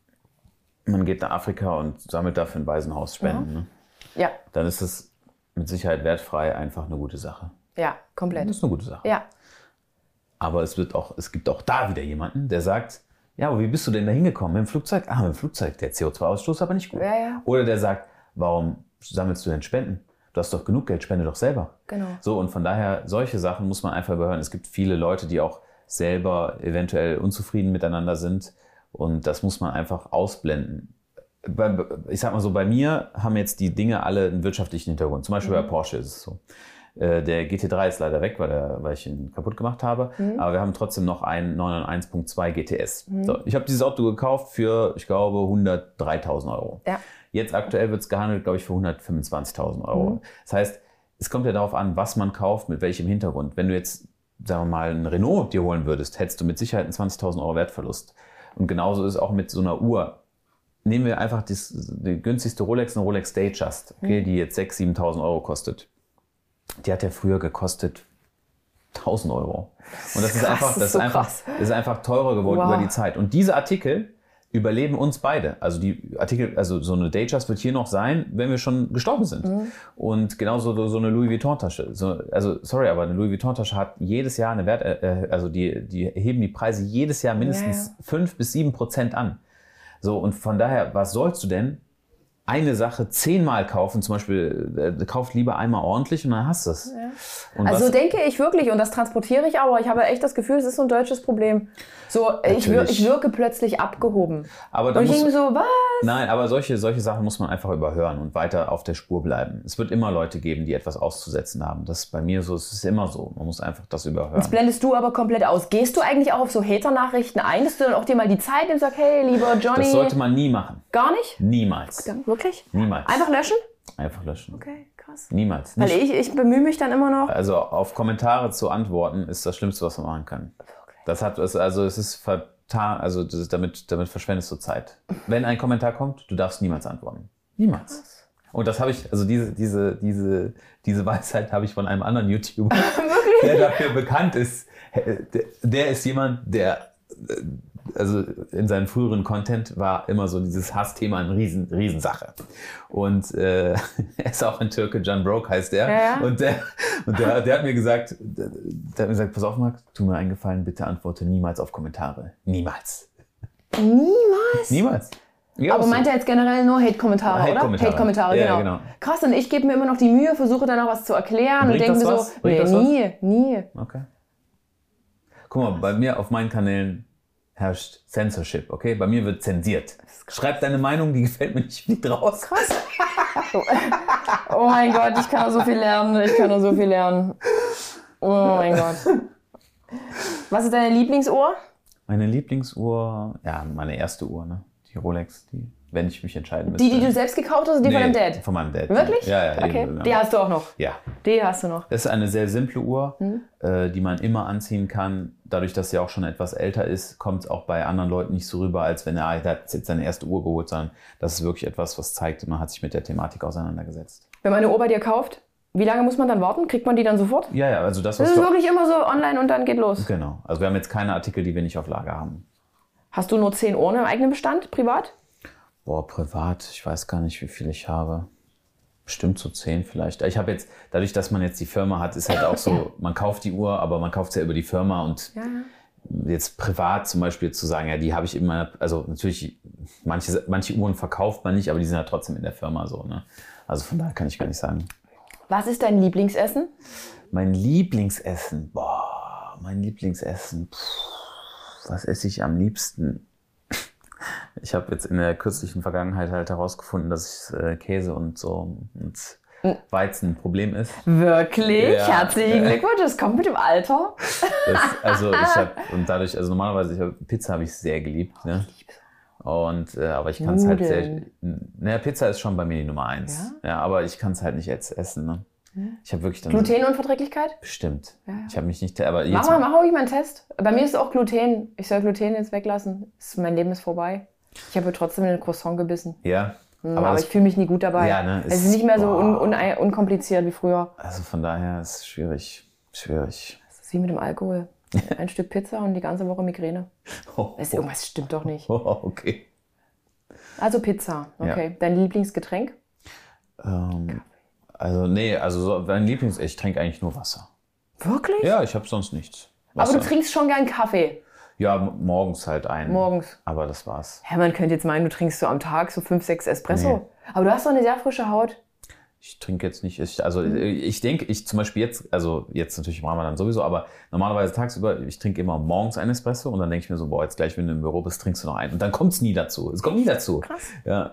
man geht nach Afrika und sammelt dafür ein Waisenhaus Spenden, ja. Ne? Ja. Dann ist es mit Sicherheit wertfrei einfach eine gute Sache. Ja, komplett. Das ist eine gute Sache. Ja. Aber es wird auch, es gibt auch da wieder jemanden, der sagt, ja, aber wie bist du denn da hingekommen? Mit dem Flugzeug? Ah, mit dem Flugzeug, der C O zwei Ausstoß ist aber nicht gut. Ja, ja. Oder der sagt, warum sammelst du denn Spenden? Du hast doch genug Geld, spende doch selber. Genau. So, und von daher, solche Sachen muss man einfach überhören. Es gibt viele Leute, die auch selber eventuell unzufrieden miteinander sind und das muss man einfach ausblenden. Ich sag mal so, bei mir haben jetzt die Dinge alle einen wirtschaftlichen Hintergrund. Zum Beispiel mhm. bei Porsche ist es so. Der G T drei ist leider weg, weil, der, weil ich ihn kaputt gemacht habe. Mhm. Aber wir haben trotzdem noch einen neunhunderteins Punkt zwei G T S. Mhm. So, ich habe dieses Auto gekauft für, ich glaube, hundertdreitausend Euro. Ja. Jetzt aktuell wird es gehandelt, glaube ich, für hundertfünfundzwanzigtausend Euro. Mhm. Das heißt, es kommt ja darauf an, was man kauft, mit welchem Hintergrund. Wenn du jetzt, sagen wir mal, einen Renault dir holen würdest, hättest du mit Sicherheit einen zwanzigtausend Euro Wertverlust. Und genauso ist es auch mit so einer Uhr. Nehmen wir einfach das, die günstigste Rolex, eine Rolex Datejust, okay, mhm. die jetzt sechstausend, siebentausend Euro kostet. Die hat ja früher gekostet tausend Euro. Und das ist krass, einfach, das ist, so einfach, das ist einfach teurer geworden wow. über die Zeit. Und diese Artikel überleben uns beide. Also die Artikel, also so eine Datejust wird hier noch sein, wenn wir schon gestorben sind. Mhm. Und genauso so eine Louis Vuitton Tasche. So, also sorry, aber eine Louis Vuitton Tasche hat jedes Jahr eine Wert, äh, also die, die heben die Preise jedes Jahr mindestens fünf bis sieben Prozent an. So, und von daher, was sollst du denn eine Sache zehnmal kaufen, zum Beispiel, äh, kauft lieber einmal ordentlich und dann hast du es. Ja. Also was, denke ich wirklich, und das transportiere ich aber, ich habe echt das Gefühl, es ist so ein deutsches Problem. So, ich, wir, ich wirke plötzlich abgehoben. Aber und ich denke so, was? Nein, aber solche, solche Sachen muss man einfach überhören und weiter auf der Spur bleiben. Es wird immer Leute geben, die etwas auszusetzen haben. Das ist bei mir so, es ist immer so. Man muss einfach das überhören. Das blendest du aber komplett aus. Gehst du eigentlich auch auf so Hater-Nachrichten ein, dass du dann auch dir mal die Zeit nimmst und sagst, hey, lieber Johnny. Das sollte man nie machen. Gar nicht? Niemals. Dann, Wirklich? Niemals. Einfach löschen? Einfach löschen. Okay, krass. Niemals. Weil Nicht, ich, ich bemühe mich dann immer noch. also auf Kommentare zu antworten ist das Schlimmste, was man machen kann. Das hat, also es ist vertan, also das ist, damit, damit verschwendest du Zeit. Wenn ein Kommentar kommt, du darfst niemals antworten. Niemals. Krass. Und das habe ich, also diese, diese, diese, diese Weisheit habe ich von einem anderen YouTuber, Wirklich? der dafür bekannt ist. Der, der ist jemand, der, also in seinem früheren Content war immer so dieses Hassthema eine riesen, Riesensache. Und äh, er ist auch ein Türke, Can Broke heißt der. Ja, ja. Und, der, und der, der hat mir gesagt, der, der hat mir gesagt, pass auf, Marc, tu mir einen Gefallen, bitte antworte niemals auf Kommentare. Niemals. Niemals? Niemals. Ja, Aber so. meint er jetzt generell nur Hate-Kommentare, Hate-Kommentare. oder? Hate-Kommentare, Ja, genau. genau. Krass, und ich gebe mir immer noch die Mühe, versuche dann auch was zu erklären und Bringt denke das mir was? so, Bringt nee, das was? nie, nie. Okay. Guck mal, bei mir auf meinen Kanälen herrscht Censorship, okay? Bei mir wird zensiert. Schreib deine Meinung, die gefällt mir nicht, fliegt raus. Krass. Oh mein Gott, ich kann noch so viel lernen, ich kann noch so viel lernen. Oh mein Gott. Was ist deine Lieblingsuhr? Meine Lieblingsuhr, ja, meine erste Uhr, ne? Die Rolex, die, wenn ich mich entscheiden müsste. Die, die du selbst gekauft hast oder die von deinem Dad? Von meinem Dad. Wirklich? Ja, ja. Okay, eben, die hast du auch noch? Ja. Die hast du noch. Das ist eine sehr simple Uhr, Mhm. äh, die man immer anziehen kann. Dadurch, dass sie auch schon etwas älter ist, kommt es auch bei anderen Leuten nicht so rüber, als wenn er, er hat jetzt seine erste Uhr geholt, sondern das ist wirklich etwas, was zeigt, man hat sich mit der Thematik auseinandergesetzt. Wenn man eine Uhr bei dir kauft, wie lange muss man dann warten? Kriegt man die dann sofort? Ja, ja, also das, Das was ist wir, wirklich immer so online und dann geht los. genau. Also wir haben jetzt keine Artikel, die wir nicht auf Lager haben. Hast du nur zehn Uhren im eigenen Bestand, privat? Boah, privat, ich weiß gar nicht, wie viel ich habe. Bestimmt so zehn vielleicht. Ich habe jetzt, dadurch, dass man jetzt die Firma hat, ist halt auch so, man kauft die Uhr, aber man kauft sie ja über die Firma und Ja. jetzt privat zum Beispiel zu sagen, ja, die habe ich in meiner, also natürlich, manche, manche Uhren verkauft man nicht, aber die sind ja trotzdem in der Firma so, ne? Also von daher kann ich gar nicht sagen. Was ist dein Lieblingsessen? Mein Lieblingsessen, boah, mein Lieblingsessen, puh, was esse ich am liebsten? Ich habe jetzt in der kürzlichen Vergangenheit halt herausgefunden, dass äh, Käse und so und Weizen ein Problem ist. Wirklich? Ja. Herzlichen Glückwunsch, das kommt mit dem Alter. Das, also ich habe und dadurch, also normalerweise ich hab, Pizza habe ich sehr geliebt, ne? Und äh, aber ich kann es halt sehr. Naja, Pizza ist schon bei mir die Nummer eins. Ja, ja, aber ich kann es halt nicht jetzt essen. Ne? Ich habe wirklich dann Glutenunverträglichkeit? bestimmt. Ja. Ich habe mich nicht. Aber Mach jetzt, mal, mach ruhig mal einen Test. Bei mir ist es auch Gluten. Ich soll Gluten jetzt weglassen. Das- Mein Leben ist vorbei. Ich habe trotzdem in den Croissant gebissen. ja. Aber, Aber aber das, ich fühle mich nie gut dabei. Ja, ne, es ist- ist nicht mehr so un, boah. un, unkompliziert wie früher. also von daher ist es schwierig, schwierig. Das ist wie mit dem Alkohol. Ein Stück Pizza und die ganze Woche Migräne. Oh, Es, irgendwas stimmt doch nicht. oh, okay. Also Pizza, okay. Dein Lieblingsgetränk? Ähm, also nee, also so, mein Lieblings, ich trinke eigentlich nur Wasser. Wirklich? Ja, ich habe sonst nichts. Aber Wasser. du trinkst schon gern Kaffee. Ja, m- morgens halt einen. Morgens. Aber das war's. Ja, man könnte jetzt meinen, du trinkst so am Tag so fünf, sechs Espresso. Nee. Aber du hast doch eine sehr frische Haut. Ich trinke jetzt nicht, ich, also ich denke, ich zum Beispiel jetzt, also jetzt natürlich im Ramadan sowieso, aber normalerweise tagsüber, ich trinke immer morgens einen Espresso und dann denke ich mir so, boah, jetzt gleich, wenn du im Büro bist, trinkst du noch einen. Und dann kommt es nie dazu. Es kommt nie dazu. Krass. Ja,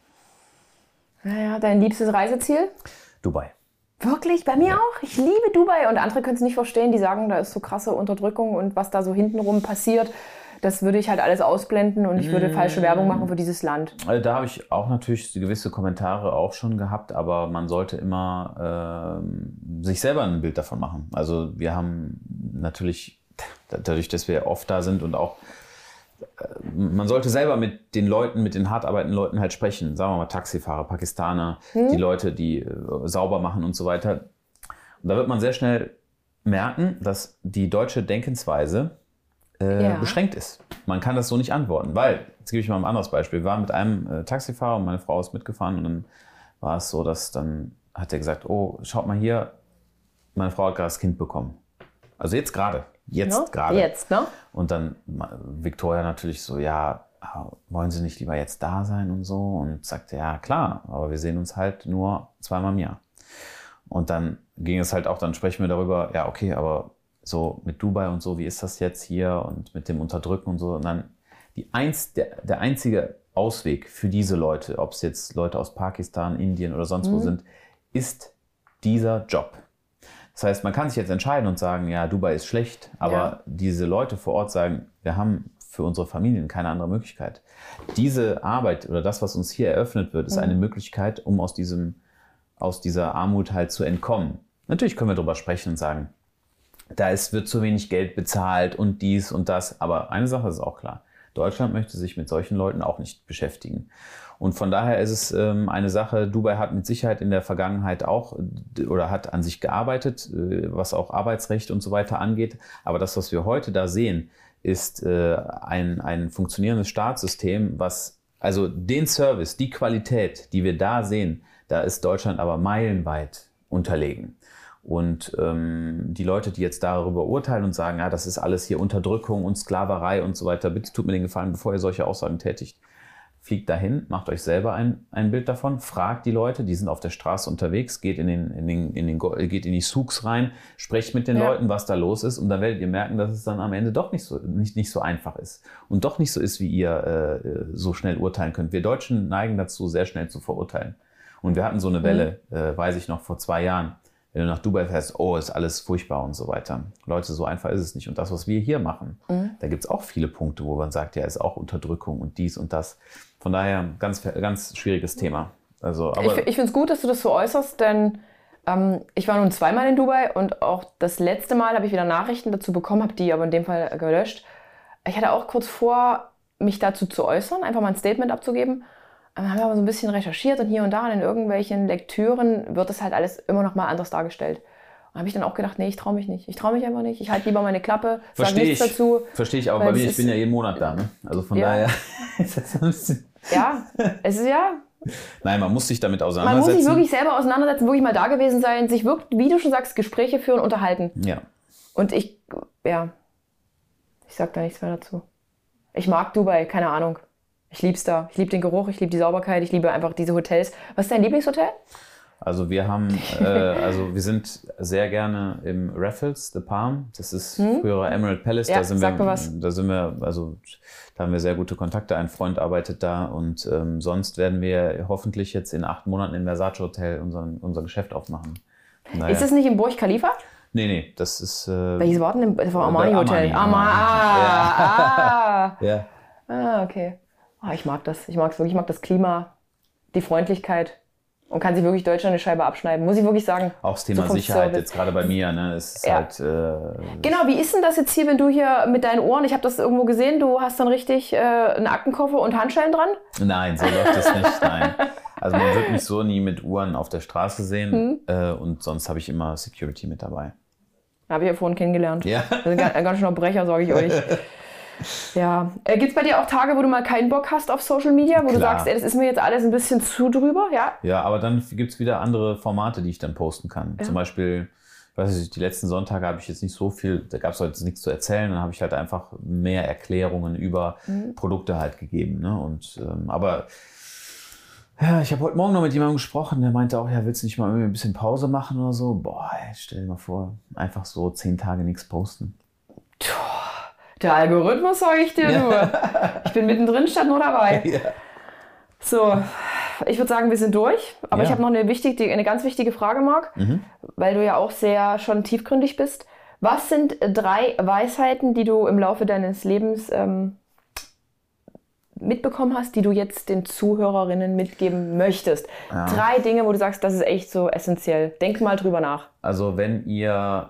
Naja, dein liebstes Reiseziel? Dubai. Wirklich? Bei mir auch. Ich liebe Dubai. Und andere können es nicht verstehen. Die sagen, da ist so krasse Unterdrückung und was da so hintenrum passiert, das würde ich halt alles ausblenden und ich würde falsche Werbung machen für dieses Land. Also da habe ich auch natürlich gewisse Kommentare auch schon gehabt, aber man sollte immer ähm, sich selber ein Bild davon machen. Also wir haben natürlich, dadurch, dass wir oft da sind und auch, äh, man sollte selber mit den Leuten, mit den hart arbeitenden Leuten halt sprechen. Sagen wir mal Taxifahrer, Pakistaner, Hm. die Leute, die äh, sauber machen und so weiter. Und da wird man sehr schnell merken, dass die deutsche Denkensweise äh, Ja. beschränkt ist. Man kann das so nicht antworten, weil, jetzt gebe ich mal ein anderes Beispiel, wir waren mit einem äh, Taxifahrer und meine Frau ist mitgefahren und dann war es so, dass dann hat er gesagt, oh, schaut mal hier, meine Frau hat gerade das Kind bekommen. Also jetzt gerade, jetzt Ne? gerade. Jetzt, ne? Und dann ma- Victoria natürlich so, ja, wollen Sie nicht lieber jetzt da sein und so? Und sagte, ja klar, aber wir sehen uns halt nur zweimal im Jahr. Und dann ging es halt auch, dann sprechen wir darüber, ja okay, aber so mit Dubai und so, wie ist das jetzt hier und mit dem Unterdrücken und so. Und dann die eins, der, der einzige Ausweg für diese Leute, ob es jetzt Leute aus Pakistan, Indien oder sonst wo sind, ist dieser Job. Das heißt, man kann sich jetzt entscheiden und sagen, ja, Dubai ist schlecht, aber Ja. diese Leute vor Ort sagen, wir haben für unsere Familien keine andere Möglichkeit. Diese Arbeit oder das, was uns hier eröffnet wird, ist eine Möglichkeit, um aus diesem, aus dieser Armut halt zu entkommen. Natürlich können wir darüber sprechen und sagen, da ist, wird zu wenig Geld bezahlt und dies und das. Aber eine Sache ist auch klar. Deutschland möchte sich mit solchen Leuten auch nicht beschäftigen. Und von daher ist es ähm, eine Sache, Dubai hat mit Sicherheit in der Vergangenheit auch oder hat an sich gearbeitet, äh, was auch Arbeitsrecht und so weiter angeht. Aber das, was wir heute da sehen, ist äh, ein, ein funktionierendes Staatssystem, was, also den Service, die Qualität, die wir da sehen, da ist Deutschland aber meilenweit unterlegen. Und ähm, die Leute, die jetzt darüber urteilen und sagen, ja, das ist alles hier Unterdrückung und Sklaverei und so weiter, bitte tut mir den Gefallen, bevor ihr solche Aussagen tätigt, fliegt dahin, macht euch selber ein, ein Bild davon, fragt die Leute, die sind auf der Straße unterwegs, geht in, den, in, den, in, den, geht in die Souks rein, sprecht mit den ja. Leuten, was da los ist und dann werdet ihr merken, dass es dann am Ende doch nicht so, nicht, nicht so einfach ist und doch nicht so ist, wie ihr äh, so schnell urteilen könnt. Wir Deutschen neigen dazu, sehr schnell zu verurteilen. Und wir hatten so eine Welle, mhm. äh, weiß ich noch, vor zwei Jahren, wenn du nach Dubai fährst, oh, ist alles furchtbar und so weiter. Leute, so einfach ist es nicht. Und das, was wir hier machen, mhm. da gibt es auch viele Punkte, wo man sagt, ja, ist auch Unterdrückung und dies und das. Von daher, ganz, ganz schwieriges Thema. Also, aber ich ich finde es gut, dass du das so äußerst, denn ähm, ich war nun zweimal in Dubai und auch das letzte Mal habe ich wieder Nachrichten dazu bekommen, habe die aber in dem Fall gelöscht. Ich hatte auch kurz vor, mich dazu zu äußern, einfach mal ein Statement abzugeben. Dann haben wir aber so ein bisschen recherchiert und hier und da und in irgendwelchen Lektüren wird das halt alles immer noch mal anders dargestellt. Und habe ich dann auch gedacht, nee, ich traue mich nicht. Ich traue mich einfach nicht. Ich halte lieber meine Klappe, sage nichts ich. dazu. Verstehe ich auch, bei mir, ich bin ja jeden Monat da. Ne? Also von ja. daher ist das ein bisschen... Ja, es ist ja... Nein, man muss sich damit auseinandersetzen. Man muss sich wirklich selber auseinandersetzen, wirklich mal da gewesen sein, sich wirklich, wie du schon sagst, Gespräche führen, unterhalten. Ja. Und ich, ja, ich sag da nichts mehr dazu. Ich mag Dubai, keine Ahnung. Ich lieb's da. Ich liebe den Geruch, ich liebe die Sauberkeit, ich liebe einfach diese Hotels. Was ist dein Lieblingshotel? Also wir haben, äh, also wir sind sehr gerne im Raffles, The Palm. Das ist hm? früherer Emerald Palace. Ja, da sind sag wir, mir was. Da sind wir, also da haben wir sehr gute Kontakte. Ein Freund arbeitet da und ähm, sonst werden wir hoffentlich jetzt in acht Monaten im Versace Hotel unseren, unser Geschäft aufmachen. Naja. Ist das nicht im Burj Khalifa? Nee, nee, das ist... Äh, Welches war denn? Das war Armani Hotel. Armani, Armani. Ah, ja. ja. ah, okay. Oh, ich mag das. Ich mag es wirklich. Ich mag das Klima, die Freundlichkeit. Und kann sich wirklich Deutschland eine Scheibe abschneiden, muss ich wirklich sagen. Auch das Thema so Sicherheit Service. jetzt gerade bei mir, ne? Es ist ja. halt... Äh, genau, wie ist denn das jetzt hier, wenn du hier mit deinen Ohren, ich habe das irgendwo gesehen, du hast dann richtig äh, einen Aktenkoffer und Handschellen dran? Nein, so läuft es nicht, nein. Also man wird mich so nie mit Uhren auf der Straße sehen hm. äh, und sonst habe ich immer Security mit dabei. Habe ich ja vorhin kennengelernt. Ja. Das ist ein ganz schöner Brecher, sage ich euch. Ja. Äh, Gibt es bei dir auch Tage, wo du mal keinen Bock hast auf Social Media, wo Klar. du sagst, ey, das ist mir jetzt alles ein bisschen zu drüber? Ja, ja, aber dann gibt es wieder andere Formate, die ich dann posten kann. Ja. Zum Beispiel, ich weiß nicht, die letzten Sonntage habe ich jetzt nicht so viel, da gab es heute nichts zu erzählen, dann habe ich halt einfach mehr Erklärungen über mhm. Produkte halt gegeben. Ne? Und, ähm, aber ja, ich habe heute Morgen noch mit jemandem gesprochen, der meinte auch, ja, willst du nicht mal irgendwie ein bisschen Pause machen oder so? Boah, ey, stell dir mal vor, einfach so zehn Tage nichts posten. Der Algorithmus, sage ich dir nur. Ich bin mittendrin, statt nur dabei. Ja. So, ich würde sagen, wir sind durch. Aber ja. ich habe noch eine, wichtige, eine ganz wichtige Frage, Marc, mhm. weil du ja auch sehr schon tiefgründig bist. Was sind drei Weisheiten, die du im Laufe deines Lebens ähm, mitbekommen hast, die du jetzt den Zuhörerinnen mitgeben möchtest? Ja. Drei Dinge, wo du sagst, das ist echt so essentiell. Denk mal drüber nach. Also wenn ihr...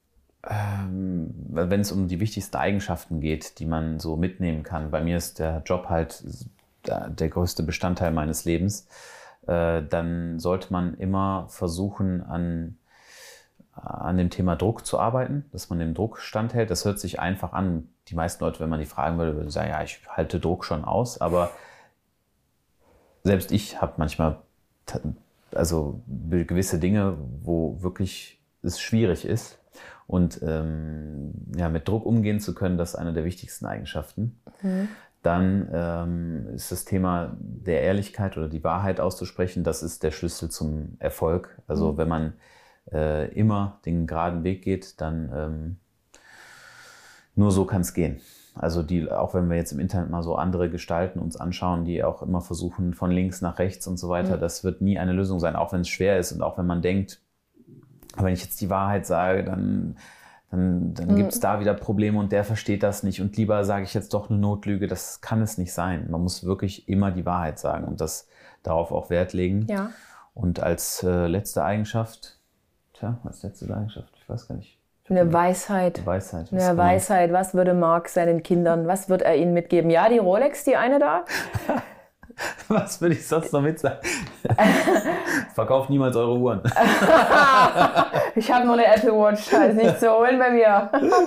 Ähm, wenn es um die wichtigsten Eigenschaften geht, die man so mitnehmen kann. Bei mir ist der Job halt der, der größte Bestandteil meines Lebens. Äh, dann sollte man immer versuchen, an, an dem Thema Druck zu arbeiten, dass man dem Druck standhält. Das hört sich einfach an. Die meisten Leute, wenn man die fragen würde, würden sagen, ja, ich halte Druck schon aus. Aber selbst ich habe manchmal t- also gewisse Dinge, wo wirklich es schwierig ist. Und ähm, ja, mit Druck umgehen zu können, das ist eine der wichtigsten Eigenschaften. Mhm. Dann ähm, ist das Thema der Ehrlichkeit oder die Wahrheit auszusprechen, das ist der Schlüssel zum Erfolg. Also mhm. wenn man äh, immer den geraden Weg geht, dann ähm, nur so kann es gehen. Also die, auch wenn wir jetzt im Internet mal so andere Gestalten uns anschauen, die auch immer versuchen von links nach rechts und so weiter, mhm. das wird nie eine Lösung sein, auch wenn es schwer ist und auch wenn man denkt, aber wenn ich jetzt die Wahrheit sage, dann, dann, dann Mhm. gibt es da wieder Probleme und der versteht das nicht und lieber sage ich jetzt doch eine Notlüge. Das kann es nicht sein. Man muss wirklich immer die Wahrheit sagen und das darauf auch Wert legen. Ja. Und als äh, letzte Eigenschaft, tja, als letzte Eigenschaft, ich weiß gar nicht. Eine Weisheit. Weisheit. was Eine genau? Weisheit. Was würde Marc seinen Kindern, was wird er ihnen mitgeben? Ja, die Rolex, die eine da. Was würde ich sonst noch mit sagen? Verkauft niemals eure Uhren. Ich habe nur eine Apple Watch, da ist nichts zu holen bei mir. Ja.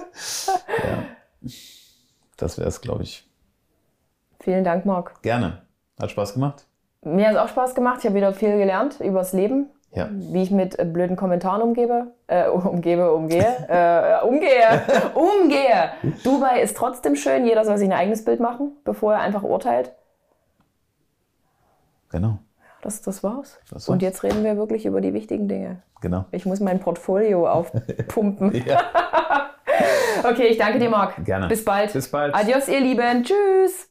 Das wäre es, glaube ich. Vielen Dank, Marc. Gerne. Hat Spaß gemacht? Mir hat es auch Spaß gemacht. Ich habe wieder viel gelernt übers Leben. Ja. Wie ich mit äh, blöden Kommentaren umgebe, äh, umgebe, umgehe, äh, umgehe, umgehe. Dubai ist trotzdem schön. Jeder soll sich ein eigenes Bild machen, bevor er einfach urteilt. Genau. Das, das war's. Das war's. Und jetzt reden wir wirklich über die wichtigen Dinge. Genau. Ich muss mein Portfolio aufpumpen. Ja. Okay, ich danke dir, Marc. Gerne. Bis bald. Bis bald. Adios, ihr Lieben. Tschüss.